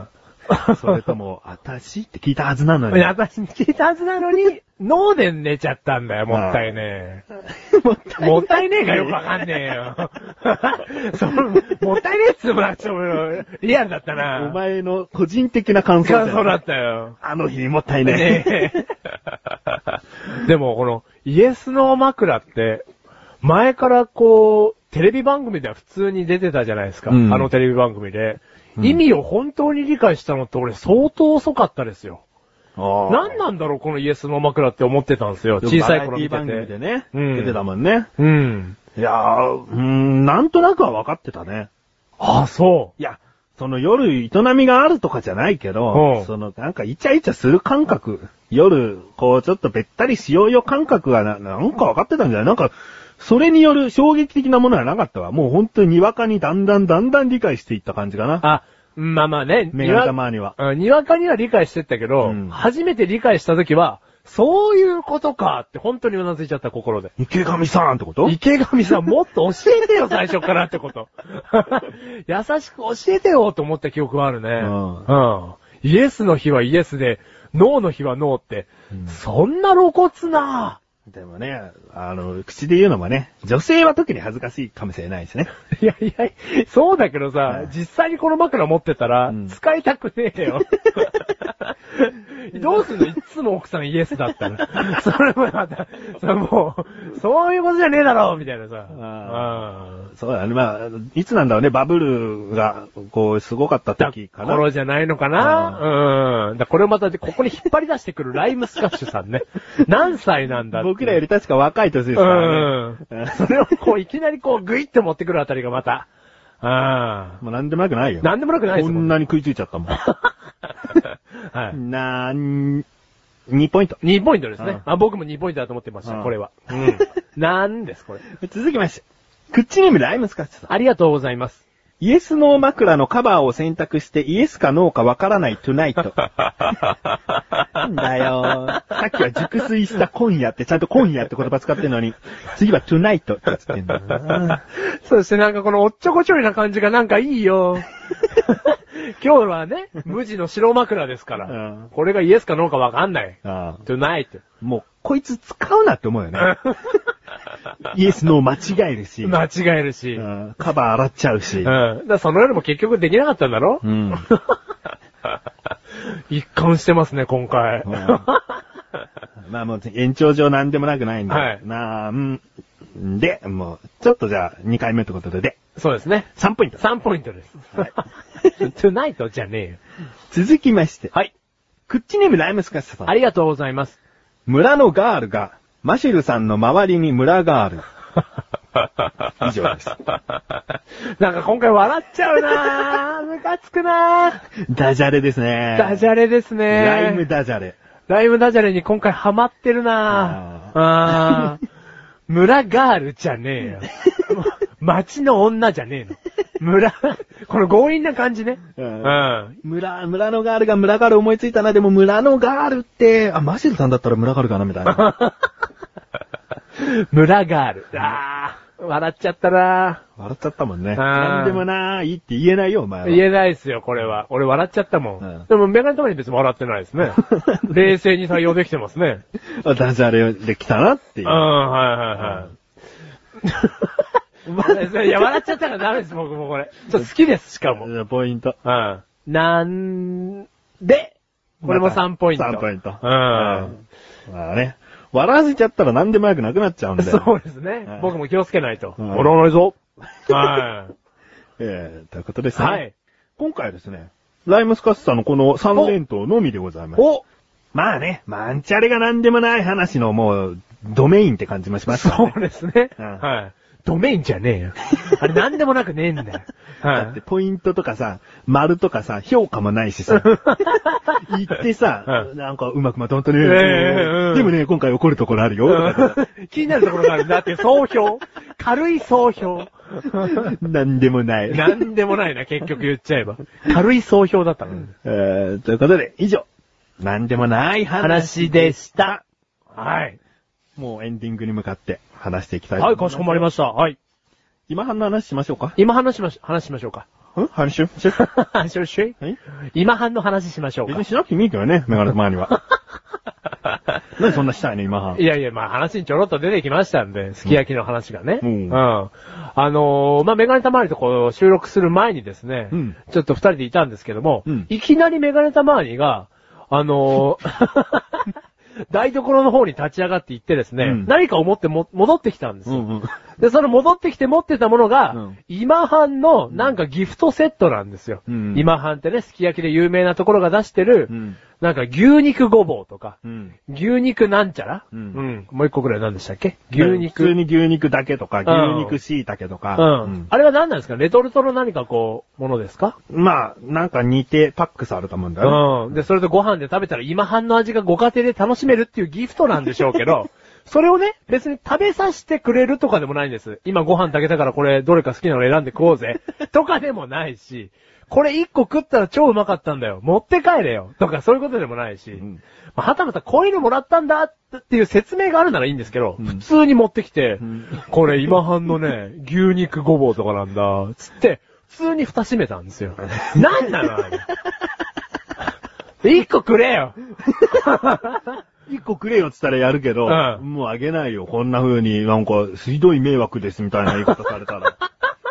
それとも、あたしって聞いたはずなのに。 あたしに聞いたはずなのに、ノーで寝ちゃったんだよ、もったいねえ。もったいねえ。もったいねえがよくわかんねえよ。その、もったいねえっつってもらってもリアルだったな。 お前の個人的な感想だよ。 感想だったよ。 あの日もったいねえ。 ねえでも、この、イエスの枕って、前からこう、テレビ番組では普通に出てたじゃないですか。うん、あのテレビ番組で。うん、意味を本当に理解したのって俺相当遅かったですよ。何なんだろうこのイエスの枕って思ってたんですよ。小さい頃見てて。 バラエティ番組でね、うん。出てたもんね。 うん。 いやー、うーん、なんとなくは分かってたね。 ああ、そう。 いや、その夜営みがあるとかじゃないけど、うん、そのなんかイチャイチャする感覚、夜、こうちょっとべったりしようよ感覚がな、なんか分かってたんじゃないなんか、それによる衝撃的なものはなかったわ。もう本当ににわかにだんだんだんだん理解していった感じかな。 あ、まあまあね。 メガネたまには。 にわかには理解してったけど、うん、初めて理解したときは、そういうことかって本当にうなずいちゃった心で。 池上さんってこと？ 池上さんもっと教えてよ最初からってこと。優しく教えてよと思った記憶はあるね。うん。うん。イエスの日はイエスで、ノーの日はノーって、うん、そんな露骨な。 でもね、あの、口で言うのもね、女性は特に恥ずかしいかもしれないですね。 いやいや、そうだけどさ、うん、実際にこの枕持ってたら、うん、使いたくねえよ。どうすんのいつも奥さんイエスだったら。それもまた、それもう、そういうことじゃねえだろみたいなさ。 あそうだね。まあ、いつなんだろうね、バブルが、こう、すごかった時かな。 頃じゃないのかなうん。だこれをまた、ここに引っ張り出してくるライムスカッシュさんね。何歳なんだって。 僕らより確か若い年ですからね。うん。それをこう、いきなりこう、グイって持ってくるあたりがまた。ああ。もうなんでもなくないよ。 なんでもなくないですよ。こんなに食いついちゃったもん。はい。なーん、にポイント。 にポイントですね。あ、僕もにポイントだと思ってました、これは。うん。なんです、これ。 続きまして。クッチネームライムスカッシュさん。 ありがとうございます。 イエスノー枕のカバーを選択してイエスかノーかわからないトゥナイト。なんだよ。さっきは熟睡した今夜ってちゃんと今夜って言葉使ってるのに、次はトゥナイトって言ってんだな。 そしてなんかこのおっちょこちょいな感じがなんかいいよ。今日はね、無地の白枕ですから。うん、これがイエスかノーかわかんない。トゥナイト。 もう、こいつ使うなって思うよね。イエスノー間違えるし。 間違えるし。 うん、カバー洗っちゃうし。うん。 だからその夜も結局できなかったんだろうん。一貫してますね、今回。うん、 まあもう延長上なんでもなくないんで。はい。なんで、もう、ちょっとじゃあにかいめってことでで。 そうですね。 さんポイント。 さんポイントです。はい。トゥナイトじゃねえよ。 続きまして。 はい。 クッチネームライムスカッシュさん。 ありがとうございます。 村のガールが、マシュルさんの周りに村ガール。以上です。 なんか今回笑っちゃうなぁ。ムカつくなぁ。 ダジャレですね。 ダジャレですね。 ライムダジャレ。 ライムダジャレに今回ハマってるなぁ。あー。村ガールじゃねえよ。町の女じゃねえの。村、この強引な感じね。うん。うん、 村、村のガールが村ガール思いついたな。でも村のガールって、あ、マシルさんだったら村ガールかなみたいな。 村ガール。あー、笑っちゃったなー。笑っちゃったもんね。なんでもなーいいって言えないよ、お前は。 言えないっすよ、これは。俺笑っちゃったもん。うん、でもメガネたまに別に笑ってないですね。冷静に対応できてますね。 ダジャレできたなっていう。 うん、はいはいはい。いや、笑っちゃったからダメです、僕もこれ。ちょっと好きです、しかも。 ポイント。 うん。なんで、これもさんポイント。 さんポイント。 うん。 まあね。笑わせちゃったら何でもよくなくなっちゃうんで。 そうですね。僕も気をつけないと。笑わないぞ。はい。 えー、ということですね。 はい。 今回はですね、ライムスカッシュさんのこのさん連投のみでございます。おまあね、マンチャレが何でもない話のもう、 ドメインって感じもしますからね。 そうですね。 うん、 はい。ドメインじゃねえよ。あれなんでもなくねえんだよ。 はい。だってポイントとかさ、丸とかさ、評価もないしさ。言ってさ、はい、なんかうまくまとまったね、えー。でもね、今回怒るところあるよ。 気になるところがあるんだって、総評。軽い総評。 なんでもない。 なんでもないな、結局言っちゃえば。軽い総評だったの、ね。 えー、ということで、以上。なんでもない話でした。 はい。 もうエンディングに向かって話していきたいと思います。 はい、かしこまりました。はい。 今半の話しましょうか。 今半のしまし、話しましょうか。 ん話しましょう話しましょう今半の話しましょうか。 別にしなくてもいいけどね、メガネとマーには。何そんなしたいね、今半。 いやいや、まあ話にちょろっと出てきましたんで、すき焼きの話がね。うん。うん、あのー、まあメガネたまわりとこう収録する前にですね、うん、ちょっと二人でいたんですけども、うん、いきなりメガネたまわりが、あのー、台所の方に立ち上がって行ってですね、うん、何かを持っても戻ってきたんですよ。うんうん、で、その戻ってきて持ってたものが、うん、今半のなんかギフトセットなんですよ。うん、今半ってね、すき焼きで有名なところが出してる、うん、なんか牛肉ごぼうとか、うん、牛肉なんちゃら、うんうん、もう一個くらい何でしたっけ牛肉。 普通に牛肉だけとか、牛肉椎茸とか、 うんうん。あれは何なんですかレトルトの何かこう、ものですかまあ、なんか似てパックスあると思うんだよ。 うん。で、それでご飯で食べたら今半の味がご家庭で楽しめるっていうギフトなんでしょうけど、それをね、別に食べさせてくれるとかでもないんです。今ご飯炊けたからこれどれか好きなの選んで食おうぜ。とかでもないし、これ一個食ったら超うまかったんだよ。持って帰れよ。とかそういうことでもないし、うん、まあ、はたまたこういうのもらったんだっていう説明があるならいいんですけど、うん、普通に持ってきて、うん、これ今半のね、牛肉ごぼうとかなんだ、つって、普通に蓋閉めたんですよ。なんなのあれ。一個くれよ。 一個くれよって言ったらやるけど、うん、もうあげないよ。こんな風になんか、ひどい迷惑ですみたいな言い方されたら。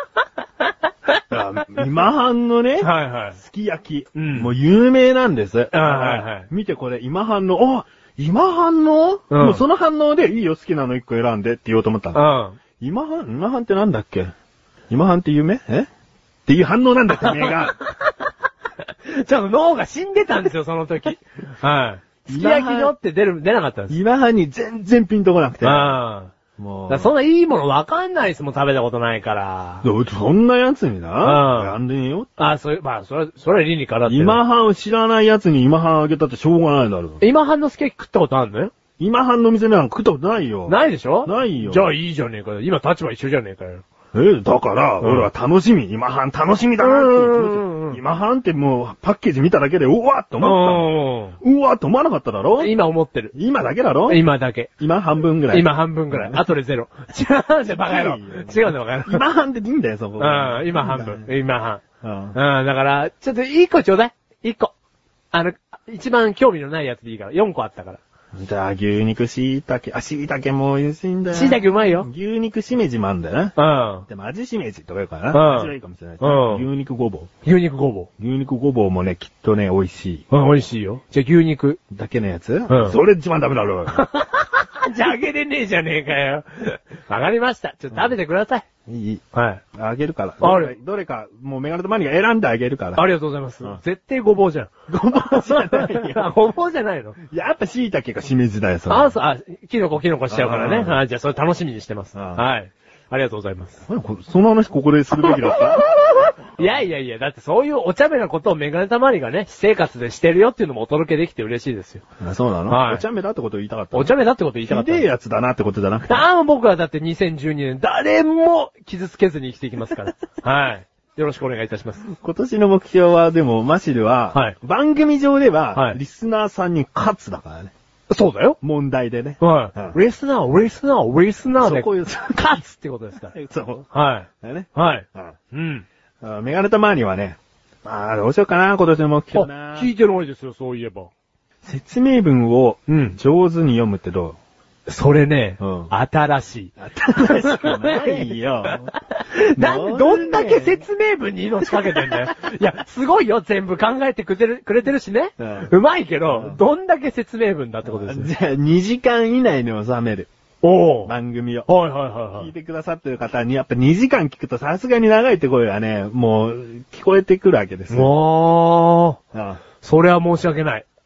今半のね、はいはい、すき焼き、うん、もう有名なんです。はいはい、見てこれ、今半の、あ、今半の、うん、もうその反応でいいよ、好きなの一個選んでって言おうと思ったの。うん、今半、今半ってなんだっけ今半って夢えっていう反応なんだって、目が。 ちょっと脳が死んでたんですよ、その時。はい。すき焼きのって出る、出なかったんです。 今半に全然ピンとこなくて。あもう。だそんないいものわかんないですもん、食べたことないから。 そんな奴にな、やんでねえよ。 あ、それ、まあ、それ、それ理にかなって。 今半を知らない奴に今半あげたってしょうがないだろう。 今半のすき焼き食ったことあるのよ今半の店なんか食ったことないよ。 ないでしょないよ。 じゃあいいじゃねえかよ。今立場一緒じゃねえかよ。 え、だから、うん、俺は楽しみ。今半楽しみだなっていう気持ち。今半ってもうパッケージ見ただけで、うわーって思った。うわーって思わなかっただろ今思ってる。 今だけだろ今だけ。 今半分ぐらい。 今半分ぐらい。後でゼロ。違うんだよ、バカ野郎。違うんだよ、バカ野郎。 今半でいいんだよ、そこ。 うん、今半分。今半。うん、だから、ちょっと一個ちょうだい。一個。あの、一番興味のないやつでいいから。四個あったから。 じゃあ、牛肉椎茸、あ、椎茸も美味しいんだよ。 椎茸うまいよ。 牛肉しめじもあんだよな。うん。でも味しめじとか言うからな。うん。味はいいかもしれない。うん。牛肉ごぼう。 牛肉ごぼう。牛肉ごぼうもね、きっとね、美味しい。 うん、美味しいよ。じゃあ牛肉。 だけのやつうん。それ一番ダメだろ。 じゃああげれねえじゃねえかよ。わかりました。ちょっと食べてください。 いい。 はい。 あげるから。 あれどれか、もうメガネとマニが選んであげるから。 ありがとうございます。うん、絶対ごぼうじゃん。 ごぼうじゃないよ。 ごぼうじゃないのやっぱ椎茸かしめじだよ、それ。 あ、そう、あ、キノコキノコしちゃうからね。あじゃあそれ楽しみにしてます。はい。ありがとうございます。 その話ここでするべきだったいやいやいや、だってそういうお茶目なことをメガネたまりがね、私生活でしてるよっていうのもお届けできて嬉しいですよ。 あ、そうなの、はい、お茶目だってことを言いたかった。 お茶目だってことを言いたかった。 ひでえやつだなってことじゃなくて。 ああ、僕はだってにせんじゅうにねん誰も傷つけずに生きていきますから。はい。よろしくお願いいたします。 今年の目標は、でも、マシルは、はい、番組上では、はい、リスナーさんに勝つだからね。 そうだよ。 問題でね。 はい。うん、リスナー、リスナー、リスナーで、勝つってことですから。 そう。 はい。 だね。 はい。うん。 うん、メガネたまにはね、まあ、どうしようかな、今年の目標な。 聞いてないですよ、そういえば。 説明文を、上手に読むってどう、うんそれね、うん、新しい。 新しくないよ。 な、どんだけ説明文に命かけてんだよ。いや、すごいよ、全部考えてくれてる、くれてるしね。うん、うまいけど、うん、どんだけ説明文だってことですよ。 じゃあ、にじかん以内に収める。 お番組を。 はいはいはいはい。 聞いてくださってる方に、やっぱにじかん聞くとさすがに長いって声がね、もう、聞こえてくるわけですよ。 おー。ああそれは申し訳ない。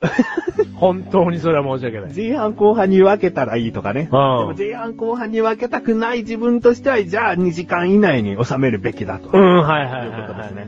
本当にそれは申し訳ない。 前半後半に分けたらいいとかね。 うん、 でも前半後半に分けたくない自分としては、じゃあにじかん以内に収めるべきだと。 うん、はいはいはい、はい。 いうことですね。 うん。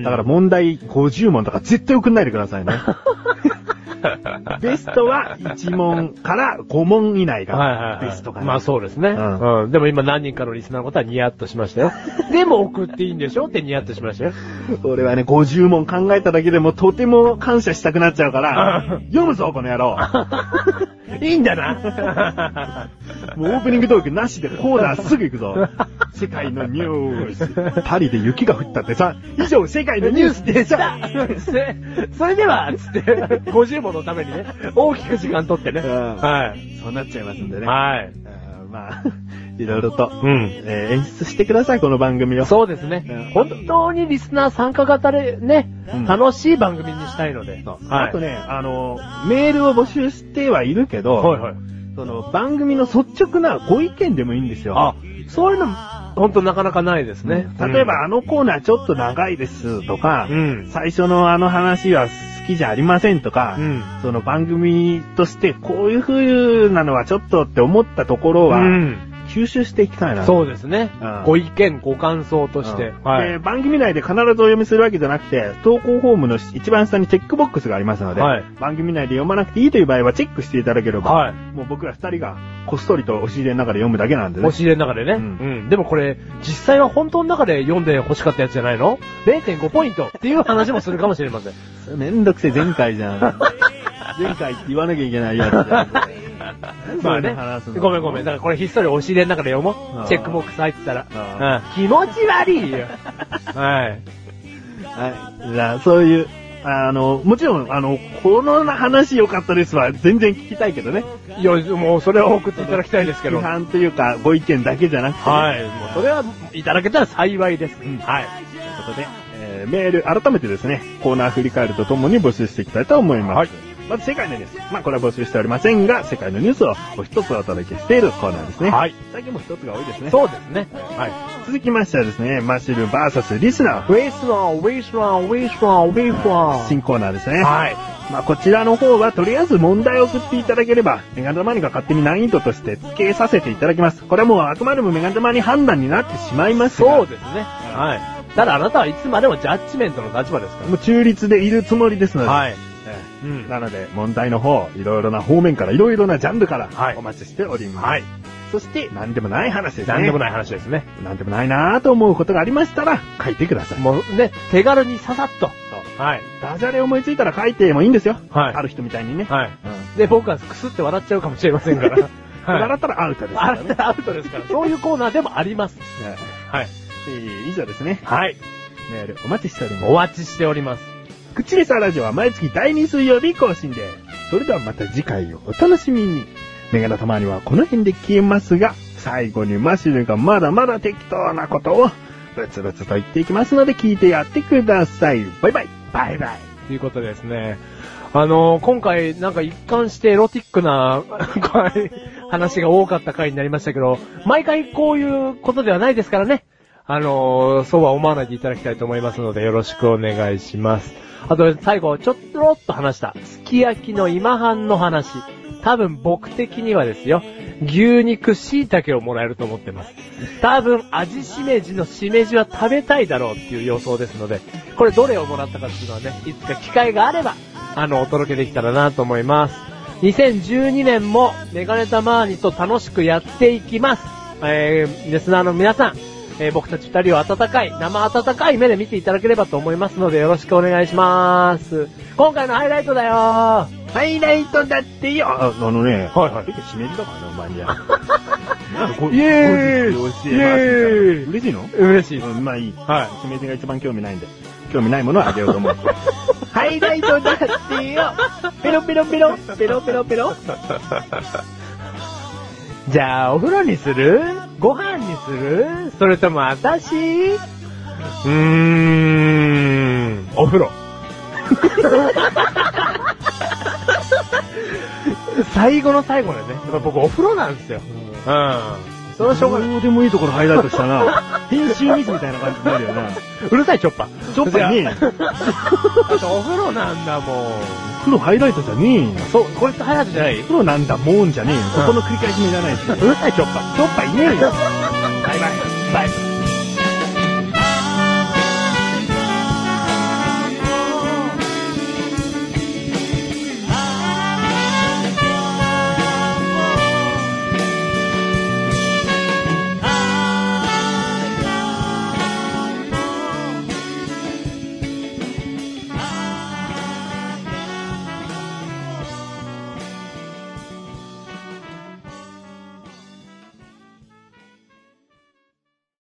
だから問題ごじゅう問とか絶対送んないでくださいね。ベストはいち問からご問以内がベストかな。 まあそうですね、うんうん。でも今何人かのリスナーのことはニヤッとしましたよ。でも送っていいんでしょってニヤッとしましたよ。 俺はね、ごじゅう問考えただけでもとても感謝したくなっちゃうから、読むぞこの野郎。 いいんだな。 もうオープニングトークなしでコーナーすぐ行くぞ。世界のニュース。パリで雪が降ったってさ、以上世界のニュースでさ。 それでは、つって、ごじゅう問のためにね、大きく時間取ってね。 はい。そうなっちゃいますんでね。 はい。 まあ、いろいろと、 うん、 えー、演出してください、この番組を。 そうですね。うん、本当にリスナー参加型でね、うん、楽しい番組にしたいので。 はい、あとね、あの、メールを募集してはいるけど、 はいはい、 その番組の率直なご意見でもいいんですよ。 あ、そういうの、本当なかなかないですね。 うん、例えば、うん、あのコーナーちょっと長いですとか、 うん、 最初のあの話は好きじゃありませんとか、うん、その番組としてこういう風なのはちょっとって思ったところは、うん、吸収していきたいな。 そうですね、うん。ご意見、ご感想として、 うんはいで。番組内で必ずお読みするわけじゃなくて、投稿フォームの一番下にチェックボックスがありますので、はい、番組内で読まなくていいという場合はチェックしていただければ、はい、もう僕ら二人がこっそりと押し入れの中で読むだけなんでね。 押し入れの中でね。うん。うん、でもこれ、実際は本当の中で読んで欲しかったやつじゃないの ?れいてんご ポイントっていう話もするかもしれません。 それめんどくせえ前回じゃん。前回って言わなきゃいけないやつじゃん。 まあね。ごめんごめん。だからこれひっそり押し入れの中で読もう。チェックボックス入ってたら。うん、気持ち悪いよ。はい。はい。 じゃあ、そういう、あの、もちろん、あの、この話良かったですは全然聞きたいけどね。 いや、もうそれは送っていただきたいですけど。 批判というか、ご意見だけじゃなくて、ね。 はい。もうそれはいただけたら幸いです。うん、はい。 ということで、えー、メール、改めてですね、コーナー振り返るとともに募集していきたいと思います。はい。まず世界のニュース。まあこれは募集しておりませんが、世界のニュースをお一つお届けしているコーナーですね。はい。最近も一つが多いですね。 そうですね。はい。 続きましてはですね、マッシュル ブイエス リスナー。 ウェイスワン、ウェイスワン、ウェイスワン、ウェイスワン。 新コーナーですね。 はい。 まあこちらの方はとりあえず問題を送っていただければ、メガネ玉にが勝手に難易度として付けさせていただきます。これはもうあくまでもメガネ玉に判断になってしまいますが。 そうですね。はい。ただあなたはいつまでもジャッジメントの立場ですから。 もう中立でいるつもりですので。 はい。 うん、なので、問題の方、いろいろな方面から、いろいろなジャンルから、お待ちしております。はい。そして、何でもない話ですね。 何でもない話ですね。 何でもないなぁと思うことがありましたら、書いてください。 もうね、手軽にささっと。 そう。はい。ダジャレ思いついたら書いてもいいんですよ。はい。ある人みたいにね。 はい。うん、で、僕はクスって笑っちゃうかもしれませんから。はい。 笑ったらアウトですから、ね。 笑ったらアウトですから。そういうコーナーでもあります。 はい。えー、以上ですね。 はい。 メールお待ちしております。 お待ちしております。 口レサラジオは毎月だいに水曜日更新です。それではまた次回をお楽しみに。メガネたまにはこの辺で消えますが、最後にマシルがまだまだ適当なことをブツブツと言っていきますので聞いてやってください。バイバイ。 バイバイ。ということですね。あのー、今回なんか一貫してエロティックな話が多かった回になりましたけど、毎回こういうことではないですからね。あのー、そうは思わないでいただきたいと思いますのでよろしくお願いします。あと最後ちょっとっと話したすき焼きの今半の話。多分僕的にはですよ、牛肉椎茸をもらえると思ってます。多分味しめじのしめじは食べたいだろうっていう予想ですので、これどれをもらったかっていうのはね、いつか機会があればあのお届けできたらなと思います。にせんじゅうにねんもメガネたまーにと楽しくやっていきます。えー、リスナーの皆さん、えー、僕たち二人を温かい、生温かい目で見ていただければと思いますのでよろしくお願いします。今回のハイライトだよー。 ハイライトだってよ。あ、あのね、 はいはい。 結構しめじだからな、お前には。 イェーイイェーイ嬉しいの？ 嬉しい。 うん、まあいい。 はい。 しめじが一番興味ないんで。興味ないものをあげようと思う。ハイライトだってよ。ペロペロペロ、ペロペロペロ。 じゃあ、お風呂にする？ご飯にする？それともあたし？うーん、お風呂。最後の最後でね、やっぱ僕お風呂なんですよ。うん。 それはしょうがない。 どうでもいいところハイライトしたな。編集ミスみたいな感じになるよな。 うるさいチョッパ。 チョッパねえよ。 お風呂なんだもん。 お風呂ハイライトじゃねえよ。 そう、これってハイライトじゃない？ お風呂なんだもんじゃねえよ。そこの繰り返しもいらないし。 うるさいチョッパ。 チョッパいねえよ。 バイバイ。